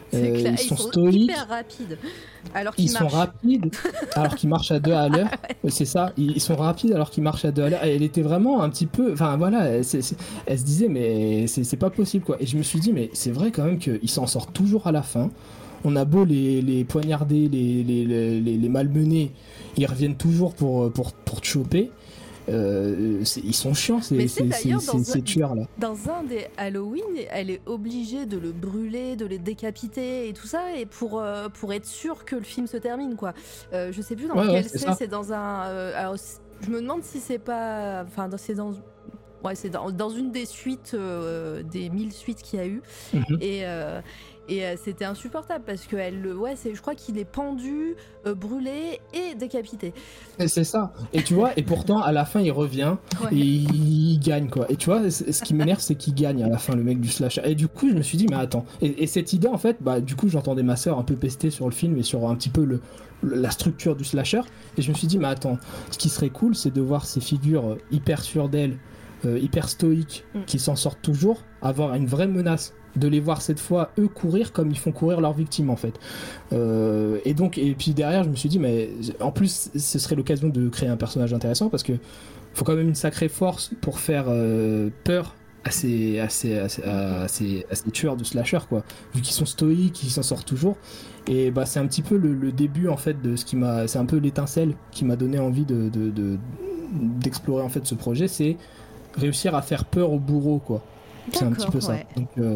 C'est Euh, clair. ils Ils sont sont stoïques. hyper rapides. Alors qu'ils Ils sont marchent. rapides alors qu'ils marchent à deux à l'heure. Ouais, c'est ça, ils ils sont rapides alors qu'ils marchent à deux à l'heure. Et elle était vraiment un petit peu. Enfin voilà, elle, c'est- c'est- elle se disait, mais c'est c'est pas possible quoi. Et je me suis dit, mais c'est vrai quand même qu'ils s'en sortent toujours à la fin. On a beau les, les poignarder, les, les, les, les, les malmener, ils reviennent toujours pour, pour, pour te choper. Euh, c'est- ils sont chiants, ces, Mais c'est ces, ces, d'ailleurs ces, dans ces un- tueurs-là. Dans un des Halloween, elle est obligée de le brûler, de les décapiter et tout ça, et pour, euh, pour être sûre que le film se termine, quoi. Euh, je sais plus dans Ouais, lequel ouais, c'est c'est, ça. c'est dans un... euh, alors, c- je me demande si c'est pas... Enfin, dans- c'est dans... Ouais, c'est dans, dans une des suites, euh, des mille suites qu'il y a eu. Mhm. Et, euh, et euh, c'était insupportable parce que elle, le- ouais, c'est, je crois qu'il est pendu, euh, brûlé et décapité. Et c'est ça. Et tu vois, et pourtant, à la fin, il revient Ouais. et il gagne, quoi. Et tu vois, c- ce qui m'énerve, c'est qu'il gagne à la fin, le mec du slasher. Et du coup, je me suis dit, mais attends. Et, et cette idée, en fait, bah, du coup, j'entendais ma sœur un peu pester sur le film et sur un petit peu le, le- la structure du slasher. Et je me suis dit, mais attends, ce qui serait cool, c'est de voir ces figures hyper sûres d'elles, euh, hyper stoïques, Mm. qui s'en sortent toujours, avoir une vraie menace. De les voir cette fois, eux, courir comme ils font courir leurs victimes, en fait. Euh, et donc, et puis derrière, je me suis dit, mais en plus, ce serait l'occasion de créer un personnage intéressant parce que faut quand même une sacrée force pour faire euh, peur à ces, à, ces, à, ces, à, ces, à ces tueurs de slasher, quoi. Vu qu'ils sont stoïques, ils s'en sortent toujours. Et bah, c'est un petit peu le, le début, en fait, de ce qui m'a. C'est un peu l'étincelle qui m'a donné envie de, de, de, d'explorer, en fait, ce projet. C'est réussir à faire peur au bourreau, quoi. C'est un petit peu ça. Ouais. Donc, euh,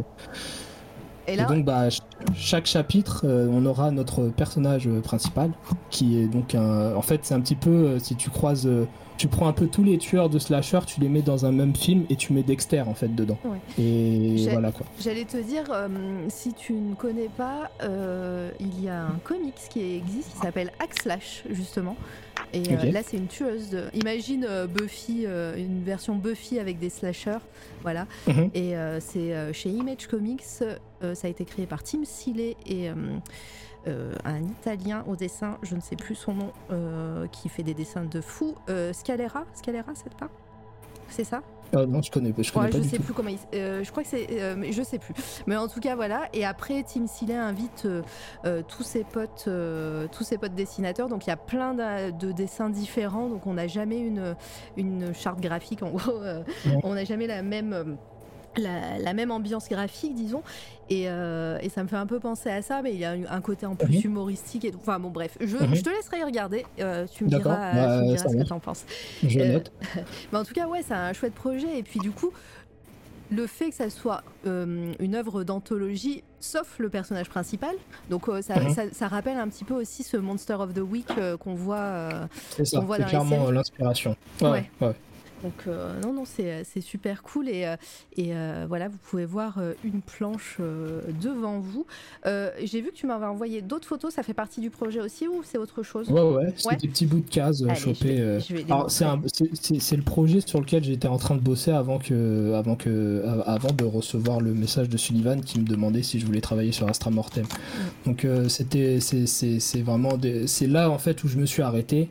Et et là, donc, bah, ch- chaque chapitre, euh, on aura notre personnage euh, principal, qui est donc un... En fait, c'est un petit peu, euh, si tu croises... euh, tu prends un peu tous les tueurs de slasher, tu les mets dans un même film et tu mets Dexter, en fait, dedans. Ouais. Et J'ai- voilà, quoi. j'allais te dire, euh, si tu ne connais pas, euh, il y a un comics qui existe qui s'appelle Hack-Slash, justement. Et euh, Ok. là, c'est une tueuse. De... Imagine euh, Buffy, euh, une version Buffy avec des slashers. Voilà. Mhm. Et euh, c'est euh, chez Image Comics. Euh, ça a été créé par Tim Seeley et euh, euh, un Italien au dessin, je ne sais plus son nom, euh, qui fait des dessins de fou. Euh, Scalera, Scalera, c'est pas C'est ça Ah, non, je connais, je connais Ouais, pas je du sais tout. plus comment il... euh, je crois que c'est... euh, mais je sais plus. Mais en tout cas, voilà. Et après, Tim Seeley invite euh, euh, tous ses potes euh, tous ses potes dessinateurs. Donc, il y a plein de, de dessins différents. Donc, on n'a jamais une, une charte graphique. En gros, euh, Ouais. on n'a jamais la même... euh, La, la même ambiance graphique, disons, et, euh, et ça me fait un peu penser à ça, mais il y a un, un côté en plus Mhm. humoristique et tout. Enfin bon, bref, je, Mhm. je te laisserai y regarder, euh, tu me D'accord, diras, bah, tu me diras ça ce que marche. t'en penses. Je Euh, note. Mais en tout cas, ouais, c'est un chouette projet, et puis du coup, le fait que ça soit euh, une œuvre d'anthologie, sauf le personnage principal, donc euh, ça, Mhm. ça, ça rappelle un petit peu aussi ce Monster of the Week euh, qu'on voit. euh, C'est ça, on voit c'est dans les clairement séries. euh, l'inspiration. Ouais, Ouais. ouais. Donc euh, non, non, c'est c'est super cool et, euh, et euh, voilà, vous pouvez voir euh, une planche euh, devant vous. Euh, J'ai vu que tu m'avais envoyé d'autres photos, ça fait partie du projet aussi ou c'est autre chose? Ouais, ouais, c'est Ouais. des petits bouts de cases euh, Allez, je chopés. vais- euh. je vais les Alors, c'est, montrer. un- c'est, c'est- c'est le projet sur lequel j'étais en train de bosser avant, que, avant, que, av- avant de recevoir le message de Sullivan qui me demandait si je voulais travailler sur Astra Mortem. Donc, euh, c'était, c'est, c'est, c'est vraiment des- c'est là en fait où je me suis arrêté.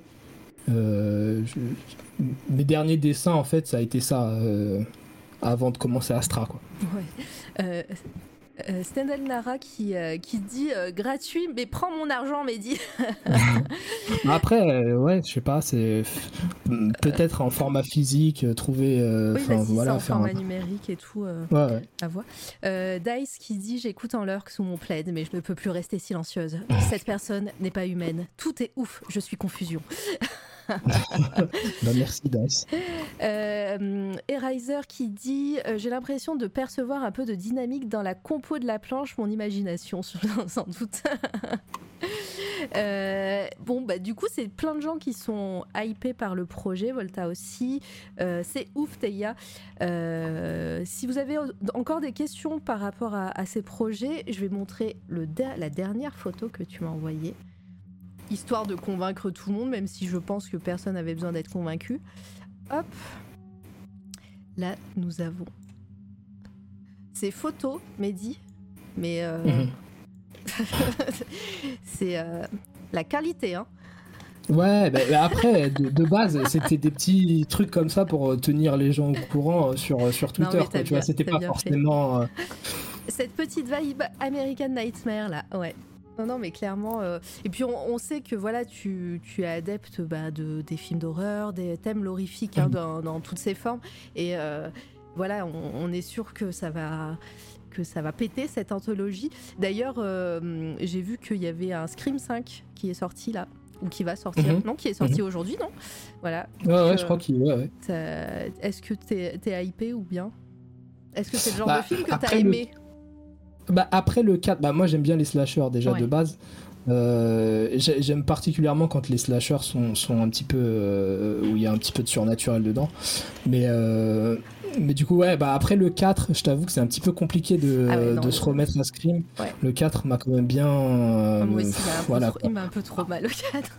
Euh, je- mes derniers dessins, en fait, ça a été ça euh, avant de commencer Astra, quoi. Ouais. Euh, euh, Stendhal Nara qui, euh, qui dit euh, gratuit, mais prends mon argent, Mehdi. Après, euh, ouais, je sais pas, c'est peut-être en format physique, euh, trouver. euh, Oui, enfin, bah si, voilà, c'est en faire format un- numérique et tout. euh, Ouais, ouais. à voir. Euh, Dice qui dit j'écoute en lurk sous mon plaid, mais je ne peux plus rester silencieuse. Cette personne n'est pas humaine. Tout est ouf. Je suis confusion. Bah, merci, Dice. Euh, Eraser qui dit euh, j'ai l'impression de percevoir un peu de dynamique dans la compo de la planche, mon imagination sans doute. Euh, bon bah du coup c'est plein de gens qui sont hypés par le projet, Volta aussi, euh, c'est ouf Théa. Euh, si vous avez encore des questions par rapport à, à ces projets, je vais montrer le der- la dernière photo que tu m'as envoyée, histoire de convaincre tout le monde, même si je pense que personne n'avait besoin d'être convaincu. Hop, là nous avons ces photos, Mehdi, mais euh, Mhm. c'est euh, la qualité, hein. Ouais, bah, bah, après, de, de base, c'était des petits trucs comme ça pour euh, tenir les gens au courant euh, sur, euh, sur Twitter. mais t'as quoi, tu vois, bien- c'était t'as pas bien fait. forcément. euh, cette petite vibe American Nightmare là, ouais. Non, non, mais clairement. Euh... Et puis on, on sait que voilà, tu, tu es adepte bah, de, des films d'horreur, des thèmes horrifiques hein, dans, dans toutes ses formes. Et euh, voilà, on, on est sûr que ça va. que ça va péter cette anthologie. D'ailleurs, euh, j'ai vu qu'il y avait un Scream cinq qui est sorti là, ou qui va sortir, mm-hmm. non, qui est sorti mm-hmm. aujourd'hui, non ? Voilà. Ouais, Donc, ouais, euh, je crois qu'il ouais, ouais. Est-ce que t'es, t'es hypé ou bien ? Est-ce que c'est le genre bah, de film que t'as aimé ? Le... Bah, après le quatre, bah, moi j'aime bien les slashers déjà ouais. de base. Euh, j'aime particulièrement quand les slashers sont, sont un petit peu euh, où il y a un petit peu de surnaturel dedans, mais euh, mais du coup ouais bah après le quatre je t'avoue que c'est un petit peu compliqué de, ah ouais, non, de se remettre à Scream ouais. Le quatre m'a quand même bien euh, moi aussi, il, voilà, trop, il m'a un peu trop mal le quatre.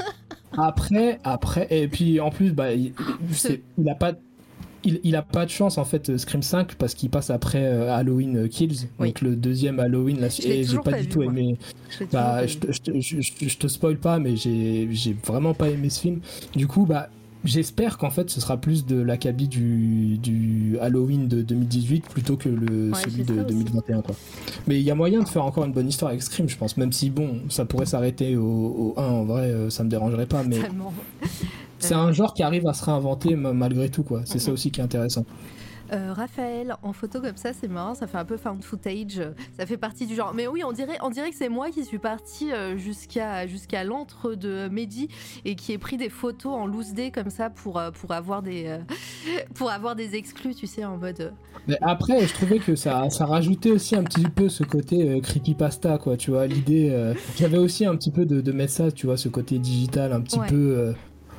après après et puis en plus bah il, c'est, il a pas Il, il a pas de chance en fait Scream cinq parce qu'il passe après euh, Halloween Kills oui. donc le deuxième Halloween là, et j'ai pas, pas du vu, tout moi. aimé je, bah, je, je, je, je, je te spoil pas mais j'ai, j'ai vraiment pas aimé ce film du coup bah j'espère qu'en fait ce sera plus de l'acabit du, du Halloween de deux mille dix-huit plutôt que le, ouais, celui de deux mille vingt et un quoi. Mais il y a moyen de faire encore une bonne histoire avec Scream je pense même si bon ça pourrait s'arrêter au, au un en vrai euh, ça me dérangerait pas mais Tellement. C'est un genre qui arrive à se réinventer malgré tout quoi. C'est mm-hmm. ça aussi qui est intéressant. Euh, Raphaël en photo comme ça c'est marrant, ça fait un peu found footage, ça fait partie du genre. Mais oui on dirait, on dirait que c'est moi qui suis partie jusqu'à, jusqu'à l'antre de Mehdi et qui ai pris des photos en loose day comme ça pour, pour, avoir, des, pour avoir des exclus tu sais en mode... Mais après je trouvais que ça, ça rajoutait aussi un petit peu ce côté euh, creepypasta quoi tu vois l'idée, euh, j'avais aussi un petit peu de, de mettre ça tu vois ce côté digital un petit ouais. peu... Euh,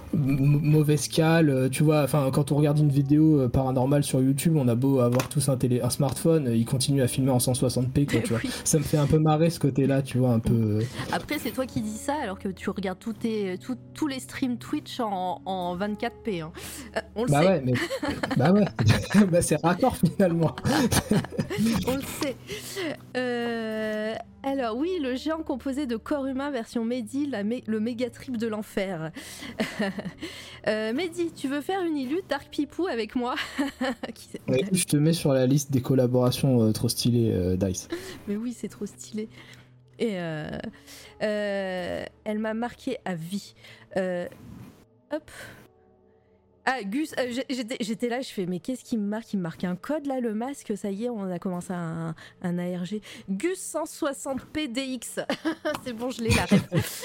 mauvaise cale, tu vois, enfin quand on regarde une vidéo paranormale sur YouTube, on a beau avoir tous un, télé, un smartphone, il continue à filmer en cent soixante p quoi, tu vois. Oui. Ça me fait un peu marrer ce côté-là, tu vois, un peu. Après c'est toi qui dis ça alors que tu regardes tous tes, tout, tous les streams Twitch en, en vingt-quatre p, hein. Euh, on le bah sait. Ouais, mais... bah ouais, bah c'est raccord finalement. On le sait. Euh... Alors oui, le géant composé de corps humain version Mehdi, la mé- le méga trip de l'enfer. euh, Mehdi, tu veux faire une illu Dark Pipou avec moi? Ouais, je te mets sur la liste des collaborations euh, trop stylées euh, Dice. Mais oui, c'est trop stylé. Et euh, euh, elle m'a marqué à vie. Euh, hop. Ah, Gus, euh, j'étais, j'étais là, je fais, mais qu'est-ce qui me marque? Il me marque un code là, le masque, ça y est, on a commencé un, un A R G. Gus cent soixante p D X. C'est bon, je l'ai, la ref.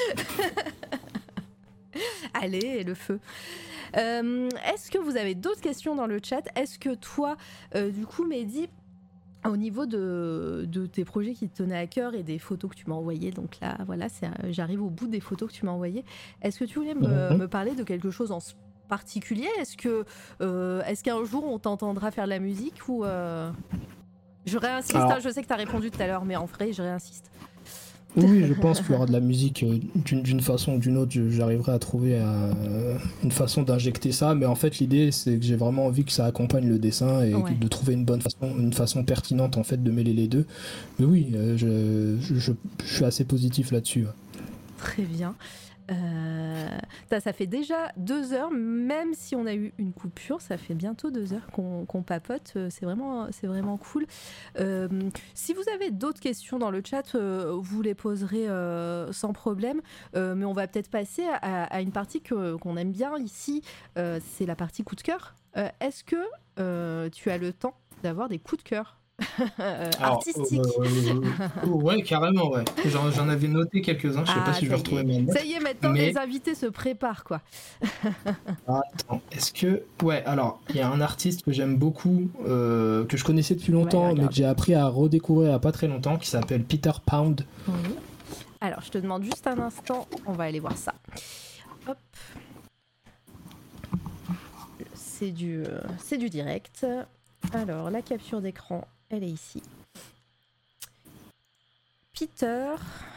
Allez, le feu. Euh, est-ce que vous avez d'autres questions dans le chat? Est-ce que toi, euh, du coup, Mehdi, au niveau de, de tes projets qui te tenaient à cœur et des photos que tu m'as envoyées, donc là, voilà, c'est, j'arrive au bout des photos que tu m'as envoyées. Est-ce que tu voulais me, mm-hmm. me parler de quelque chose en particulier? Est-ce que euh, est-ce qu'un jour on t'entendra faire de la musique ou euh... je réinsiste. Alors... hein, je sais que t'as répondu tout à l'heure, mais en vrai, je réinsiste. Oui, je pense qu'il y aura de la musique euh, d'une, d'une façon ou d'une autre. J'arriverai à trouver euh, une façon d'injecter ça, mais en fait, l'idée, c'est que j'ai vraiment envie que ça accompagne le dessin et ouais. de trouver une bonne façon, une façon pertinente en fait de mêler les deux. Mais oui, euh, je, je, je, je suis assez positif là-dessus. Ouais. Très bien. Euh, ça fait déjà deux heures, même si on a eu une coupure, ça fait bientôt deux heures qu'on, qu'on papote. C'est vraiment, c'est vraiment cool. Euh, si vous avez d'autres questions dans le chat, euh, vous les poserez euh, sans problème. Euh, mais on va peut-être passer à, à une partie que, qu'on aime bien ici. Euh, c'est la partie coup de cœur. Euh, est-ce que euh, tu as le temps d'avoir des coups de cœur? euh, Alors, artistique. Euh, euh, ouais, carrément, ouais. J'en, j'en avais noté quelques-uns, je sais ah, pas si je vais retrouver mes notes. Ça y est, maintenant mais... les invités se préparent, quoi. Attends, est-ce que... Ouais, alors, il y a un artiste que j'aime beaucoup, euh, que je connaissais depuis longtemps, ouais, mais que j'ai appris à redécouvrir il y a pas très longtemps, qui s'appelle Peter Pound. Oui. Alors, je te demande juste un instant, on va aller voir ça. Hop. C'est du, euh, c'est du direct. Alors, la capture d'écran, elle est ici. Peter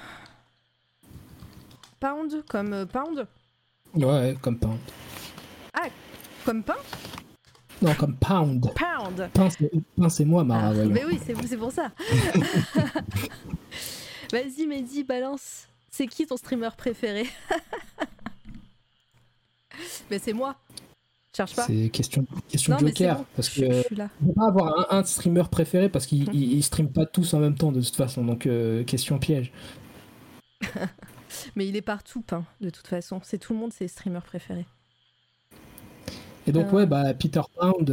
Pound, comme euh, Pound? Ouais, comme Pound. Ah, comme pain? Non, comme Pound. Pound. Pain, c'est, pain, c'est moi, Mara. Ah, mais oui, c'est, c'est pour ça. Vas-y, Mehdi, balance. C'est qui ton streamer préféré? Mais c'est moi. Cherche pas. C'est question, question non, mais Joker. c'est bon. Parce je, que je suis là. on peut pas avoir un, un streamer préféré parce qu'ils Hum. ils, ils streament pas tous en même temps de toute façon. Donc euh, question piège. Mais il est partout peint, de toute façon. C'est tout le monde ses streamers préférés. Et donc Euh. ouais, bah Peter Pound,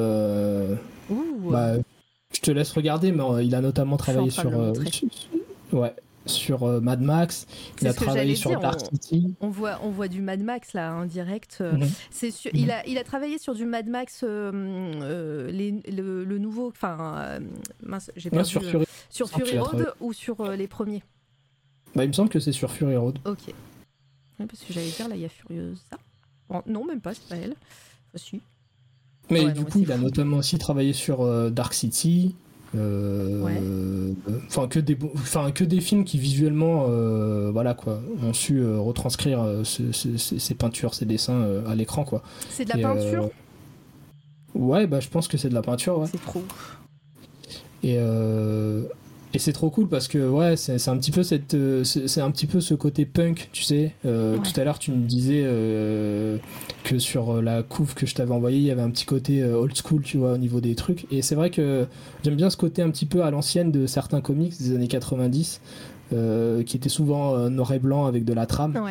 euh, Ouh. bah, je te laisse regarder, mais euh, il a notamment Je suis en travaillé train de sur, le euh, montrer. sur, ouais, sur euh, Mad Max. C'est Il a ce que travaillé j'allais sur dire, Dark on- City. On voit, on voit du Mad Max là en direct. euh, Mhm. C'est sûr, Mhm. il, a, il a travaillé sur du Mad Max, euh, euh, les- le, le nouveau, enfin, euh, mince, j'ai Ouais, perdu, sur euh, Fury. sur Il me semble Fury qu'il a Road travaillé. ou sur euh, les premiers. Bah, il me semble que c'est sur Fury Road. Ok. Ouais, parce que j'allais dire là, il y a Furiosa. Bon, non, même pas, c'est pas elle. Enfin, si. Mais Ouais, du non, mais coup, c'est il a fou. notamment aussi travaillé sur euh, Dark City. euh, Ouais. euh, Enfin, que des, bo- enfin, que des films qui visuellement, euh, voilà quoi, ont su euh, retranscrire euh, ce- ce- ces, ces peintures, ces dessins euh, à l'écran quoi. C'est de la Et, peinture. euh, Ouais, bah je pense que c'est de la peinture, ouais. C'est trop ouf. Et, euh, et c'est trop cool parce que ouais, c'est, c'est un petit peu cette, euh, c'est, c'est un petit peu ce côté punk, tu sais. Euh, Ouais. Tout à l'heure, tu me disais euh, que sur la couve que je t'avais envoyée, il y avait un petit côté euh, old school, tu vois, au niveau des trucs. Et c'est vrai que j'aime bien ce côté un petit peu à l'ancienne de certains comics des années quatre-vingt-dix, euh, qui étaient souvent euh, noir et blanc avec de la trame. Ouais.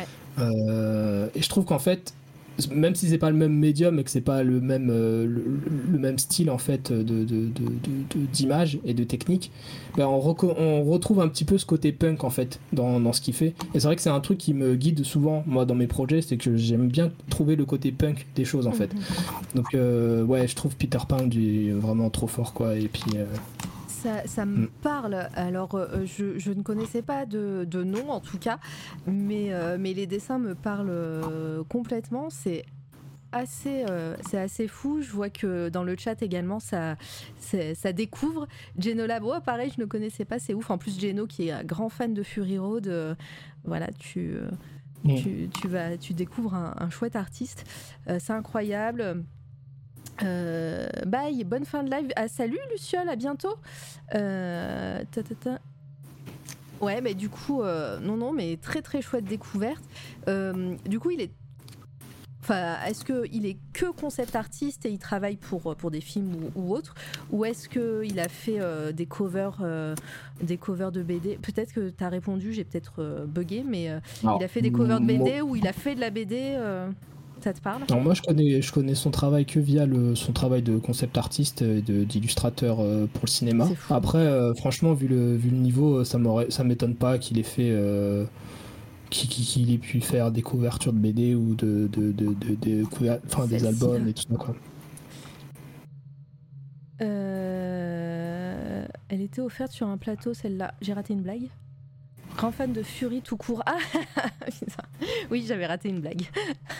Euh, et je trouve qu'en fait, même si c'est pas le même médium et que c'est pas le même euh, le, le même style en fait de, de, de, de- de- d'image et de technique, ben on, reco- on retrouve un petit peu ce côté punk en fait dans, dans ce qu'il fait. Et c'est vrai que c'est un truc qui me guide souvent moi dans mes projets, c'est que j'aime bien trouver le côté punk des choses en fait. Mhm. Donc euh, ouais, je trouve Peter Pound est vraiment trop fort quoi. Et puis euh, Ça, ça me Mm. parle. Alors, euh, je, je ne connaissais pas de, de nom en tout cas, mais, euh, mais les dessins me parlent euh, complètement. C'est assez, euh, c'est assez fou. Je vois que dans le chat également, ça, c'est- ça découvre. Geno Labo, pareil, je ne connaissais pas. C'est ouf. En plus, Geno, qui est un grand fan de Fury Road, euh, voilà, tu, euh, Mm. tu, tu, vas, tu découvres un, un chouette artiste. Euh, c'est incroyable. Euh, bye, bonne fin de live. Ah, salut Luciole, à bientôt. Euh, ta, ta, ta. Ouais, mais du coup, euh, non, non, mais très très chouette découverte. Euh, du coup, il est. Enfin, est-ce qu'il est que concept artiste et il travaille pour, pour des films ou, ou autre, ou est-ce qu'il a fait euh, des covers euh, des covers de B D? Peut-être que tu as répondu, j'ai peut-être euh, bugué, mais euh, alors, il a fait des covers de B D moi- ou il a fait de la B D euh, ça te parle? Alors moi je connais, je connais son travail que via le, son travail de concept artiste et de, d'illustrateur euh, pour le cinéma. C'est fou. Après euh, franchement vu le, vu le niveau ça m'aurait, ça m'étonne pas qu'il ait fait euh, qu'il, qu'il- qu'il ait pu faire des couvertures de B D ou de, de, de, de, de couver- enfin, des Celle-ci, albums là. et tout ça quoi. Euh, Elle était offerte sur un plateau, celle-là. J'ai raté une blague. Grand fan de Fury tout court. Ah putain. Oui, j'avais raté une blague.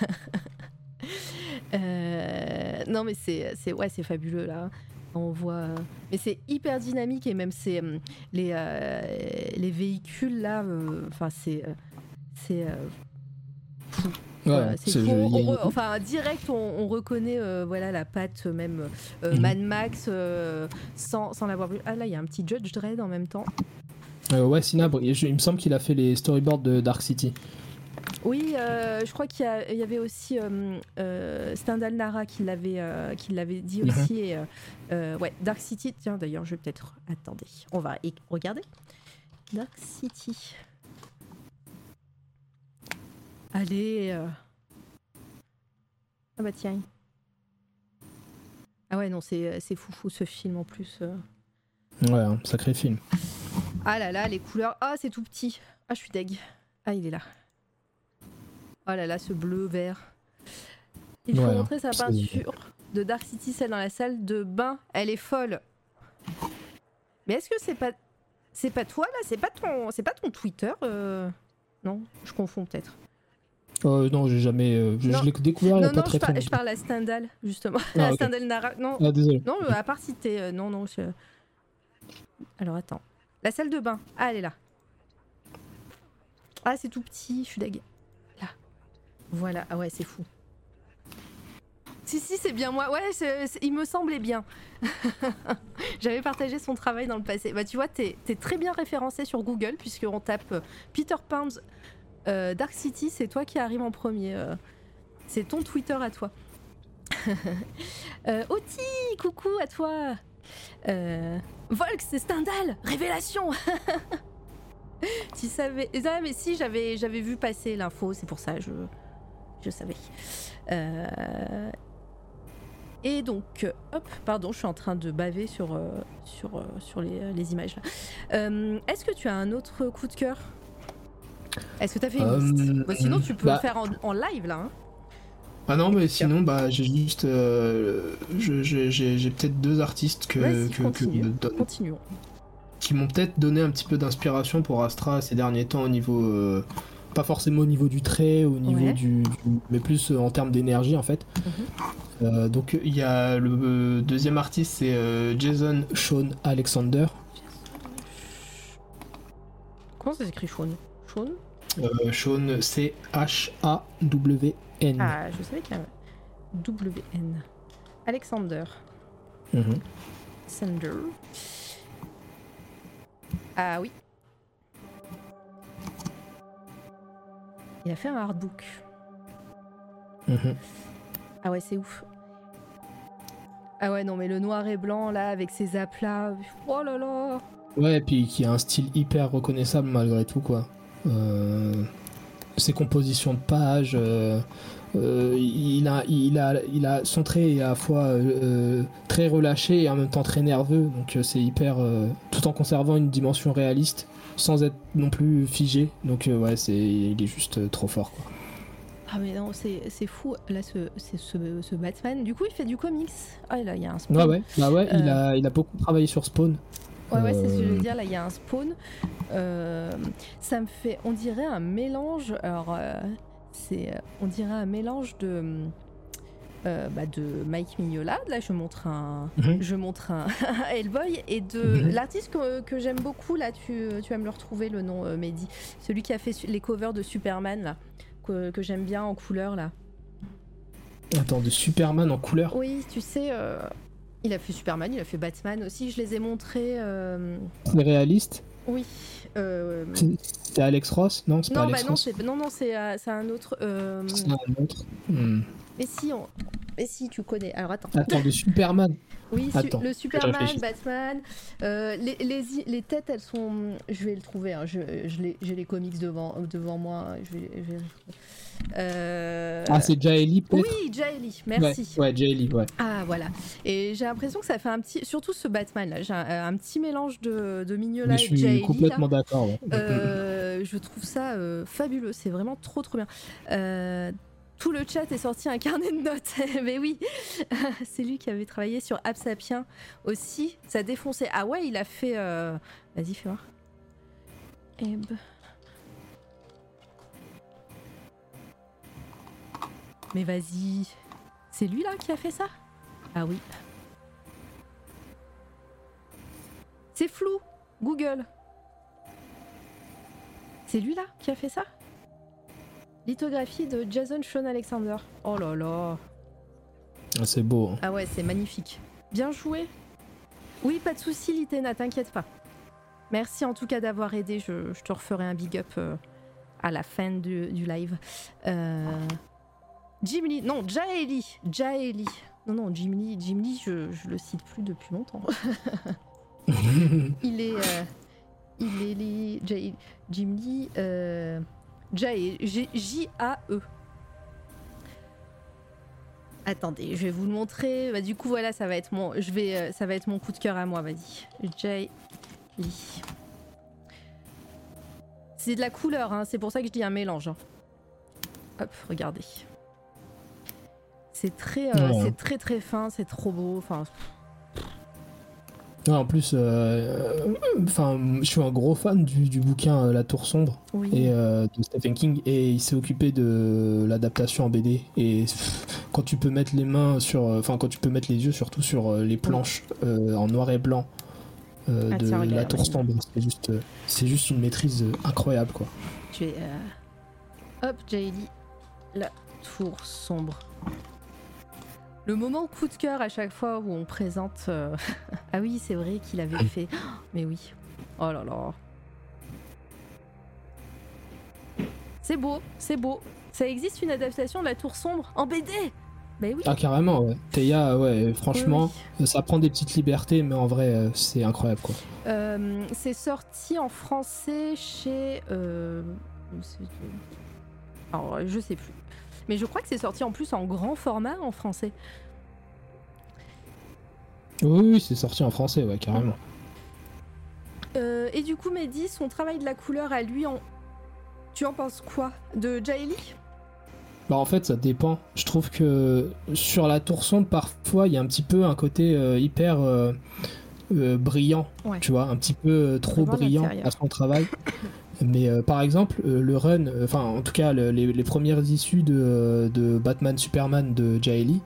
Euh, Non, mais c'est, c'est, ouais, c'est fabuleux là. On voit, mais c'est hyper dynamique et même c'est euh, les euh, les véhicules là. Enfin, c'est euh, c'est euh, fou. Ouais, Voilà, c'est c'est- fou. je- On il y a une- re- enfin, direct, on, on reconnaît euh, voilà, la patte même euh, Mhm. Mad Max euh, sans, sans l'avoir vu. Ah là, il y a un petit Judge Dredd en même temps. Euh, ouais, Sinabre, il il me semble qu'il a fait les storyboards de Dark City. Oui, euh, je crois qu'il y, a- il y avait aussi euh, euh, Stendhal Nara qui l'avait, euh, qui l'avait dit Mhm. aussi. Et, euh, euh, ouais, Dark City. Tiens, d'ailleurs, je vais peut-être. Attendez, on va y regarder. Dark City. Allez. euh. Ah bah tiens. Ah ouais, non, c'est, c'est foufou ce film en plus. euh. Ouais, un sacré film. Ah là là, les couleurs. Ah, c'est tout petit. Ah, je suis deg. Ah, il est là. Oh là là, ce bleu vert. Il faut Ouais, montrer sa c'est- peinture de Dark City, celle dans la salle de bain. Elle est folle. Mais est-ce que c'est pas, c'est pas toi là? C'est pas ton, c'est pas ton Twitter euh... Non, je confonds peut-être. Euh, non, j'ai jamais. euh, je, Non. je l'ai découvert il y a Non, pas non, je, très par- très je parle à Stendhal justement. Ah, à ok. Stendhal Nara. Non, Ah, désolé. non, euh, à part si t'es, euh, non, non. Je... Alors attends. La salle de bain. Ah, elle est là. Ah, c'est tout petit. Je suis deg. Là. Voilà. Ah ouais, c'est fou. Si, si, c'est bien moi. Ouais, c'est- c'est- il me semblait bien. J'avais partagé son travail dans le passé. Bah, tu vois, t'es es très bien référencé sur Google, puisqu'on tape euh, Peter Pound euh, Dark City, c'est toi qui arrive en premier. euh. C'est ton Twitter à toi. euh, Oti, coucou à toi. Euh, Volx, c'est Stendhal, révélation. Tu savais... Ah, mais si, j'avais, j'avais vu passer l'info, c'est pour ça, je, je savais. Euh... Et donc, hop, pardon, je suis en train de baver sur, euh, sur, euh, sur les, les images là. Euh, est-ce que tu as un autre coup de cœur? Est-ce que tu as fait une Euh, liste? Bah, sinon, tu peux bah... le faire en, en live là. Hein. Ah non, mais sinon, bah, j'ai juste. Euh, je, j'ai, j'ai peut-être deux artistes que, Vas-y, que, continue. que donne, Continuons. qui m'ont peut-être donné un petit peu d'inspiration pour Astra ces derniers temps au niveau. Euh, pas forcément au niveau du trait, au niveau Ouais. du, du. mais plus euh, en termes d'énergie en fait. Mm-hmm. Euh, donc il y a le euh, deuxième artiste, c'est euh, Jason Shawn Alexander. Comment ça s'écrit Shawn? Shawn? Euh, Shawn, c'est H A W N. Ah, je savais qu'il y avait W N. Alexander. Mm-hmm. Sander. Ah oui. Il a fait un artbook. Mm-hmm. Ah ouais, c'est ouf. Ah ouais, non, mais le noir et blanc, là, avec ses aplats... Oh là là. Ouais, et puis qui a un style hyper reconnaissable malgré tout, quoi. Euh, ses compositions de pages, euh, euh, il, a, il, a, il a son trait est à la fois euh, très relâché et en même temps très nerveux, donc euh, c'est hyper... Euh, tout en conservant une dimension réaliste, sans être non plus figé, donc euh, ouais, c'est, il est juste euh, trop fort, quoi. Ah mais non, c'est, c'est fou, là, ce, c'est ce, ce Batman. Du coup, il fait du comics. Ah, là, il y a un Spawn. Ouais, ouais, bah ouais, Euh, il, a, il a beaucoup travaillé sur Spawn. Ouais, ouais, c'est ce que je Euh, veux dire. Là, il y a un Spawn. Euh, ça me fait, on dirait un mélange. Alors, euh, c'est, on dirait un mélange de, euh, bah, de Mike Mignola. Là, je montre un, Mhm. je montre un Hellboy et de Mhm. l'artiste que, que j'aime beaucoup. Là, tu, tu vas me le retrouver le nom, euh, Mehdi. Celui qui a fait su- les covers de Superman là, que, que j'aime bien en couleur là. Attends, de Superman en couleur. Oui, tu sais. Euh, il a fait Superman, il a fait Batman aussi. Je les ai montrés. Euh, C'est réaliste. oui. Euh, C'est, c'est Alex Ross? Non, c'est pas Non, bah Alex non, Ross. c'est non, non, c'est euh, c'est un autre. Euh... C'est un autre. Hmm. Mais si, on... mais si, tu connais. Alors attends. Attends, de Superman. Oui, su- Attends, le je Superman, réfléchis. Batman. euh, les, les, les têtes, elles sont. Je vais le trouver. Hein, je, je l'ai- j'ai les comics devant, devant moi. Je vais, je vais... Euh... Ah, c'est Jaeli peut-être? Oui, Jaeli, merci. Ouais, ouais Jaeli, ouais. Ah voilà. Et j'ai l'impression que ça fait un petit, surtout ce Batman là, j'ai un, un petit mélange de, de Mignola Mais je et suis Jaeli. complètement d'accord. Ouais. Euh, je trouve ça euh, fabuleux, c'est vraiment trop trop bien. Euh, tout le chat est sorti un carnet de notes, mais oui, c'est lui qui avait travaillé sur Absapien aussi, ça défonçait. Ah ouais, il a fait... Euh... Vas-y, fais voir. Eb... Mais vas-y, c'est lui là qui a fait ça? Ah oui. C'est flou, Google. C'est lui là qui a fait ça? Lithographie de Jason Shawn Alexander. Oh là là. Ah, c'est beau. Hein. Ah ouais, c'est magnifique. Bien joué. Oui, pas de souci, Litena, t'inquiète pas. Merci en tout cas d'avoir aidé. Je, je te referai un big up euh, à la fin du, du live. Euh... Jim Lee, non, Jaeli. Jaeli. Non, non, Jim Lee, Jim Lee je, je le cite plus depuis longtemps. Il est. Euh... Il est les... Jay... Jim Lee... Euh... Jae... J A E. Attendez, je vais vous le montrer. Bah, du coup, voilà, ça va être mon... Je vais... euh, ça va être mon coup de cœur à moi, vas-y. Jae Lee. C'est de la couleur, hein. C'est pour ça que je dis un mélange. Hein. Hop, regardez. C'est très, euh, Ouais. c'est très très fin, c'est trop beau. Enfin, Ouais, en plus, euh, enfin, je suis un gros fan du, du bouquin euh, La Tour Sombre oui. et euh, de Stephen King, et il s'est occupé de l'adaptation en B D. Et pff, quand tu peux mettre les mains sur, enfin, quand tu peux mettre les yeux surtout sur euh, les planches euh, en noir et blanc euh, Ah, de tiens, La regarde, Tour ouais. Sombre, c'est juste, euh, c'est juste une maîtrise euh, incroyable, quoi. Je vais. Euh... Hop, Jae Lee. La tour sombre. Le moment coup de cœur à chaque fois où on présente. euh, ah oui, c'est vrai qu'il avait fait. Mais oui. Oh là là. C'est beau, c'est beau. Ça existe une adaptation de La Tour Sombre en B D. Bah oui. Ah carrément, ouais. Théa, ouais, franchement, oui, oui. ça prend des petites libertés, mais en vrai, euh, c'est incroyable, quoi. Euh, c'est sorti en français chez... Euh... Alors, je sais plus. Mais je crois que c'est sorti en plus en grand format en français. Oui, oui, c'est sorti en français, ouais, carrément. Euh, et du coup, Mehdi, son travail de la couleur à lui, en... tu en penses quoi de Jaeli? Bah en fait, ça dépend. Je trouve que sur la tour sombre, parfois, il y a un petit peu un côté euh, hyper euh, euh, brillant, ouais. Tu vois, un petit peu euh, trop vraiment brillant l'intérieur. À son travail. Mais euh, par exemple, euh, le run, enfin euh, en tout cas le, les, les premières issues de, de Batman Superman de Jaeli,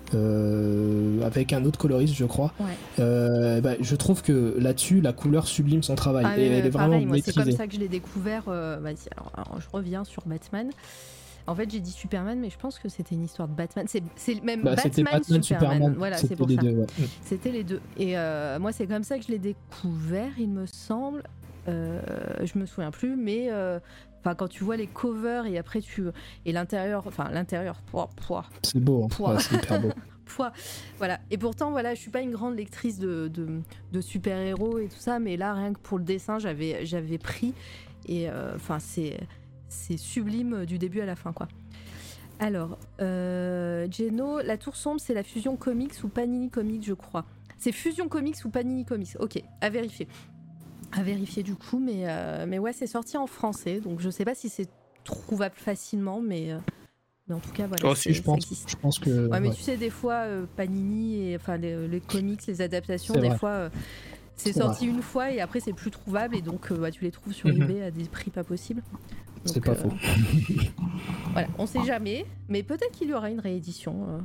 euh, avec un autre coloriste je crois, ouais. euh, bah, je trouve que là-dessus la couleur sublime son travail ah, et elle est vraiment pareil, moi, maîtrisée. C'est comme ça que je l'ai découvert. Euh, bah, alors, alors, je reviens sur Batman. En fait, j'ai dit Superman, mais je pense que c'était une histoire de Batman. C'est, c'est même bah, Batman, Batman Superman. Superman. Voilà, c'est pour les ça. Deux, ouais. C'était les deux. Et euh, moi, c'est comme ça que je l'ai découvert, il me semble. Euh, je me souviens plus, mais euh, quand tu vois les covers et après tu et l'intérieur, enfin l'intérieur, pouah, pouah, c'est beau, hein. Ouais, c'est hyper beau. Pouah, voilà. Et pourtant, voilà, je suis pas une grande lectrice de, de, de super-héros et tout ça, mais là, rien que pour le dessin, j'avais, j'avais pris et enfin, euh, c'est c'est sublime du début à la fin, quoi. Alors, euh, Geno, la Tour Sombre, c'est la Fusion Comics ou Panini Comics, je crois. C'est Fusion Comics ou Panini Comics. Ok, à vérifier. À vérifier du coup, mais, euh, mais ouais, c'est sorti en français, donc je sais pas si c'est trouvable facilement, mais, euh, mais en tout cas, voilà. Oh, si, je pense, je pense que. Ouais, mais ouais. tu sais, des fois, euh, Panini, et, enfin, les, les comics, les adaptations, c'est des vrai. fois, euh, c'est, c'est sorti vrai. Une fois et après, c'est plus trouvable, et donc, euh, bah, tu les trouves sur mm-hmm. eBay à des prix pas possibles. Donc, c'est pas euh, faux. Voilà, on sait jamais, mais peut-être qu'il y aura une réédition. Euh,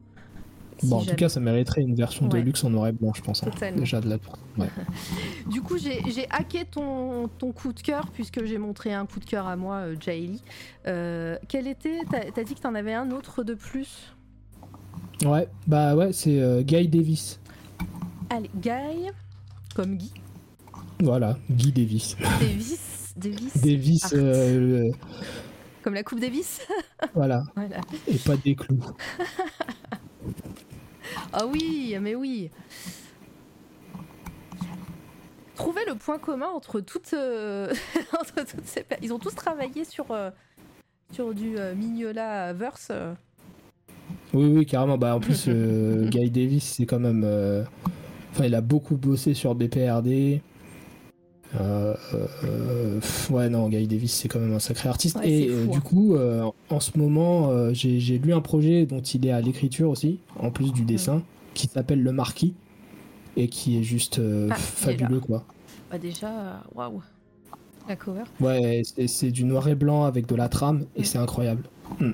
si bon, en jamais. Tout cas, ça mériterait une version ouais. de luxe en noir et blanc, je pense. Hein. Déjà de la. Ouais. Du coup, j'ai, j'ai hacké ton, ton coup de cœur, puisque j'ai montré un coup de cœur à moi, euh, Jaeli. Euh, quel était. T'as, t'as dit que t'en avais un autre de plus? Ouais, bah ouais, c'est euh, Guy Davis. Allez, Guy, comme Guy. Voilà, Guy Davis. Davis, Davis. Davis. Euh, le... Comme la Coupe Davis. Voilà. Voilà. Et pas des clous. Ah oui, mais oui. Trouver le point commun entre toutes, euh, entre toutes ces... Ils ont tous travaillé sur, euh, sur du euh, Mignola-verse. Euh. Oui, oui, carrément. Bah, en plus, euh, Guy Davis, c'est quand même... Euh... Enfin, il a beaucoup bossé sur B P R D. Euh, euh, ouais, non, Guy Davis, c'est quand même un sacré artiste. Ouais, et fou, euh, hein. Du coup, euh, en ce moment, euh, j'ai, j'ai lu un projet dont il est à l'écriture aussi, en plus du dessin, mmh. qui s'appelle Le Marquis, et qui est juste euh, ah, fabuleux, quoi. Bah déjà, waouh, la cover. Ouais, c'est, c'est du noir et blanc avec de la trame, mmh. et c'est incroyable. Mmh.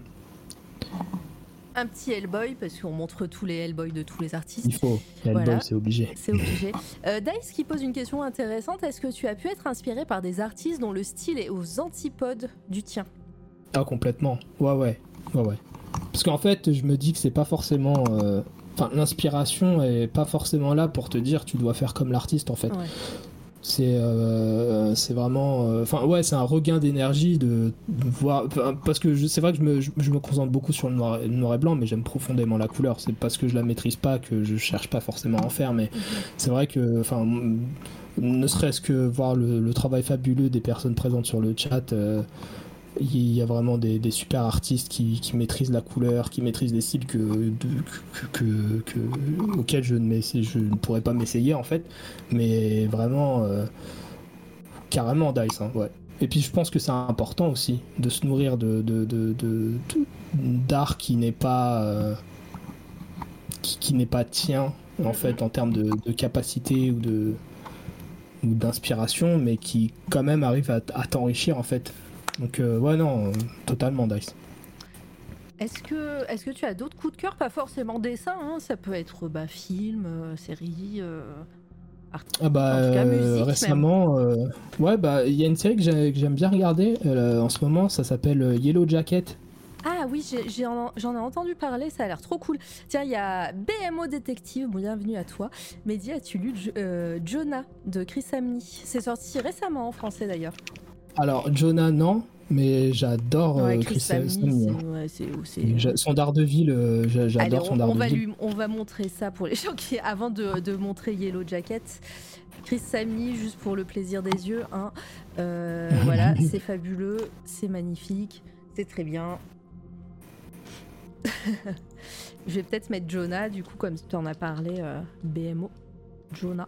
Un petit Hellboy, parce qu'on montre tous les Hellboy de tous les artistes. Il faut, Hellboy, voilà. c'est obligé. C'est obligé. Euh, Dice qui pose une question intéressante, est-ce que tu as pu être inspiré par des artistes dont le style est aux antipodes du tien? Ah, complètement. Ouais, ouais. Ouais, ouais. Parce qu'en fait, je me dis que c'est pas forcément... Euh... Enfin, l'inspiration est pas forcément là pour te dire tu dois faire comme l'artiste, en fait. Ouais. C'est, euh, c'est vraiment... Enfin, euh, ouais, c'est un regain d'énergie de, de voir... Parce que je, c'est vrai que je me, je, je me concentre beaucoup sur le noir, le noir et blanc, mais j'aime profondément la couleur. C'est parce que je la maîtrise pas que je cherche pas forcément à en faire, mais mm-hmm. c'est vrai que... Enfin, ne serait-ce que voir le, le travail fabuleux des personnes présentes sur le chat... Euh, il y a vraiment des, des super artistes qui, qui maîtrisent la couleur, qui maîtrisent des styles que, de, que, que, que, auxquels je ne, je ne pourrais pas m'essayer en fait, mais vraiment euh, carrément Dice, hein, ouais. Et puis je pense que c'est important aussi de se nourrir de, de, de, de, de d'art qui n'est pas euh, qui, qui n'est pas tien en fait en termes de, de capacité ou de ou d'inspiration, mais qui quand même arrive à, à t'enrichir en fait. Donc euh, ouais non, euh, totalement Dice. Est-ce que, est-ce que tu as d'autres coups de cœur, pas forcément dessin, hein, ça peut être bah, film, euh, série, euh, art... ah bah, en tout cas musique euh, récemment, euh, ouais bah il y a une série que, j'ai, que j'aime bien regarder euh, en ce moment, ça s'appelle Yellow Jacket. Ah oui, j'ai, j'ai en, j'en ai entendu parler, ça a l'air trop cool. Tiens, il y a B M O Détective, bon, bienvenue à toi. Mehdi, as-tu lu euh, Jonah de Chris Samney? C'est sorti récemment en français d'ailleurs. Alors Jonah non, mais j'adore Ouais, euh, Chris Chris Samney, Samney. c'est, ouais, c'est, c'est... J'a- Son Daredevil, euh, j'a- j'adore Allez, son on, on va Daredevil. lui, on va montrer ça pour les gens qui, avant de, de montrer Yellow Jacket, Chris Samney, juste pour le plaisir des yeux, hein. Euh, voilà, c'est fabuleux, c'est magnifique, c'est très bien. Je vais peut-être mettre Jonah, du coup, comme tu en as parlé, euh, B M O, Jonah.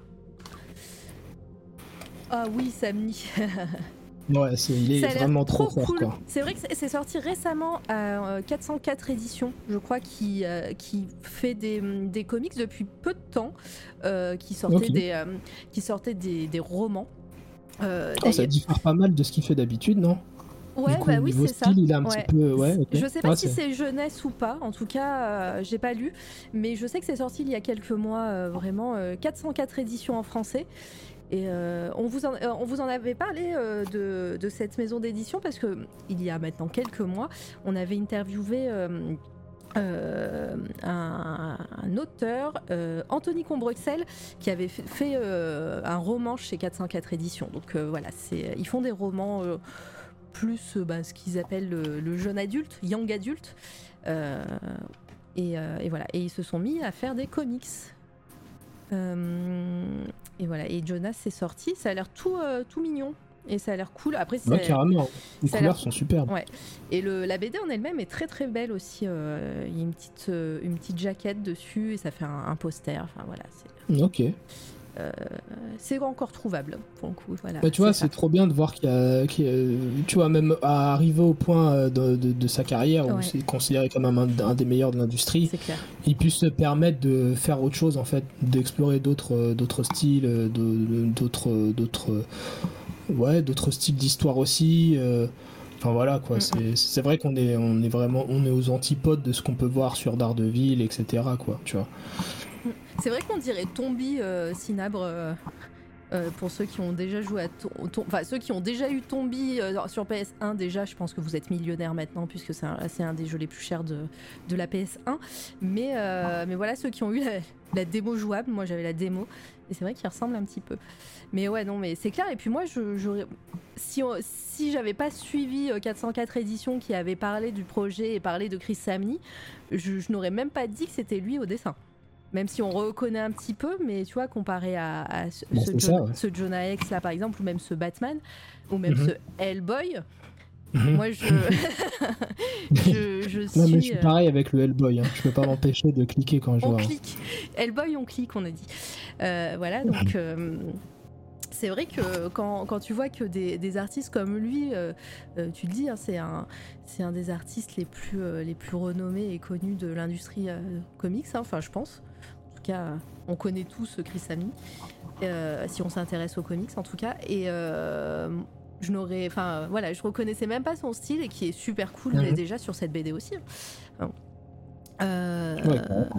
Ah oui, Samney. Ouais, c'est, il est Ça a l'air vraiment trop, trop fort, cool. quoi. C'est vrai que c'est, c'est sorti récemment à euh, quatre cent quatre éditions, je crois, qui, euh, qui fait des, des comics depuis peu de temps, euh, qui sortait, Ok. des, euh, qui sortait des, des romans. Euh, Oh, ça d'ailleurs- diffère pas mal de ce qu'il fait d'habitude, non? Ouais, Du coup, bah oui, niveau c'est style, ça. il a un Ouais. petit peu... Ouais, ok. Je sais pas Ouais, si c'est- c'est jeunesse ou pas, en tout cas, euh, j'ai pas lu, mais je sais que c'est sorti il y a quelques mois, euh, vraiment, euh, quatre cent quatre éditions en français. Et euh, on, vous en, euh, on vous en avait parlé euh, de, de cette maison d'édition parce que il y a maintenant quelques mois, on avait interviewé euh, euh, un, un auteur, euh, Anthony Combrexel, qui avait fait, fait euh, un roman chez quatre cent quatre éditions. Donc euh, voilà, c'est, ils font des romans euh, plus euh, bah, ce qu'ils appellent le, le jeune adulte, young adulte. Euh, et, euh, et voilà, et ils se sont mis à faire des comics. Euh, et voilà, et Jonas c'est sorti, ça a l'air tout, euh, tout mignon et ça a l'air cool. Après, c'est... Ouais, carrément. Les ça a couleurs l'air- sont superbes. Ouais. Et le, la B D en elle-même est très très belle aussi. euh, Il y a une petite, euh, une petite jaquette dessus et ça fait un, un poster. Enfin voilà, c'est, Ok. euh, c'est encore trouvable pour le coup. Voilà, Bah, tu vois, c'est c'est ça. trop bien de voir qu'il y a, qu'il y a- tu vois, même à arriver au point euh, de, de- de sa carrière où Ouais. c'est considéré comme un, un des meilleurs de l'industrie, C'est clair. il puisse se permettre de faire autre chose en fait, d'explorer d'autres, euh, d'autres styles, euh, de- de- d'autres, euh, d'autres, euh, ouais, d'autres styles d'histoire aussi. euh, Enfin voilà quoi, Mm, c'est, c'est vrai qu'on est, on est vraiment, on est aux antipodes de ce qu'on peut voir sur Daredevil, et cetera quoi, tu vois. C'est vrai qu'on dirait Tombi euh, Cinabre. euh, euh, pour ceux qui ont déjà joué à Tom- Tom- enfin ceux qui ont déjà eu Tombi euh, sur P S un, déjà je pense que vous êtes millionnaire maintenant puisque c'est un, c'est un des jeux les plus chers de, de la P S un, mais, euh, mais voilà, ceux qui ont eu la, la démo jouable, moi j'avais la démo et c'est vrai qu'il ressemble un petit peu, mais ouais non mais c'est clair. Et puis moi je, j'aurais, si, on- si j'avais pas suivi euh, quatre cent quatre éditions qui avait parlé du projet et parlé de Chris Samney, je, je n'aurais même pas dit que c'était lui au dessin. Même si on reconnaît un petit peu, mais tu vois, comparé à, à ce, Bon, ce, c'est John- ça, ouais. ce Jonah Hex là par exemple, ou même ce Batman, ou même Mhm. ce Hellboy, Mhm. moi je. je, je suis. Non mais je suis euh, pareil avec le Hellboy, hein. Je peux pas m'empêcher de cliquer quand je on vois. hein. clique. Hellboy, on clique, on a dit. Euh, voilà, donc. euh, c'est vrai que quand, quand tu vois que des, des artistes comme lui, euh, euh, tu le dis, hein, c'est, un, c'est un des artistes les plus, euh, les plus renommés et connus de l'industrie euh, comics, hein, enfin je pense. En tout cas, euh, on connaît tous Chris Samney, euh, si on s'intéresse aux comics en tout cas. Et euh, je n'aurais, enfin euh, voilà, je reconnaissais même pas son style et qui est super cool, mais Mhm. déjà sur cette B D aussi. hein. Euh, Ouais, carrément.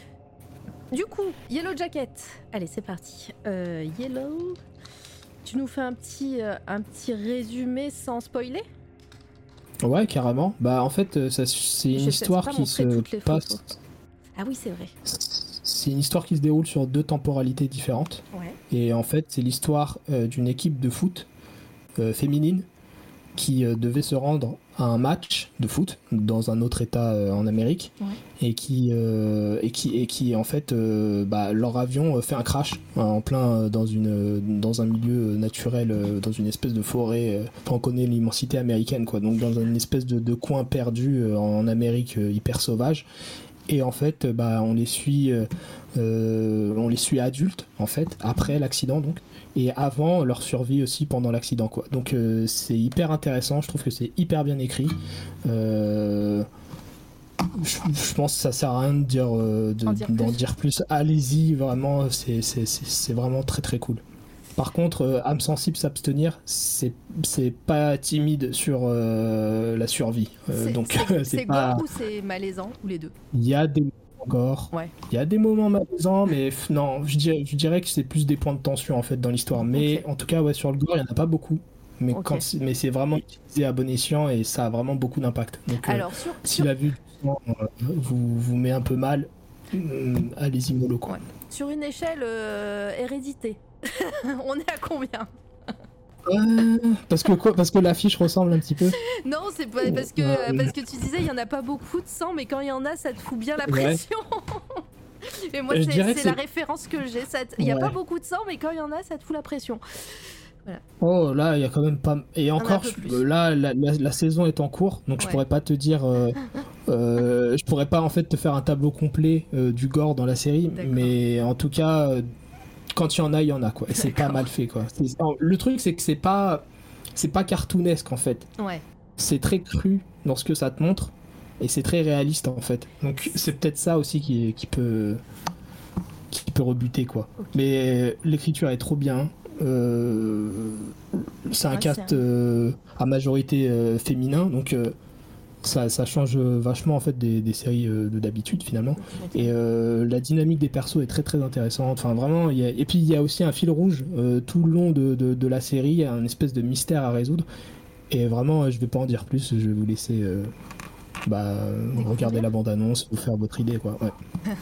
du coup, Yellow Jacket. Allez, c'est parti. Euh, Yellow. Tu nous fais un petit, euh, un petit résumé sans spoiler. Ouais, carrément. Bah en fait, euh, ça, c'est une Je sais histoire pas qui montrer se toutes les passe. photos. Ah oui, c'est vrai. C'est une histoire qui se déroule sur deux temporalités différentes. Ouais. Et en fait, c'est l'histoire euh, d'une équipe de foot euh, féminine qui euh, devait se rendre à un match de foot dans un autre état euh, en Amérique, Ouais. et qui euh, et qui et qui en fait euh, bah, leur avion euh, fait un crash hein, en plein euh, dans une euh, dans un milieu naturel, euh, dans une espèce de forêt. euh, Enfin, on connaît l'immensité américaine quoi, donc dans une espèce de, de coin perdu euh, en Amérique euh, hyper sauvage. Et en fait, euh, bah, on les suit, euh, euh, on les suit adultes en fait après l'accident donc, et avant leur survie aussi pendant l'accident quoi. Donc euh, c'est hyper intéressant. Je trouve que c'est hyper bien écrit. Euh, je, je pense que ça sert à rien de dire, euh, de- En dire d'en plus. dire plus. Allez-y, vraiment, c'est, c'est, c'est, c'est vraiment très très cool. Par contre, euh, âme sensible s'abstenir, c'est, c'est pas timide sur euh, la survie. Euh, c'est, donc c'est, c'est c'est pas. gore ou c'est malaisant ou les deux. Il y a des moments gore, Ouais. il y a des moments malaisants, mais f- non, je dirais, je dirais que c'est plus des points de tension en fait dans l'histoire. Mais Ok. en tout cas, ouais, sur le gore, il y en a pas beaucoup. Mais, Ok. quand, c'est- mais c'est vraiment utilisé à bon escient et ça a vraiment beaucoup d'impact. Donc, euh, Alors sur, si sur, la vue du sang euh, vous, vous met un peu mal, hum, allez-y mollo quoi. Ouais. sur une échelle euh, hérédité, on est à combien? Euh, parce que quoi? Parce que l'affiche ressemble un petit peu. Non, c'est pas parce que Ouais. parce que tu disais il y en a pas beaucoup de sang, mais quand il y en a, ça te fout bien la Ouais. pression. Et moi, Je c'est, dirais que c'est la c'est- référence que j'ai. Ça te- Il y a Ouais. pas beaucoup de sang, mais quand il y en a, ça te fout la pression. Oh là, il y a quand même pas. Et a un encore, peu je- plus. là, la, la- la saison est en cours, donc je Ouais. pourrais pas te dire. euh, euh, je pourrais pas en fait te faire un tableau complet euh, du gore dans la série, D'accord. mais en tout cas, euh, quand il y en a, il y en a quoi. Et c'est pas D'accord. mal fait quoi. C'est- alors, le truc, c'est que c'est pas, c'est pas cartoonesque en fait. Ouais. C'est très cru dans ce que ça te montre, et c'est très réaliste en fait. Donc c'est peut-être ça aussi qui, qui peut, qui peut rebuter quoi. Ok. Mais l'écriture est trop bien. Euh, c'est un Ouais, cast c'est un- euh, à majorité euh, féminin, donc euh, ça, ça change vachement en fait des, des séries euh, de d'habitude finalement. Et euh, la dynamique des persos est très très intéressante. Enfin vraiment, il y a... et puis il y a aussi un fil rouge euh, tout le long de, de, de la série, un espèce de mystère à résoudre. Et vraiment, euh, je vais pas en dire plus. Je vais vous laisser euh, bah, regarder la bande annonce, vous faire votre idée quoi. Ouais.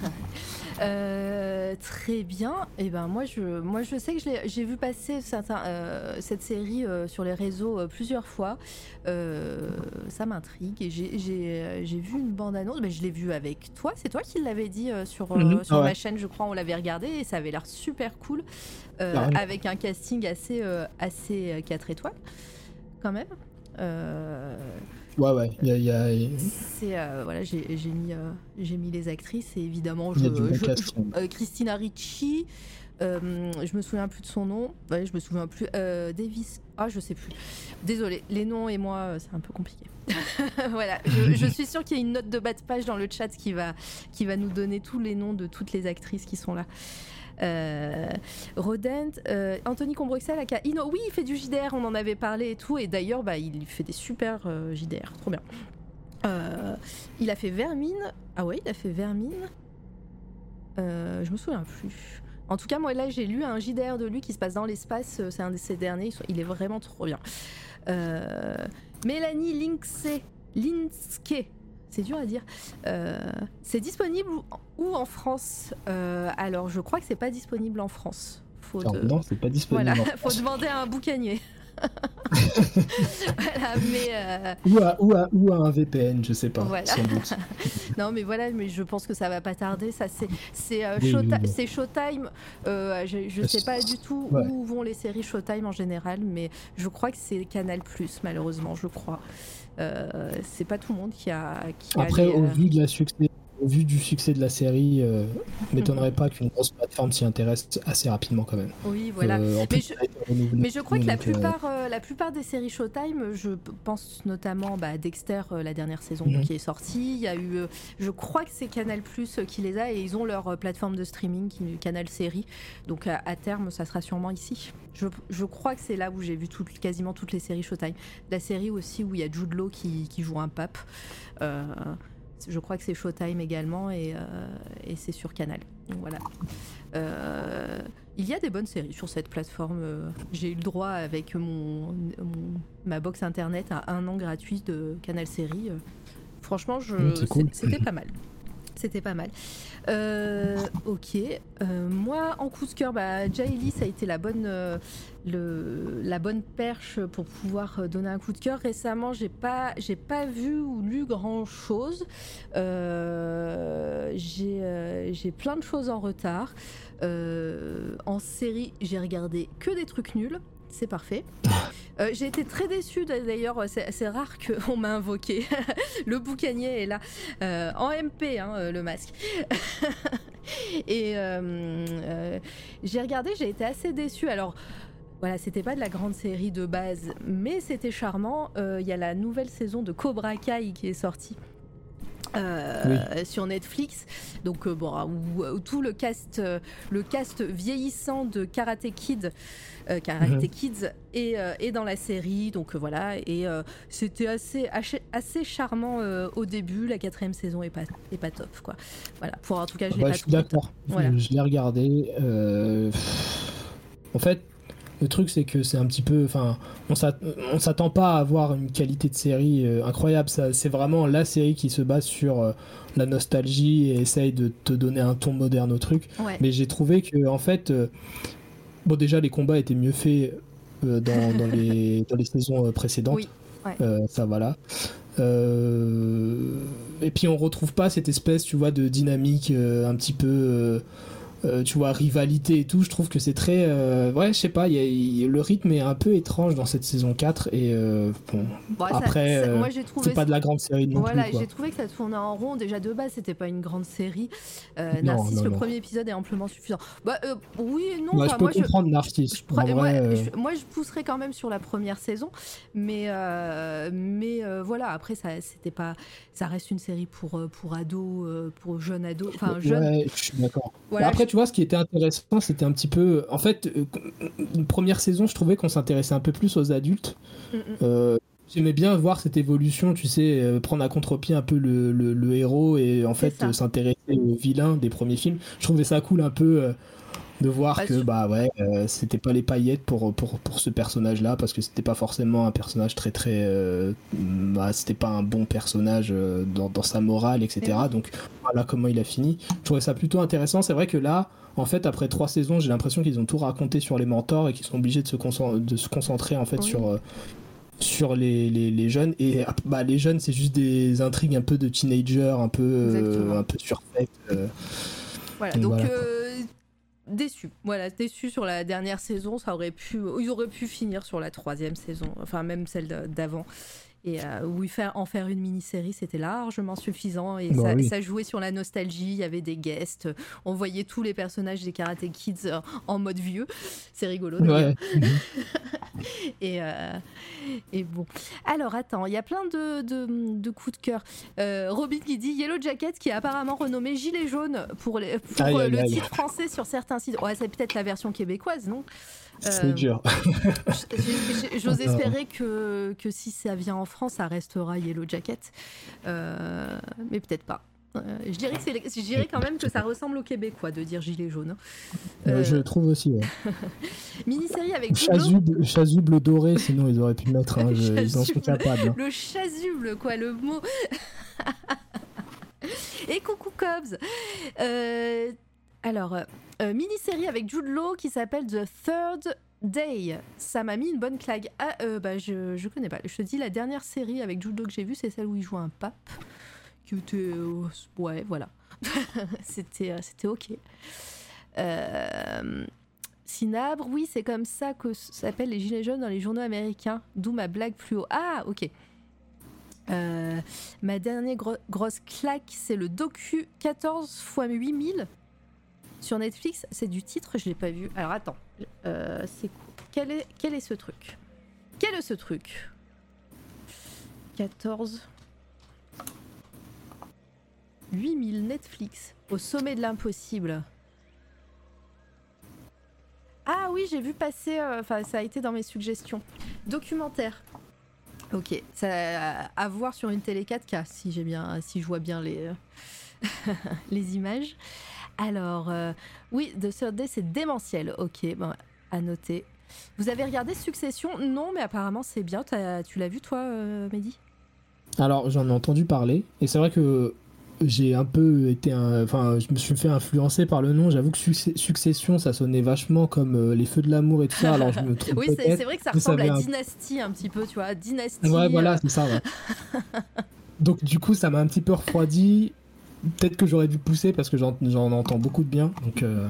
Euh, très bien. Et ben moi je, moi je sais que je l'ai- j'ai vu passer certains, euh, cette série euh, sur les réseaux euh, plusieurs fois. Euh, ça m'intrigue et j'ai, j'ai, euh, j'ai vu une bande annonce. Mais je l'ai vue avec toi. C'est toi qui l'avais dit euh, sur, euh, Mhm. sur Ah ouais. ma chaîne, je crois. On l'avait regardé et ça avait l'air super cool, euh, Carrément. avec un casting assez, euh, assez euh, quatre étoiles quand même. Euh, Ouais, ouais. Il y a, il y a- il c'est euh, voilà, j'ai, j'ai mis euh, j'ai mis les actrices et évidemment je, y a du bon je- casting. je- euh, Christina Ricci, euh, je me souviens plus de son nom, ouais, je me souviens plus, euh, Davis, ah je sais plus, désolé, les noms et moi euh, c'est un peu compliqué. Voilà, je, je suis sûre qu'il y a une note de bas de page dans le chat qui va qui va nous donner tous les noms de toutes les actrices qui sont là. Euh, Rodent, euh, Anthony Combruxel, aka Ino, oui, il fait du J D R, on en avait parlé et tout, et d'ailleurs, bah, il fait des super euh, J D R, trop bien. Euh, il a fait Vermine, ah ouais, il a fait Vermine, euh, je me souviens plus. En tout cas, moi là, j'ai lu un J D R de lui qui se passe dans l'espace, c'est un de ses derniers, il est vraiment trop bien. Euh, Mélanie Lindsay, Lindsay. C'est dur à dire. Euh, c'est disponible où, où en France euh, Alors, je crois que c'est pas disponible en France. Faut Alors, de... non, c'est pas disponible. Voilà, en faut France. demander à un boucanier. Voilà, mais euh, Ou à, ou, à, ou à un V P N, je sais pas. Voilà. Sans doute. non, mais voilà, mais je pense que ça va pas tarder. Ça, c'est c'est euh, Oui, Showti- oui, oui. c'est Showtime. Euh, je, je sais pas du tout Ouais. où vont les séries Showtime en général, mais je crois que c'est Canal Plus, malheureusement, je crois. Euh, c'est pas tout le monde qui a. Qui a Après, les, au euh, vu de la succès, au vu du succès de la série, euh, m'étonnerait pas qu'une grosse plateforme s'y intéresse assez rapidement quand même. Oui, voilà. Euh, en Mais plus, je- ça a été renouvelé, Mais je crois que la donc, euh, plupart, euh, la plupart des séries Showtime, je p- pense notamment bah, à Dexter, euh, la dernière saison Mhm. qui est sortie. Il y a eu, euh, je crois que c'est Canal Plus qui les a et ils ont leur euh, plateforme de streaming, qui, Canal Série. Donc à, à terme, ça sera sûrement ici. Je, je crois que c'est là où j'ai vu tout- quasiment toutes les séries Showtime. La série aussi où il y a Jude Law qui, qui joue un pape. Euh, je crois que c'est Showtime également et, euh, et c'est sur Canal. Donc voilà. Euh, il y a des bonnes séries sur cette plateforme. Euh, J'ai eu le droit avec mon, mon- ma box internet à un an gratuit de Canal Série. Euh, franchement, je, Mm, c'est cool. c'est- c'était pas mal. C'était pas mal. Euh, ok. Euh, moi, en coup de cœur, bah, Jaili, ça a été la bonne, euh, le, la bonne perche pour pouvoir euh, donner un coup de cœur. Récemment, j'ai pas, j'ai pas vu ou lu grand chose. Euh, j'ai, euh, j'ai plein de choses en retard. Euh, en série, j'ai regardé que des trucs nuls. C'est parfait. Euh, j'ai été très déçue d'ailleurs, c'est, c'est rare qu'on m'a invoqué. Le boucanier est là, euh, en M P, hein, euh, le masque. Et euh, euh, j'ai regardé, j'ai été assez déçue. Alors voilà, c'était pas de la grande série de base, mais c'était charmant. Il euh, y a la nouvelle saison de Cobra Kai qui est sortie. Euh, oui. Sur Netflix, donc euh, bon, où, où tout le cast, euh, le cast vieillissant de Karate Kid, euh, Karate mm-hmm. Kids est, euh, est dans la série, donc euh, voilà, et euh, c'était assez, assez charmant euh, au début. La quatrième saison est pas, est pas top, quoi. Voilà, pour en tout cas, je l'ai bah, pas je suis d'accord. Voilà. Je, je l'ai regardé. Euh... En fait. Le truc, c'est que c'est un petit peu... Enfin, on s'attend pas à avoir une qualité de série euh, incroyable. Ça, c'est vraiment la série qui se base sur euh, la nostalgie et essaye de te donner un ton moderne au truc. Ouais. Mais j'ai trouvé que, en fait... Euh, bon, déjà, les combats étaient mieux faits euh, dans, dans, les, dans les saisons précédentes. Oui. Ouais. Euh, ça voilà. Euh... Et puis on retrouve pas cette espèce, tu vois, de dynamique euh, un petit peu, euh, euh, tu vois, rivalité et tout. Je trouve que c'est très, euh... ouais, je sais pas, y a, y, le rythme est un peu étrange dans cette saison quatre et euh, bon. bon après, ça, ça, moi, j'ai trouvé c'est pas de la grande série non voilà, plus. Voilà, j'ai trouvé que ça tournait en rond. Déjà de base, c'était pas une grande série. Euh, non, Narcisse, non, le non. premier épisode est amplement suffisant. Bah euh, oui et non. Bah, je peux moi, comprendre je, Narcisse. Je, je, moi, euh... je, moi, je pousserais quand même sur la première saison, mais euh, mais euh, voilà. Après, ça, c'était pas, ça reste une série pour pour ados, pour jeunes ados, enfin jeunes. Ouais, je suis d'accord. Voilà, après, je... tu vois, ce qui était intéressant, c'était un petit peu, en fait, une première saison, je trouvais qu'on s'intéressait un peu plus aux adultes. Mm-hmm. Euh, J'aimais bien voir cette évolution, tu sais, euh, prendre à contre-pied un peu le, le, le héros et en fait euh, s'intéresser aux vilains des premiers films. Je trouvais ça cool un peu euh, de voir bah, que je... bah ouais, euh, c'était pas les paillettes pour, pour, pour ce personnage-là parce que c'était pas forcément un personnage très très, euh, bah, c'était pas un bon personnage euh, dans, dans sa morale, et cetera. Donc voilà comment il a fini. Je trouvais ça plutôt intéressant. C'est vrai que là, en fait, après trois saisons, j'ai l'impression qu'ils ont tout raconté sur les mentors et qu'ils sont obligés de se, concent- de se concentrer en fait oui. sur euh, sur les, les, les jeunes et bah les jeunes c'est juste des intrigues un peu de teenagers un peu euh, un peu surfaites euh. voilà donc, donc voilà. Euh, déçu voilà déçu sur la dernière saison. Ça aurait pu ils auraient pu finir sur la troisième saison, enfin même celle d'avant. Et euh, où faire, en faire une mini-série, c'était largement suffisant. Et bah ça, oui. ça jouait sur la nostalgie. Il y avait des guests. On voyait tous les personnages des Karate Kids en mode vieux. C'est rigolo. Ouais. et, euh, et bon. Alors, attends, il y a plein de, de, de coups de cœur. Euh, Robin qui dit Yellow Jacket, qui est apparemment renommé Gilet jaune pour, les, pour aïe, aïe, le aïe. titre français sur certains sites. Ouais, c'est peut-être la version québécoise, non ? C'est euh, dur. J'ose espérer que, que si ça vient en France, ça restera Yellow Jacket. Euh, mais peut-être pas. Euh, je, dirais que c'est, je dirais quand même que ça ressemble au québécois de dire gilet jaune. Euh, je trouve aussi. Ouais. Mini-série avec chasuble, chasuble doré, sinon ils auraient pu le mettre. Hein, je, ils en sont capables. Hein. Le chasuble, quoi, le mot. Et coucou Cobbs. Euh, alors. Euh, mini-série avec Jude Law qui s'appelle The Third Day. Ça m'a mis une bonne claque. Ah, euh, bah, je, je connais pas. Je te dis, la dernière série avec Jude Law que j'ai vue, c'est celle où il joue un pape. Qui était. Euh, ouais, voilà. c'était, euh, c'était ok. Euh, Cinabre, oui, c'est comme ça que s'appellent les gilets jaunes dans les journaux américains. D'où ma blague plus haut. Ah, ok. Euh, ma dernière gro- grosse claque, c'est le docu quatorze fois huit mille. Sur Netflix, c'est du titre, je l'ai pas vu. Alors attends, euh, c'est quoi quel est, quel est ce truc Quel est ce truc quatorze huit mille Netflix, au sommet de l'impossible. Ah oui, j'ai vu passer, enfin euh, ça a été dans mes suggestions. Documentaire. Ok, ça à voir sur une télé quatre K si j'ai bien, si je vois bien les les images. Alors, euh, oui, The Third Day, c'est démentiel. Ok, bon, à noter. Vous avez regardé Succession ? Non, mais apparemment, c'est bien. T'as, tu l'as vu, toi, euh, Mehdi ? Alors, j'en ai entendu parler. Et c'est vrai que j'ai un peu été... Enfin, je me suis fait influencer par le nom. J'avoue que Suc- Succession, ça sonnait vachement comme euh, Les Feux de l'amour et tout ça. Alors, je me trompe oui, c'est, c'est vrai que ça ressemble à un... Dynasty, un petit peu, tu vois. Dynasty. Ouais, voilà, c'est ça, ouais. Donc, du coup, ça m'a un petit peu refroidi. Peut-être que j'aurais dû pousser parce que j'en, j'en entends beaucoup de bien. Donc euh...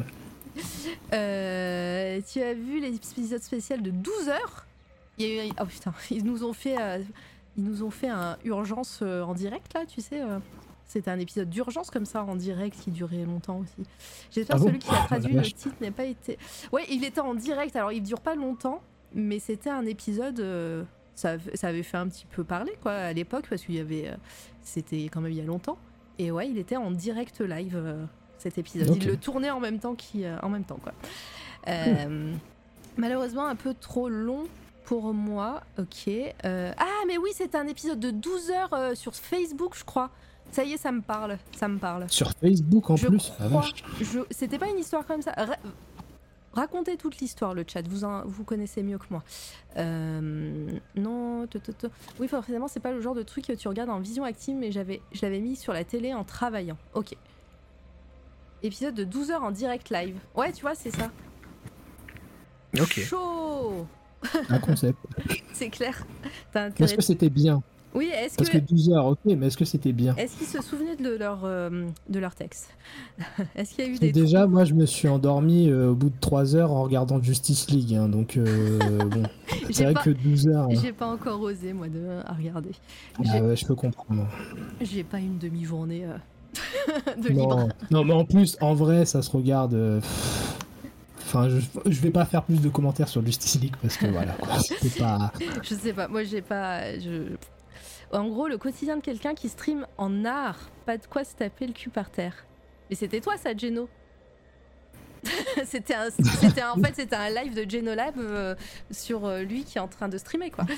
Euh, tu as vu l'épisode spécial de douze heures ? Il y a eu... Oh putain, ils nous ont fait, euh... ils nous ont fait un urgence euh, en direct là, tu sais. Euh... C'était un épisode d'urgence comme ça en direct qui durait longtemps aussi. J'espère ah que bon celui qui a traduit le titre n'a pas été. Ouais, il était en direct. Alors il dure pas longtemps, mais c'était un épisode. Euh... Ça, ça avait fait un petit peu parler quoi à l'époque parce qu'il y avait. Euh... C'était quand même il y a longtemps. Et ouais, il était en direct live, euh, cet épisode. Okay. Il le tournait en même temps, qu'il, euh, en même temps quoi. Euh, mmh. Malheureusement, un peu trop long pour moi. Ok. Euh, ah, mais oui, c'était un épisode de douze heures euh, sur Facebook, je crois. Ça y est, ça me parle. Ça me parle. Sur Facebook en je plus crois, je... C'était pas une histoire comme ça. Ra- Racontez toute l'histoire, le chat. Vous, en... vous connaissez mieux que moi. Euh... Non, t- t- t- oui, forcément, c'est pas le genre de truc que tu regardes en vision active, mais j'avais, je l'avais mis sur la télé en travaillant. Ok. Épisode de douze heures en direct live. Ouais, tu vois, c'est ça. Ok. Chaud. Un concept. C'est clair. T'as Mais intérêt. est-ce que c'était bien? Oui, est-ce Parce que, que douze heures, ok, mais est-ce que c'était bien? est-ce qu'ils se souvenaient de leur, euh, de leur texte? Est-ce qu'il y a eu Et des déjà, trous? moi, je me suis endormi euh, au bout de trois heures en regardant Justice League, hein, donc euh, bon, J'ai c'est vrai pas- que douze heures, hein. J'ai pas encore osé, moi, de à regarder. Ah J'ai, ouais, je peux comprendre. j'ai pas une demi-journée euh, de libre. Non, non, mais en plus, en vrai, ça se regarde. euh, pff, Enfin, je, je vais pas faire plus de commentaires sur Justice League parce que voilà, quoi, c'est pas. Je sais pas, moi j'ai pas. Je... En gros, le quotidien de quelqu'un qui stream en art, pas de quoi se taper le cul par terre. Mais c'était toi ça, Geno. c'était un, c'était un- en fait c'était un live de Genolab euh, sur euh, lui qui est en train de streamer quoi.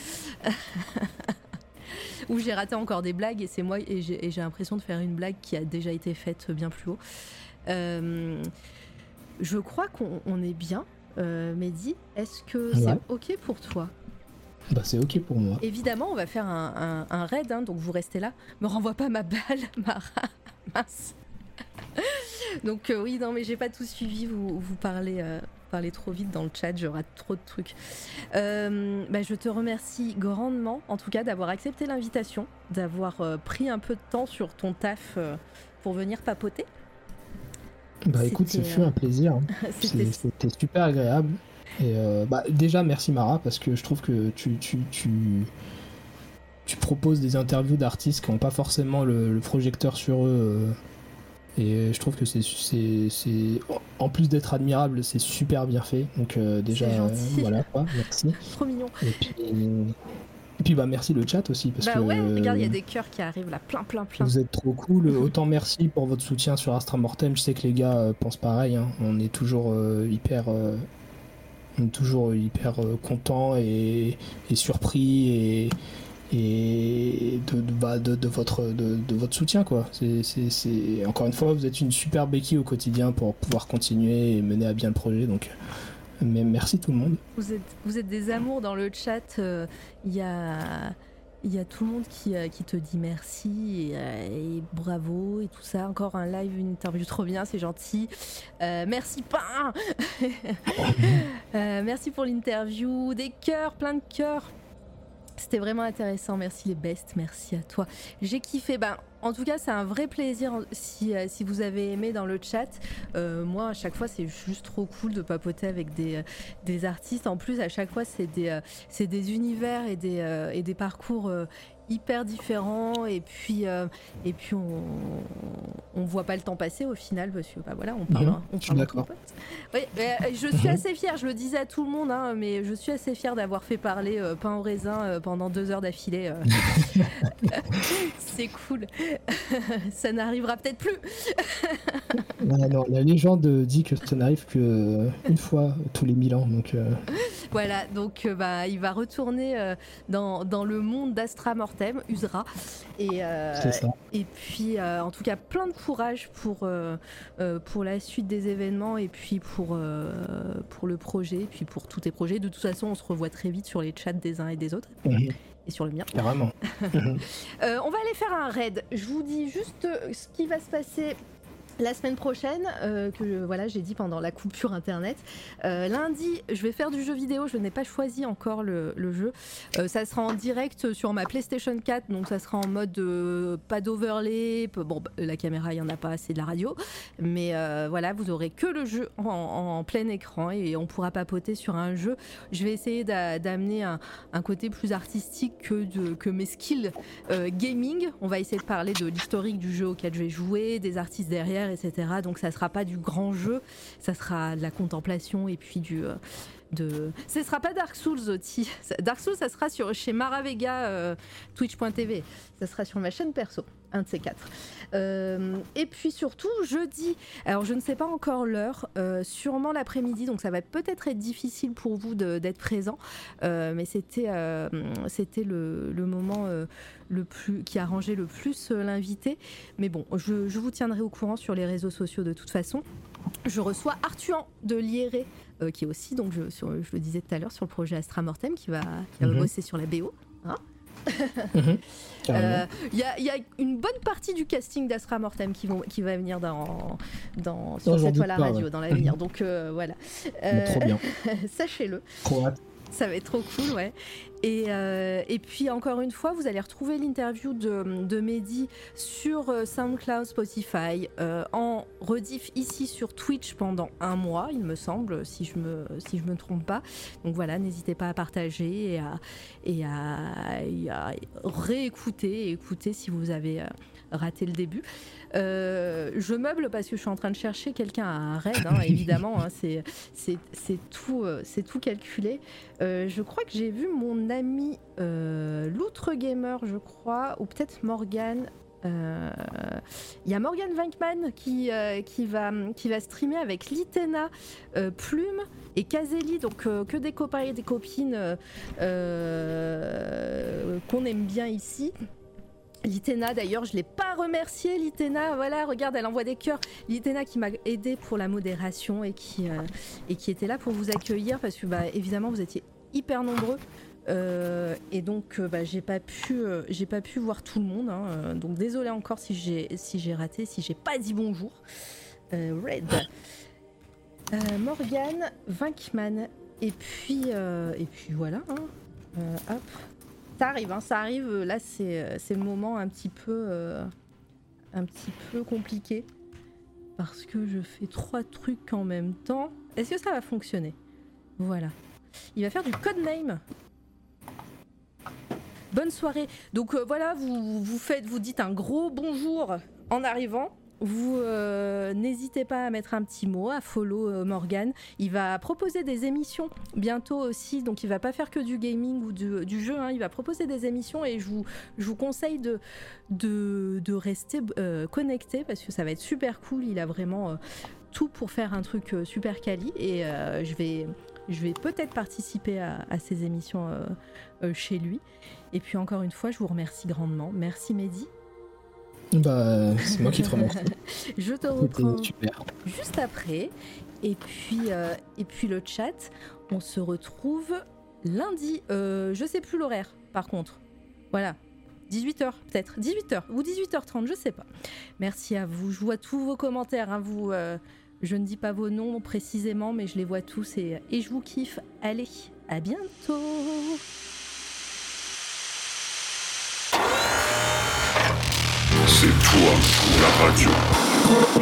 Où j'ai raté encore des blagues et c'est moi et j'ai, et j'ai l'impression de faire une blague qui a déjà été faite bien plus haut. Euh, je crois qu'on on est bien, euh, Mehdi. Est-ce que Ouais. c'est ok pour toi? Bah, c'est ok pour moi. Évidemment, on va faire un, un, un raid, hein, donc vous restez là. Me renvoie pas ma balle, Mara. Mince. Donc euh, oui, non, mais j'ai pas tout suivi. Vous, vous parlez, euh, parlez trop vite dans le chat. Je rate trop de trucs. Euh, bah, je te remercie grandement, en tout cas, d'avoir accepté l'invitation, d'avoir euh, pris un peu de temps sur ton taf euh, pour venir papoter. Bah écoute, ce C'était, fut euh, un plaisir, hein. C'était C'est- C'était super agréable. Et euh, bah, déjà, merci Mara, parce que je trouve que tu, tu, tu, tu proposes des interviews d'artistes qui n'ont pas forcément le, le projecteur sur eux. euh, et je trouve que c'est, c'est, c'est en plus d'être admirable, c'est super bien fait. Donc euh, déjà, C'est gentil. euh, voilà quoi, merci. trop mignon. Et puis, et puis bah merci le chat aussi, parce Bah que ouais, regarde, il y a des cœurs qui arrivent là, plein, plein, plein. vous êtes trop cool. Autant merci pour votre soutien sur Astra Mortem. Je sais que les gars euh, pensent pareil, hein. On est toujours euh, hyper, euh, on est toujours hyper euh, content et, et surpris et, et de, de, bah, de, de votre, de, de votre soutien quoi. C'est, c'est, c'est... Encore une fois, vous êtes une super béquille au quotidien pour pouvoir continuer et mener à bien le projet. Donc, mais merci tout le monde. Vous êtes, vous êtes des amours dans le chat. Il euh, y a. Il y a tout le monde qui, euh, qui te dit merci et, euh, et bravo et tout ça. Encore un live, une interview trop bien, c'est gentil. Euh, merci pain. euh, Merci pour l'interview. Des cœurs, plein de cœurs. C'était vraiment intéressant. Merci les bestes, merci à toi. J'ai kiffé. Ben, en tout cas, c'est un vrai plaisir si, euh, si vous avez aimé dans le chat. Euh, moi, à chaque fois, c'est juste trop cool de papoter avec des, euh, des artistes. En plus, à chaque fois, c'est des, euh, c'est des univers et des, euh, et des parcours euh, hyper différents. Et puis, euh, et puis on, on voit pas le temps passer au final parce que bah, voilà, on parle. Mmh, hein, on je suis parle d'accord. entre potes. Oui, euh, je suis assez fière, je le disais à tout le monde, hein, mais je suis assez fière d'avoir fait parler euh, pain au raisin euh, pendant deux heures d'affilée. euh. C'est cool. Ça n'arrivera peut-être plus. Ah, non, la légende dit que ça n'arrive que une fois tous les mille ans. Donc, euh, Voilà, donc euh, bah, il va retourner euh, dans, dans le monde d'Astra Mortem, Usra. Et, euh, c'est ça. et puis, euh, en tout cas, plein de courage pour, euh, euh, pour la suite des événements et puis pour, euh, pour le projet, et puis pour tous tes projets. De toute façon, on se revoit très vite sur les chats des uns et des autres, Mhm, et sur le mien. carrément. Mhm. Euh, on va aller faire un raid. Je vous dis juste euh, ce qui va se passer la semaine prochaine, euh, que voilà, j'ai dit pendant la coupure internet. Euh, lundi, je vais faire du jeu vidéo. Je n'ai pas choisi encore le, le jeu. Euh, ça sera en direct sur ma PlayStation quatre, donc ça sera en mode euh, pas d'overlay. Peu- Bon, bah, la caméra, il y en a pas assez de la radio, mais euh, voilà, vous aurez que le jeu en, en plein écran et on pourra papoter sur un jeu. Je vais essayer d'a- d'amener un, un côté plus artistique que, de, que mes skills euh, gaming. On va essayer de parler de l'historique du jeu auquel je vais jouer, des artistes derrière, et cetera. Donc ça sera pas du grand jeu, ça sera de la contemplation et puis du... Euh, de... Ce sera pas Dark Souls, Oti. Dark Souls, ça sera sur, chez Maravega, euh, twitch point t v. Ça sera sur ma chaîne perso, un de ces quatre. Euh, et puis surtout, jeudi, alors je ne sais pas encore l'heure, euh, sûrement l'après-midi, donc ça va peut-être être difficile pour vous de, d'être présent, euh, mais c'était, euh, c'était le, le moment euh, le plus, qui arrangeait le plus euh, l'invité. Mais bon, je, je vous tiendrai au courant sur les réseaux sociaux de toute façon. Je reçois Arthuan de Lieré, euh, qui est aussi, donc je, sur, je le disais tout à l'heure, sur le projet Astra Mortem, qui va, qui va Mhm. bosser sur la B O. Hein. Mhm, carrément. Il euh, y, y a une bonne partie du casting d'Astra Mortem qui, vont, qui va venir dans, dans, sur Oh, j'en cette doute fois la pas, radio ouais. dans l'avenir. Donc euh, voilà. Mais trop bien. Sachez-le. Trop hâte. Ça va être trop cool, ouais. Et, euh, et puis encore une fois, vous allez retrouver l'interview de, de Mehdi sur euh, SoundCloud, Spotify, euh, en rediff ici sur Twitch pendant un mois, il me semble, si je me si je me trompe pas. Donc voilà, n'hésitez pas à partager et à et à, et à réécouter, et écouter si vous avez euh, raté le début. Euh, je meuble parce que je suis en train de chercher quelqu'un à raid, hein, évidemment, hein, c'est, c'est, c'est, tout, euh, c'est tout calculé. Euh, je crois que j'ai vu mon ami euh, Loutre Gamer, je crois, ou peut-être Morgane. Il euh, y a Morgane Winkman qui, euh, qui, va, qui va streamer avec Litena, euh, Plume et Kazeli, donc euh, que des copains et des copines euh, euh, qu'on aime bien ici. Litena, d'ailleurs, je ne l'ai pas remerciée, Litena, voilà, regarde, elle envoie des cœurs. Litena qui m'a aidé pour la modération et qui, euh, et qui était là pour vous accueillir parce que, bah, évidemment, vous étiez hyper nombreux. Euh, et donc, euh, bah, j'ai pas pu, euh, j'ai pas pu voir tout le monde. Hein, euh, donc, désolé encore si j'ai, si j'ai raté, si j'ai pas dit bonjour. Euh, Red. Euh, Morgane, Winkman. Et puis, euh, et puis voilà. Hein. Euh, hop. Ça arrive, hein, ça arrive. Là, c'est, c'est le moment un petit peu, euh, un petit peu compliqué parce que je fais trois trucs en même temps. Est-ce que ça va fonctionner ? Voilà. Il va faire du codename. Bonne soirée. Donc euh, voilà, vous vous faites, vous dites un gros bonjour en arrivant. Vous euh, n'hésitez pas à mettre un petit mot, à follow euh, Morgane. Il va proposer des émissions bientôt aussi, donc il va pas faire que du gaming ou du, du jeu, hein. Il va proposer des émissions et je vous, je vous conseille de, de, de rester euh, connecté parce que ça va être super cool. Il a vraiment euh, tout pour faire un truc euh, super quali et euh, je vais, je vais peut-être participer à, à ces émissions euh, euh, chez lui. Et puis encore une fois, je vous remercie grandement. Merci Mehdi. Bah, c'est moi qui te remercie. Je te reprends super. juste après. Et puis, euh, et puis le chat, on se retrouve lundi. Euh, je sais plus l'horaire, par contre. Voilà. dix-huit heures peut-être. dix-huit heures ou dix-huit heures trente, je sais pas. Merci à vous. Je vois tous vos commentaires. Hein, vous, euh, je ne dis pas vos noms précisément, mais je les vois tous et, et je vous kiffe. Allez, à bientôt. C'est toi la radio.